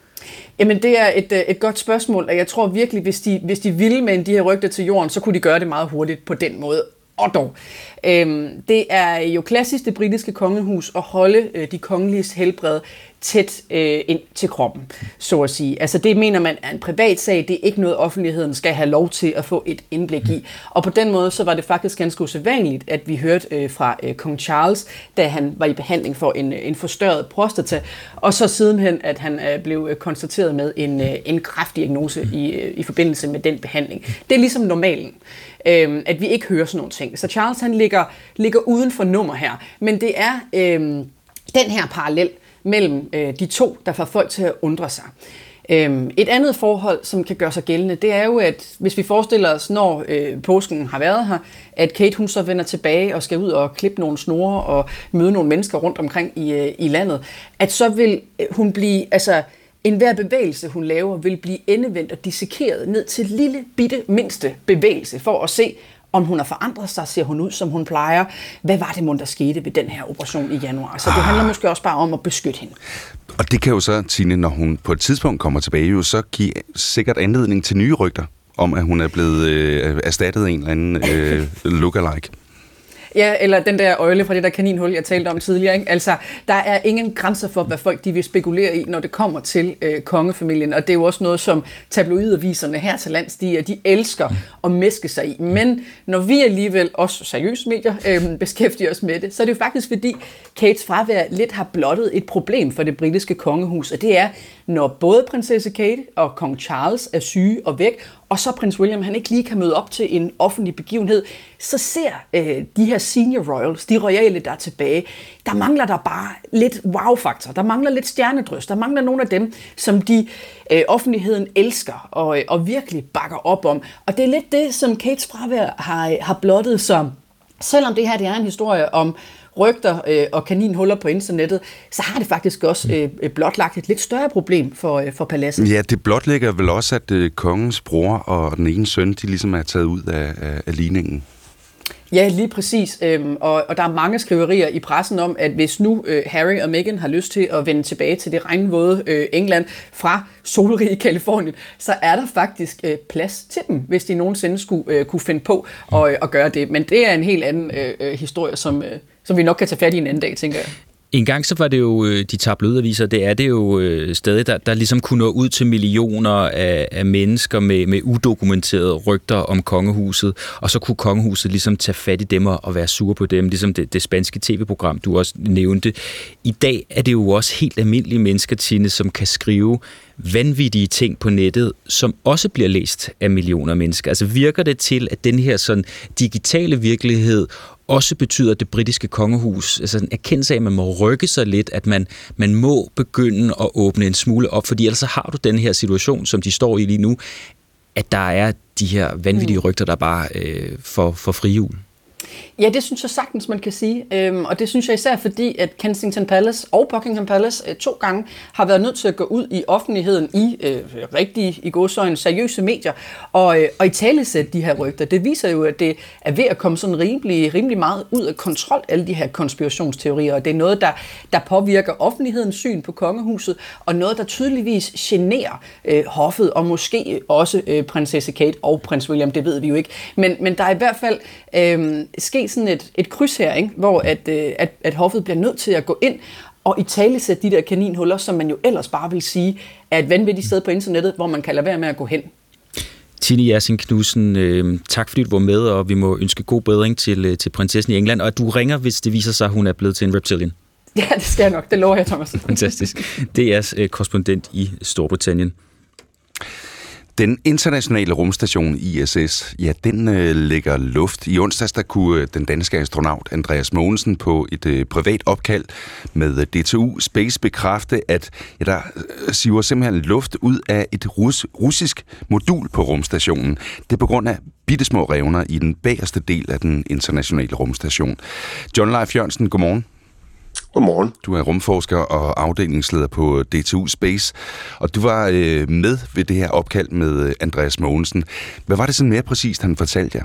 Jamen, det er et, et godt spørgsmål, og jeg tror virkelig, hvis de, hvis de ville med de her rygter til jorden, så kunne de gøre det meget hurtigt på den måde. Og dog. Øhm, det er jo klassisk det britiske kongehus at holde øh, de kongeliges helbred tæt øh, ind til kroppen, så at sige. Altså det mener man er en privat sag, det er ikke noget offentligheden skal have lov til at få et indblik i. Og på den måde så var det faktisk ganske usædvanligt, at vi hørte øh, fra øh, kong Charles, da han var i behandling for en, en forstørret prostata, og så sidenhen, at han øh, blev konstateret med en, øh, en kræftdiagnose i, øh, i forbindelse med den behandling. Det er ligesom normalen, øh, at vi ikke hører sådan nogle ting. Så Charles han ligger, ligger uden for nummer her, men det er øh, den her parallel mellem øh, de to, der får folk til at undre sig. Øhm, et andet forhold, som kan gøre sig gældende, det er jo, at hvis vi forestiller os, når øh, påsken har været her, at Kate hun så vender tilbage og skal ud og klippe nogle snore og møde nogle mennesker rundt omkring i, øh, i landet, at så vil hun blive, altså enhver bevægelse, hun laver, vil blive endevendt og dissekeret ned til lille bitte mindste bevægelse, for at se, om hun har forandret sig, ser hun ud, som hun plejer. Hvad var det mon, der skete ved den her operation i januar? Så det handler måske også bare om at beskytte hende. Og det kan jo så, Tine, når hun på et tidspunkt kommer tilbage, jo så give sikkert anledning til nye rygter om, at hun er blevet øh, erstattet af en eller anden øh, lookalike. Ja, eller den der øjle fra det der kaninhul, jeg talte om tidligere. Ikke? Altså, der er ingen grænser for, hvad folk de vil spekulere i, når det kommer til øh, kongefamilien. Og det er jo også noget, som tabloidaviserne her til lands, de, de elsker at mæske sig i. Men når vi alligevel, også seriøse medier, øh, beskæftiger os med det, så er det jo faktisk fordi, Kates fravær lidt har blottet et problem for det britiske kongehus. Og det er, når både prinsesse Kate og kong Charles er syge og væk, og så prins William, han ikke lige kan møde op til en offentlig begivenhed, så ser øh, de her senior royals, de royale, der er tilbage, der mangler der bare lidt wow-faktor, der mangler lidt stjernedrys, der mangler nogle af dem, som de øh, offentligheden elsker og, og virkelig bakker op om. Og det er lidt det, som Kates fravær har, har blottet, så selvom det her det er en historie om rygter øh, og kaninhuller på internettet, så har det faktisk også øh, blotlagt et lidt større problem for, øh, for paladset. Ja, det blotlægger vel også, at øh, kongens bror og den ene søn, de ligesom er taget ud af, af, af ligningen. Ja, lige præcis. Øhm, og, og der er mange skriverier i pressen om, at hvis nu øh, Harry og Meghan har lyst til at vende tilbage til det regnvåde øh, England fra solrige Kalifornien, så er der faktisk øh, plads til dem, hvis de nogensinde skulle øh, kunne finde på at, at gøre det. Men det er en helt anden øh, historie, som, øh, som vi nok kan tage fat i en anden dag, tænker jeg. En gang så var det jo de tabloidaviser, det er det jo øh, stadig, der, der ligesom kunne nå ud til millioner af, af mennesker med, med udokumenterede rygter om kongehuset, og så kunne kongehuset ligesom tage fat i dem og, og være sure på dem, ligesom det, det spanske tv-program, du også nævnte. I dag er det jo også helt almindelige mennesker, Tine, som kan skrive vanvittige ting på nettet, som også bliver læst af millioner af mennesker. Altså virker det til, at den her sådan digitale virkelighed også betyder, at det britiske kongehus, altså en erkendelse af, at man må rykke sig lidt, at man, man må begynde at åbne en smule op, fordi ellers så har du den her situation, som de står i lige nu, at der er de her vanvittige rygter, der bare øh, for, for frihjul. Ja, det synes jeg sagtens, man kan sige. Øhm, og det synes jeg især fordi, at Kensington Palace og Buckingham Palace øh, to gange har været nødt til at gå ud i offentligheden i øh, rigtige, i gåseøjne, seriøse medier og, øh, og i talesætte de her rygter. Det viser jo, at det er ved at komme sådan rimelig, rimelig meget ud af kontrol, alle de her konspirationsteorier. Og det er noget, der, der påvirker offentlighedens syn på kongehuset, og noget, der tydeligvis generer øh, hoffet, og måske også øh, prinsesse Kate og prins William, det ved vi jo ikke. Men, men der er i hvert fald øh, sket sådan et, et kryds her, ikke? Hvor at, at, at hoffet bliver nødt til at gå ind og i talesætte de der kaninhuller, som man jo ellers bare vil sige, er et vanvittigt sted på internettet, hvor man kan lade være med at gå hen. Tine Jersing Knudsen, øh, tak fordi du var med, og vi må ønske god bedring til, til prinsessen i England, og at du ringer, hvis det viser sig, at hun er blevet til en reptilian. Ja, det skal jeg nok. Det lover jeg, Thomas. Fantastisk. D R's øh, korrespondent i Storbritannien. Den internationale rumstation I S S, ja, den øh, lægger luft. I onsdags der kunne den danske astronaut Andreas Mogensen på et øh, privat opkald med D T U Space bekræfte, at ja, der øh, siver simpelthen luft ud af et rus- russisk modul på rumstationen. Det er på grund af bittesmå revner i den bagerste del af den internationale rumstation. John Leif Jørgensen, godmorgen. Godmorgen. Du er rumforsker og afdelingsleder på D T U Space, og du var øh, med ved det her opkald med Andreas Mogensen. Hvad var det sådan mere præcist, han fortalte jer?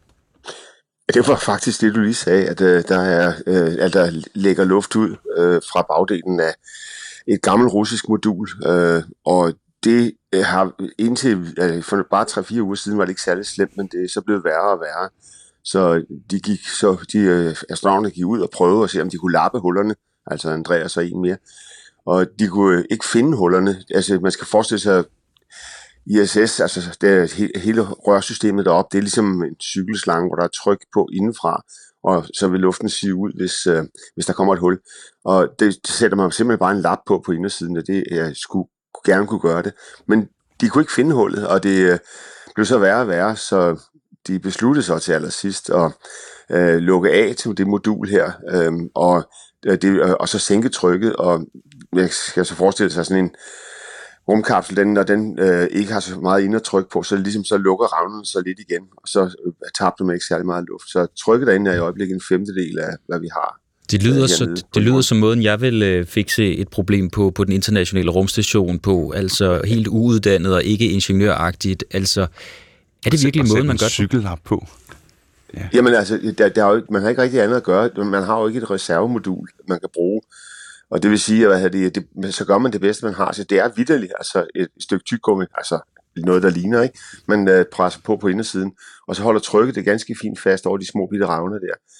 Det var faktisk det, du lige sagde, at, øh, der, er, øh, at der lægger luft ud øh, fra bagdelen af et gammelt russisk modul, øh, og det øh, har indtil øh, for bare tre fire uger siden var det ikke særlig slemt, men det er så blevet værre og værre. Så de gik, så de øh, astronauterne gik ud og prøvede at se, om de kunne lappe hullerne, altså Andreas og en mere. Og de kunne ikke finde hullerne. Altså man skal forestille sig, I S S, altså det er he- hele rørsystemet deroppe, det er ligesom en cykelslange, hvor der er tryk på indenfra, og så vil luften sive ud, hvis, øh, hvis der kommer et hul. Og det sætter man simpelthen bare en lap på på indersiden, og det jeg skulle gerne kunne gøre det. Men de kunne ikke finde hullet, og det øh, blev så værre og værre, så de besluttede sig til allersidst at øh, lukke af til det modul her, øh, og, øh, det, øh, og så sænke trykket, og jeg skal så forestille sig sådan en rumkapsel, den, når den øh, ikke har så meget indertryk på, så ligesom så lukker ravnen så lidt igen, og så øh, tabte man ikke særlig meget luft. Så trykket derinde er i øjeblikket en femtedel af, hvad vi har. Det lyder, så, det lyder som måden, jeg vil øh, fikse et problem på, på den internationale rumstation på, altså helt uuddannet og ikke ingeniøragtigt, altså er det virkelig måden, man gør det? Cykellap på. Ja. Jamen altså, der, der er jo, man har ikke rigtig andet at gøre. Man har jo ikke et reservemodul, man kan bruge. Og det vil sige, at det, det, så gør man det bedste, man har. Så det er vitterligt, altså et stykke tyggegummi, altså noget, der ligner, ikke? Man uh, presser på på indersiden, og så holder trykket det ganske fint fast over de små bitte ravne der.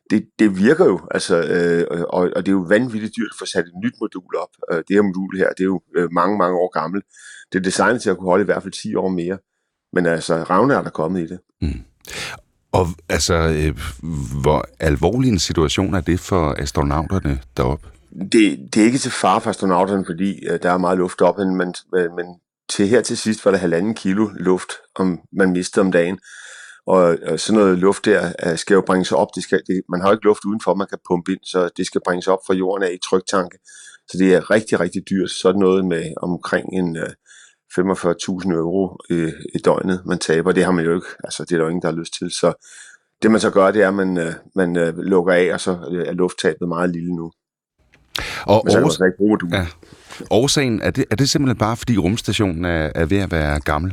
det, det virker jo, altså, øh, og, og det er jo vanvittigt dyrt at få sat et nyt modul op. Øh, det her modul her, det er jo øh, mange, mange år gammelt. Det er designet til at kunne holde i hvert fald ti år mere. Men altså, Ravne er der kommet i det. Mm. Og altså, øh, hvor alvorlig en situation er det for astronauterne deroppe? Det, det er ikke til fare for astronauterne, fordi øh, der er meget luft op, men, men, men til her til sidst var der halvanden kilo luft, om man mistede om dagen. Og, og sådan noget luft der uh, skal jo bringes op. Det skal, det, man har jo ikke luft udenfor, man kan pumpe ind, så det skal bringes op fra jorden af i tryktanke. Så det er rigtig, rigtig dyrt. Sådan noget med omkring en uh, femogfyrre tusind euro i, i døgnet, man taber. Det har man jo ikke. Altså, det er der jo ingen, der har lyst til. Så det man så gør, det er, at man, uh, man uh, lukker af, og så er lufttabet meget lille nu. Og Men så års- ikke bruge ja. Årsagen, er det, er det simpelthen bare, fordi rumstationen er, er ved at være gammel?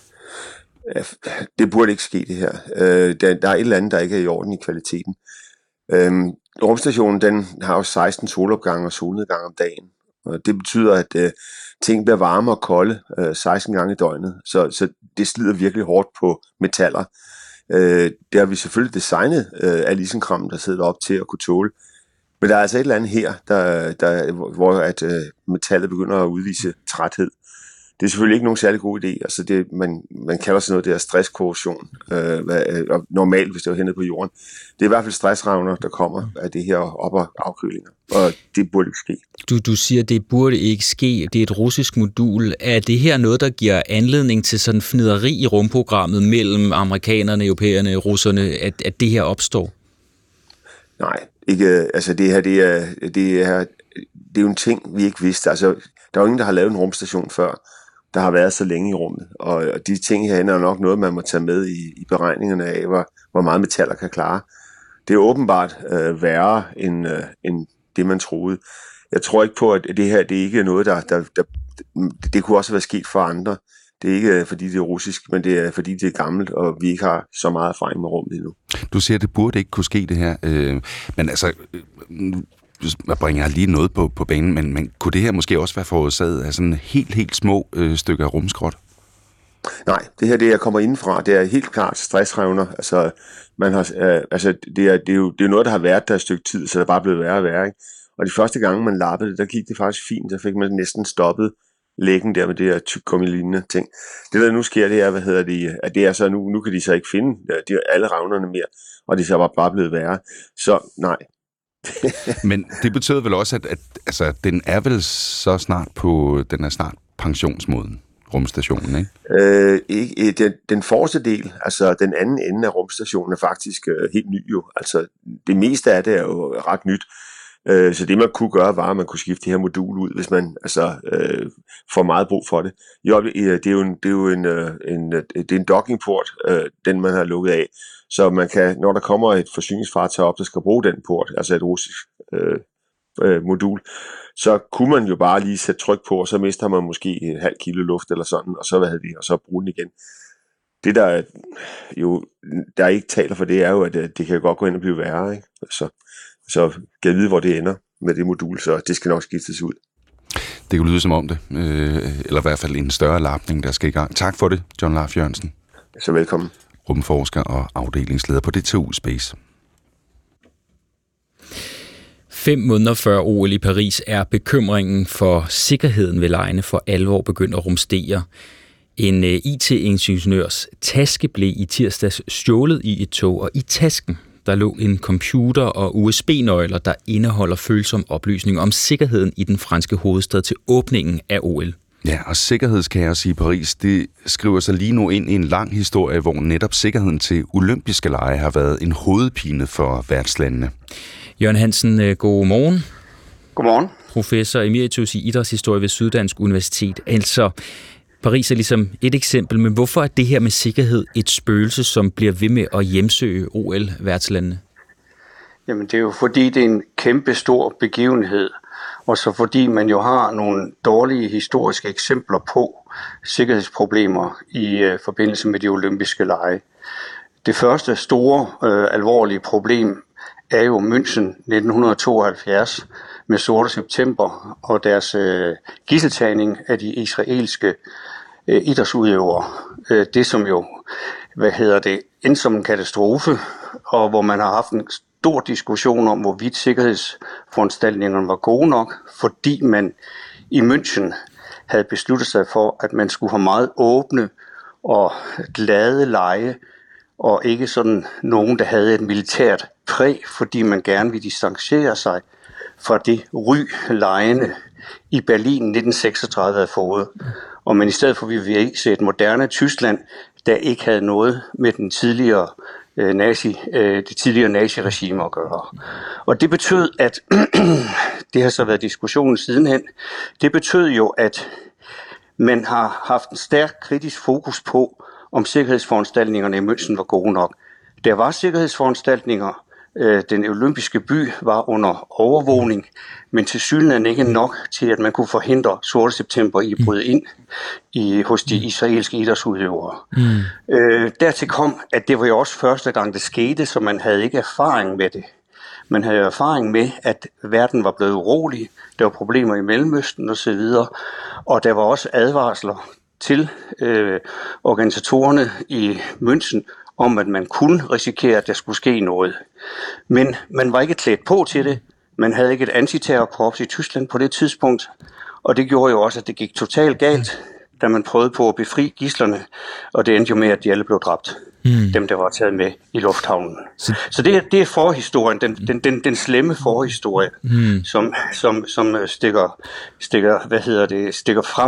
Det burde ikke ske, det her. Øh, der, der er et eller andet, der ikke er i orden i kvaliteten. Øhm, rumstationen, den har jo seksten solopgange og solnedgange om dagen. Og det betyder, at øh, ting bliver varme og kolde øh, seksten gange i døgnet. Så, så det slider virkelig hårdt på metaller. Øh, det har vi selvfølgelig designet øh, af Isenkram, der sidder op til at kunne tåle. Men der er altså et eller andet her, der, der, hvor at, øh, metallet begynder at udvise træthed. Det er selvfølgelig ikke nogen særlig god idé. Altså det, man, man kalder sådan noget der stresskorrosion. Øh, og normalt, hvis det var henne på jorden. Det er i hvert fald stressravner, der kommer af det her op- og afkølinger. Og det burde ikke ske. Du, du siger, at det burde ikke ske. Det er et russisk modul. Er det her noget, der giver anledning til sådan fnideri i rumprogrammet mellem amerikanerne, europæerne, russerne, at, at det her opstår? Nej, ikke. Altså det her, det er, det er, det er jo en ting, vi ikke vidste. Altså, der er jo ingen, der har lavet en rumstation før, der har været så længe i rummet. Og, og de ting her er nok noget, man må tage med i, i beregningerne af, hvor, hvor meget metaller kan klare. Det er åbenbart øh, værre end, øh, end det, man troede. Jeg tror ikke på, at det her det ikke er noget, der, der, der... Det kunne også være sket for andre. Det er ikke fordi, det er russisk, men det er fordi, det er gammelt, og vi ikke har så meget erfaring med rummet endnu. Du siger, at det burde ikke kunne ske, det her. Øh, men altså... Jeg bringer lige noget på, på banen, men, men kunne det her måske også være forårsaget af sådan helt, helt små øh, stykker rumskrot? Nej, det her, det jeg kommer indenfra, det er helt klart stressrevner. Altså, man har, øh, altså det, er, det, er jo, det er jo noget, der har været der et stykke tid, så det er bare blevet værre og værre. Ikke? Og de første gange, man lappede det, der gik det faktisk fint. Der fik man næsten stoppet læggen der med det her tyggegummi-lignende ting. Det, der nu sker, det er, hvad hedder det, at det er så nu, nu kan de så ikke finde de, alle revnerne mere, og det er så bare, bare blevet værre. Så nej. Men det betyder vel også, at, at altså, den er vel så snart på, den er snart pensionsmoden, rumstationen, ikke? Øh, ikke den, den forreste del, altså den anden ende af rumstationen er faktisk øh, helt ny jo. Altså det meste af det er jo ret nyt. Øh, så det man kunne gøre var, at man kunne skifte det her modul ud, hvis man altså øh, får meget brug for det. Jo, det er jo en, det er jo en, en, det er en dockingport, øh, den man har lukket af. Så man kan, når der kommer et forsyningsfartøj op, der skal bruge den port, altså et russisk øh, øh, modul, så kunne man jo bare lige sætte tryk på, og så mister man måske et halvt kilo luft eller sådan, og så hvad det, og så bruge den igen. Det der jo, der ikke taler for det, er jo, at det kan godt gå ind og blive værre, ikke? Så, så kan jeg vide, hvor det ender med det modul, så det skal nok skiftes ud. Det kunne lyde som om det, øh, eller i hvert fald en større lapning, der skal i gang. Tak for det, John Larf Jørgensen. Så velkommen. Rumforsker og afdelingsleder på D T U Space. Fem måneder før O L i Paris er bekymringen for sikkerheden ved legene for alvor begyndt at rumstere. En I T-ingeniørs taske blev i tirsdags stjålet i et tog, og i tasken der lå en computer og U S B-nøgler, der indeholder følsomme oplysninger om sikkerheden i den franske hovedstad til åbningen af O L. Ja, og sikkerhedskaos i Paris, det skriver sig lige nu ind i en lang historie, hvor netop sikkerheden til olympiske lege har været en hovedpine for værtslandene. Jørgen Hansen, god morgen. Godmorgen. Professor emeritus i idrætshistorie ved Syddansk Universitet. Altså, Paris er ligesom et eksempel, men hvorfor er det her med sikkerhed et spøgelse, som bliver ved med at hjemsøge O L-værtslandene? Jamen, det er jo fordi, det er en kæmpe stor begivenhed, og så fordi man jo har nogle dårlige historiske eksempler på sikkerhedsproblemer i øh, forbindelse med de olympiske lege. Det første store, øh, alvorlige problem er jo München nitten tooghalvfjerds med sorte september og deres øh, gidseltagning af de israelske øh, idrætsudøvere. Det som jo, hvad hedder det, endte som en katastrofe, og hvor man har haft en stor diskussion om, hvorvidt sikkerhedsforanstaltningerne var gode nok, fordi man i München havde besluttet sig for, at man skulle have meget åbne og glade lege, og ikke sådan nogen, der havde et militært præg, fordi man gerne ville distancere sig fra det ry-lejene i Berlin nitten seksogtredive havde fået. Og man i stedet for ville se et moderne Tyskland, der ikke havde noget med den tidligere øh, nazi, øh, det tidligere naziregime at gøre. Og det betød, at det har så været diskussionen sidenhen, det betød jo, at man har haft en stærk kritisk fokus på, om sikkerhedsforanstaltningerne i München var gode nok. Der var sikkerhedsforanstaltninger. Den olympiske by var under overvågning, men tilsyneladende ikke nok til, at man kunne forhindre sorte september i at bryde ind i, hos de israelske idrætsudøvere. Mm. Øh, dertil kom, at det var jo også første gang, det skete, så man havde ikke erfaring med det. Man havde erfaring med, at verden var blevet urolig, der var problemer i Mellemøsten osv., og der var også advarsler til øh, organisatorerne i München om, at man kunne risikere, at der skulle ske noget. Men man var ikke klædt på til det. Man havde ikke et antiterrorkorps i Tyskland på det tidspunkt, og det gjorde jo også, at det gik totalt galt, da man prøvede på at befri gidslerne, og det endte jo med, at de alle blev dræbt. Mm. Dem, der var taget med i lufthavnen. Så, Så det, er, det er forhistorien, den, den, den, den slemme forhistorie, mm. som, som, som stikker, stikker, hvad hedder det, stikker frem.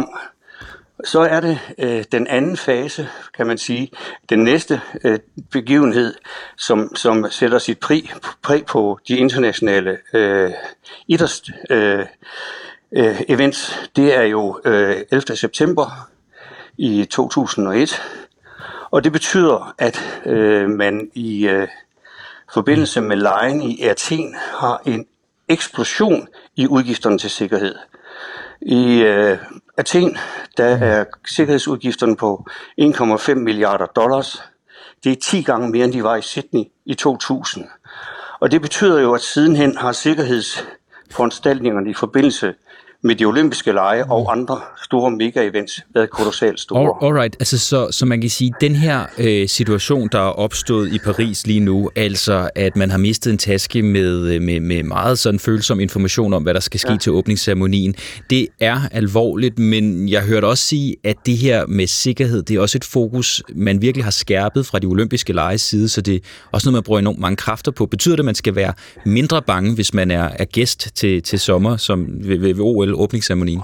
Så er det øh, den anden fase, kan man sige, den næste øh, begivenhed, som, som sætter sit præg, præg på de internationale øh, idræts øh, øh, events. Det er jo øh, ellevte september i to tusind og et, og det betyder, at øh, man i øh, forbindelse med legen i Athen har en eksplosion i udgifterne til sikkerhed. I øh, Athen, der er sikkerhedsudgifterne på en komma fem milliarder dollars. Det er ti gange mere, end de var i Sydney i to tusind. Og det betyder jo, at sidenhen har sikkerhedsforanstaltningerne i forbindelse med de olympiske lege og andre store mega-events været kolossalt store. All, alright, altså så, så man kan sige, den her øh, situation, der er opstået i Paris lige nu, altså at man har mistet en taske med, med, med meget sådan følsom information om, hvad der skal ske ja. til åbningsceremonien, det er alvorligt, men jeg hørte også sige, at det her med sikkerhed, det er også et fokus, man virkelig har skærpet fra de olympiske leges side, så det er også noget, man bruger enormt mange kræfter på. Betyder det, at man skal være mindre bange, hvis man er, er gæst til, til sommer, som ved, ved O L åbningsceremonien?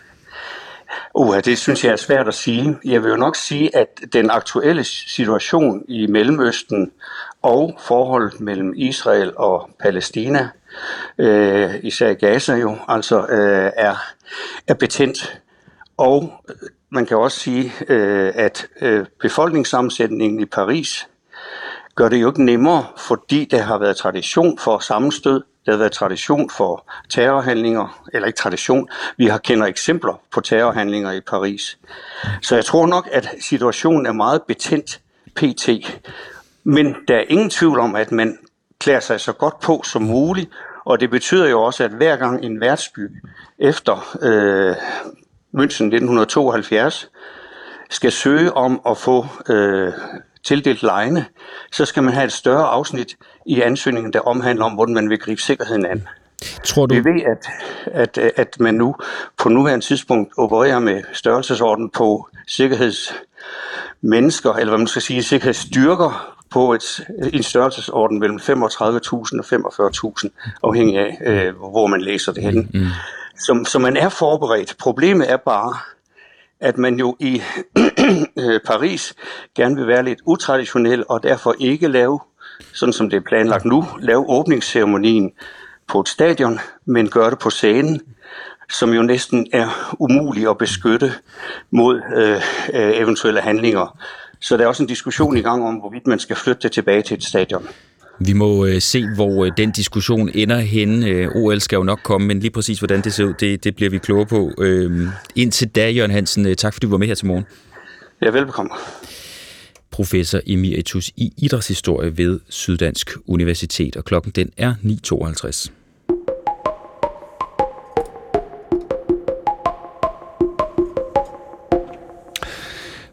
Uh, det synes jeg er svært at sige. Jeg vil jo nok sige, at den aktuelle situation i Mellemøsten og forholdet mellem Israel og Palæstina, øh, især Gaza jo, altså øh, er, er betændt. Og man kan også sige, øh, at øh, befolkningssammensætningen i Paris gør det jo ikke nemmere, fordi der har været tradition for sammenstød. Der har været tradition for terrorhandlinger, eller ikke tradition, vi har kender eksempler på terrorhandlinger i Paris. Så jeg tror nok, at situationen er meget betændt pt. Men der er ingen tvivl om, at man klæder sig så godt på som muligt, og det betyder jo også, at hver gang en værtsby efter øh, München nitten tooghalvfjerds skal søge om at få øh, tildelt lejene, så skal man have et større afsnit i ansøgningen, der omhandler om, hvordan man vil gribe sikkerheden an. Tror du? Vi ved, at, at, at man nu på nuværende tidspunkt opererer med størrelsesorden på sikkerhedsmennesker, eller hvad man skal sige, sikkerhedsstyrker på et, en størrelsesorden mellem femogtredive tusind og femogfyrre tusind, afhængig af, øh, hvor man læser det henne. Mm. Så, så man er forberedt. Problemet er bare, at man jo i Paris gerne vil være lidt utraditionel, og derfor ikke lave, sådan som det er planlagt nu, lave åbningsceremonien på et stadion, men gøre det på scenen, som jo næsten er umuligt at beskytte mod øh, eventuelle handlinger. Så der er også en diskussion i gang om, hvorvidt man skal flytte det tilbage til et stadion. Vi må øh, se, hvor øh, den diskussion ender henne. Øh, O L skal jo nok komme, men lige præcis, hvordan det ser ud, det, det bliver vi klogere på. Øh, indtil da, Jørgen Hansen, øh, tak fordi du var med her til morgen. Ja, velbekomme. Professor emeritus i idrætshistorie ved Syddansk Universitet, og klokken den er ni tooghalvtreds.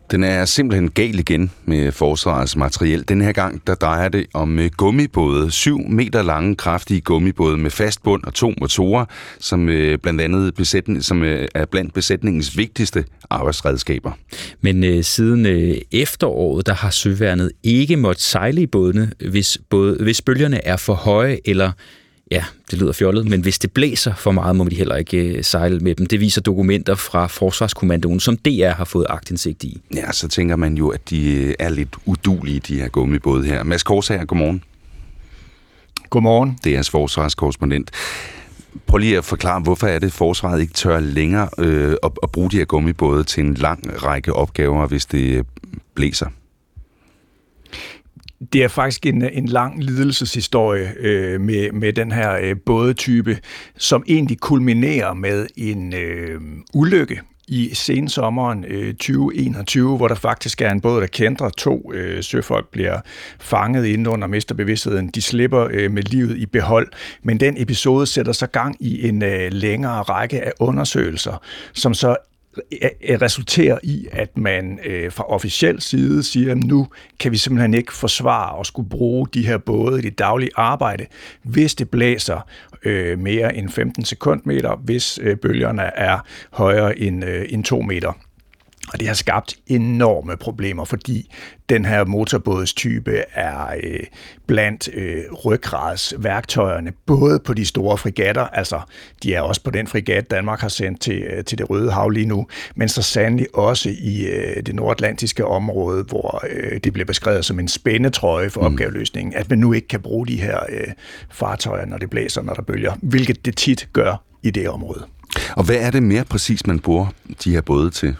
Den er simpelthen gal igen med forsvarets materiel. Den her gang, der drejer det om gummibåde. Syv meter lange, kraftige gummibåde med fast bund og to motorer, som blandt andet besætning, som er blandt besætningens vigtigste arbejdsredskaber. Men øh, siden øh, efteråret, der har Søværnet ikke måttet sejle i bådene, hvis, både, hvis bølgerne er for høje eller... Ja, det lyder fjollet, men hvis det blæser for meget, må de heller ikke sejle med dem. Det viser dokumenter fra Forsvarskommandoen, som D R har fået aktindsigt i. Ja, så tænker man jo, at de er lidt udulige, de her gummibåde her. Mads Korsager, godmorgen. Godmorgen. D R's forsvarskorrespondent. Prøv lige at forklare, hvorfor er det, at forsvaret ikke tør længere øh, at, at bruge de her gummibåde til en lang række opgaver, hvis det blæser? Det er faktisk en, en lang lidelseshistorie øh, med, med den her øh, bådetype, som egentlig kulminerer med en øh, ulykke i sensommeren øh, tyve enogtyve, hvor der faktisk er en båd, der kæntrer. To øh, søfolk bliver fanget indenunder og mister bevidstheden. De slipper øh, med livet i behold. Men den episode sætter så gang i en øh, længere række af undersøgelser, som så resulterer i, at man øh, fra officiel side siger, at nu kan vi simpelthen ikke forsvare at skulle bruge de her både i det daglige arbejde, hvis det blæser øh, mere end femten sekundmeter, hvis øh, bølgerne er højere end, øh, end to meter. Og det har skabt enorme problemer, fordi den her motorbådstype er øh, blandt øh, ryggradsværktøjerne, både på de store fregatter, altså de er også på den fregat, Danmark har sendt til, øh, til det Røde Hav lige nu, men så sandelig også i øh, det nordatlantiske område, hvor øh, det bliver beskrevet som en spændetrøje for mm. opgaveløsningen, at man nu ikke kan bruge de her øh, fartøjer, når det blæser, når der bølger, hvilket det tit gør i det område. Og hvad er det mere præcis, man bruger de her både til?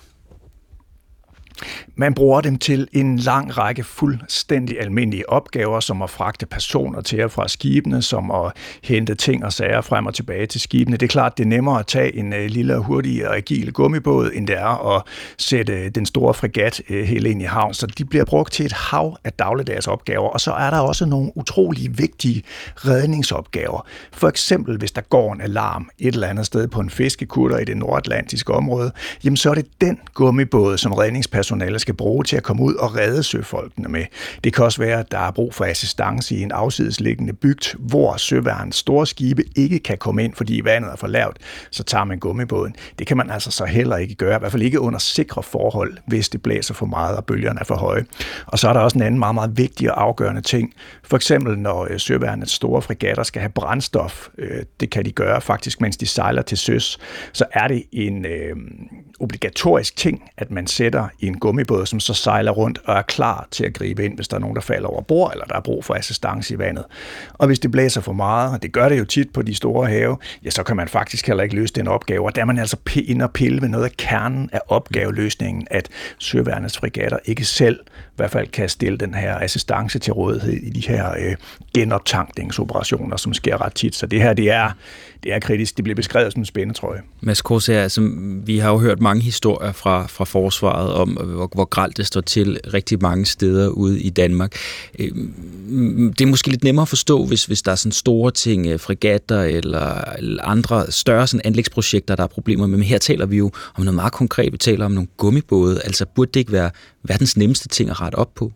Man bruger dem til en lang række fuldstændig almindelige opgaver, som at fragte personer til og fra skibene, som at hente ting og sager frem og tilbage til skibene. Det er klart, det er nemmere at tage en uh, lille, hurtig og agil gummibåd, end det er at sætte uh, den store fregat uh, helt ind i havn. Så de bliver brugt til et hav af dagligdags opgaver, og så er der også nogle utrolig vigtige redningsopgaver. For eksempel, hvis der går en alarm et eller andet sted på en fiskekutter i det nordatlantiske område, jamen så er det den gummibåd, som redningspersoner skal bruge til at komme ud og redde søfolkene med. Det kan også være, at der er brug for assistance i en afsidesliggende bygd, hvor søværnets store skibe ikke kan komme ind, fordi vandet er for lavt, så tager man gummibåden. Det kan man altså så heller ikke gøre, i hvert fald ikke under sikre forhold, hvis det blæser for meget og bølgerne er for høje. Og så er der også en anden meget, meget vigtig og afgørende ting. For eksempel, når søværnets store fregatter skal have brændstof, det kan de gøre faktisk, mens de sejler til søs, så er det en øh, obligatorisk ting, at man sætter i en gummibåd, som så sejler rundt og er klar til at gribe ind, hvis der er nogen, der falder over bord, eller der er brug for assistance i vandet. Og hvis det blæser for meget, og det gør det jo tit på de store have, ja, så kan man faktisk heller ikke løse den opgave, og der er man altså inde og pille ved noget af kernen af opgaveløsningen, at søværnets fregatter ikke selv i hvert fald kan stille den her assistance til rådighed i de her øh, genoptankningsoperationer, som sker ret tit. Så det her, det er, det er kritisk. Det bliver beskrevet som en spændetrøje. Mads Korsager, altså, vi har jo hørt mange historier fra, fra forsvaret om, hvor, hvor grelt det står til rigtig mange steder ude i Danmark. Det er måske lidt nemmere at forstå, hvis, hvis der er sådan store ting, fregatter eller, eller andre større sådan anlægsprojekter, der er problemer med. Men her taler vi jo om noget meget konkret. Vi taler om nogle gummibåde. Altså burde det ikke være verdens nemmeste ting at rette op på?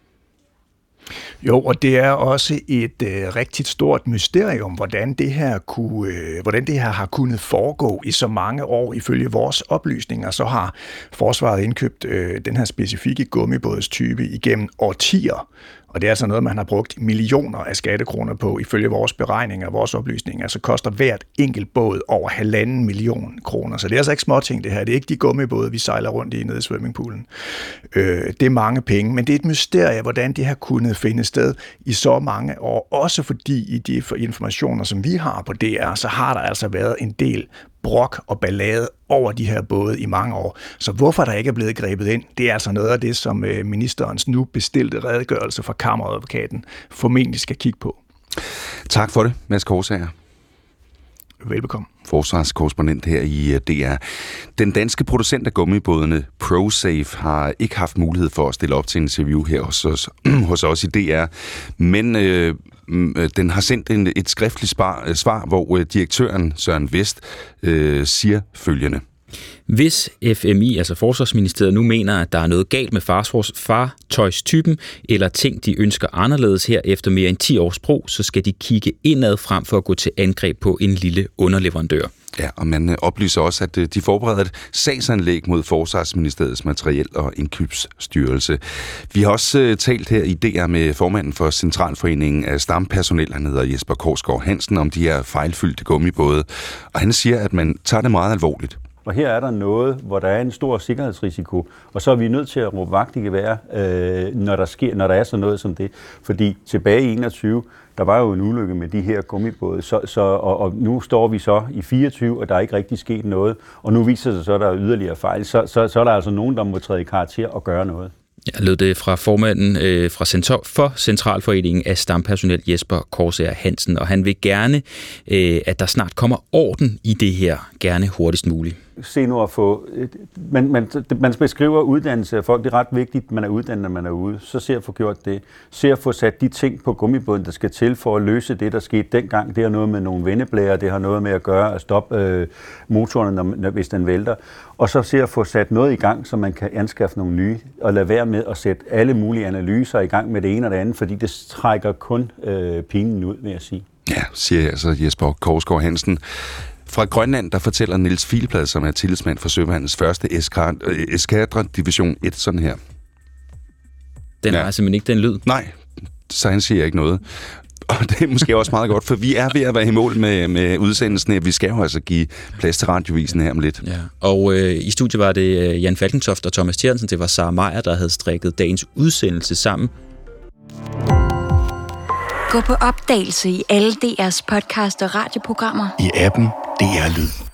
Jo, og det er også et øh, rigtig stort mysterium, hvordan det her kunne, øh, hvordan det her har kunnet foregå i så mange år. Ifølge vores oplysninger, så har forsvaret indkøbt øh, den her specifikke gummibådstype igennem årtier. Og det er altså noget, man har brugt millioner af skattekroner på. Ifølge vores beregninger og vores oplysninger, så koster hvert enkelt båd over halvanden million kroner. Så det er altså ikke småting det her. Det er ikke de gummibåde, vi sejler rundt i nede i swimmingpoolen. Øh, det er mange penge, men det er et mysterie, hvordan det har kunnet finde sted i så mange år. Også fordi i de informationer, som vi har på D R, så har der altså været en del brok og ballade over de her både i mange år. Så hvorfor der ikke er blevet grebet ind, det er altså noget af det, som ministerens nu bestilte redegørelse fra Kammeradvokaten formentlig skal kigge på. Tak for det, Mads Korsager. Velbekomme. Forsvarskorrespondent her i D R. Den danske producent af gummibådene ProSafe har ikke haft mulighed for at stille op til en interview her hos os, hos os i D R, men øh, den har sendt en, et skriftligt svar, svar, hvor direktøren Søren Vest øh, siger følgende. Hvis F M I, altså Forsvarsministeriet, nu mener, at der er noget galt med fartøjstypen eller ting, de ønsker anderledes her efter mere end ti års brug, så skal de kigge indad frem for at gå til angreb på en lille underleverandør. Ja, og man oplyser også, at de forbereder et sagsanlæg mod Forsvarsministeriets materiel- og indkøbsstyrelse. Vi har også talt her i D R med formanden for Centralforeningen af Stampersonel, han hedder Jesper Korsgaard Hansen, om de her fejlfyldte gummibåde. Og han siger, at man tager det meget alvorligt. Og her er der noget, hvor der er en stor sikkerhedsrisiko, og så er vi nødt til at råbe vagt i gevær, øh, når der sker, når der er sådan noget som det. Fordi tilbage i enogtyve, der var jo en ulykke med de her gummibåde, så, så, og, og nu står vi så i fireogtyve, og der er ikke rigtig sket noget, og nu viser det sig så, at der er yderligere fejl. Så, så, så er der altså nogen, der må træde i karakter og gøre noget. Jeg lød det fra formanden øh, fra Center for Centralforeningen af Stampersonel, Jesper Korsgaard Hansen, og han vil gerne, øh, at der snart kommer orden i det her, gerne hurtigst muligt. Se nu at få... Man, man, man beskriver uddannelse af folk. Det er ret vigtigt, at man er uddannet, når man er ude. Så se at få gjort det. Se at få sat de ting på gummibåden, der skal til for at løse det, der skete dengang. Det har noget med nogle vendeblærer, det har noget med at gøre at stoppe øh, motoren, når, hvis den vælter. Og så se at få sat noget i gang, så man kan anskaffe nogle nye. Og lade være med at sætte alle mulige analyser i gang med det ene og det andet, fordi det trækker kun øh, pinen ud, vil jeg sige. Ja, siger altså Jesper Korsgaard Hansen. Fra Grønland, der fortæller Niels Filblad, som er tillidsmand for Søværnets første eskadre, division et, sådan her. Den har ja. simpelthen ikke den lyd. Nej, så han siger ikke noget. Og det er måske også meget godt, for vi er ved at være i mål med, med udsendelsen. Vi skal jo altså give plads til radiovisen her om lidt. Ja. Og øh, i studiet var det Jan Falkentoft og Thomas Thiersen. Det var Sara Meyer, der havde strikket dagens udsendelse sammen. Gå på opdagelse i alle D R's podcast og radioprogrammer. I appen D R Lyd.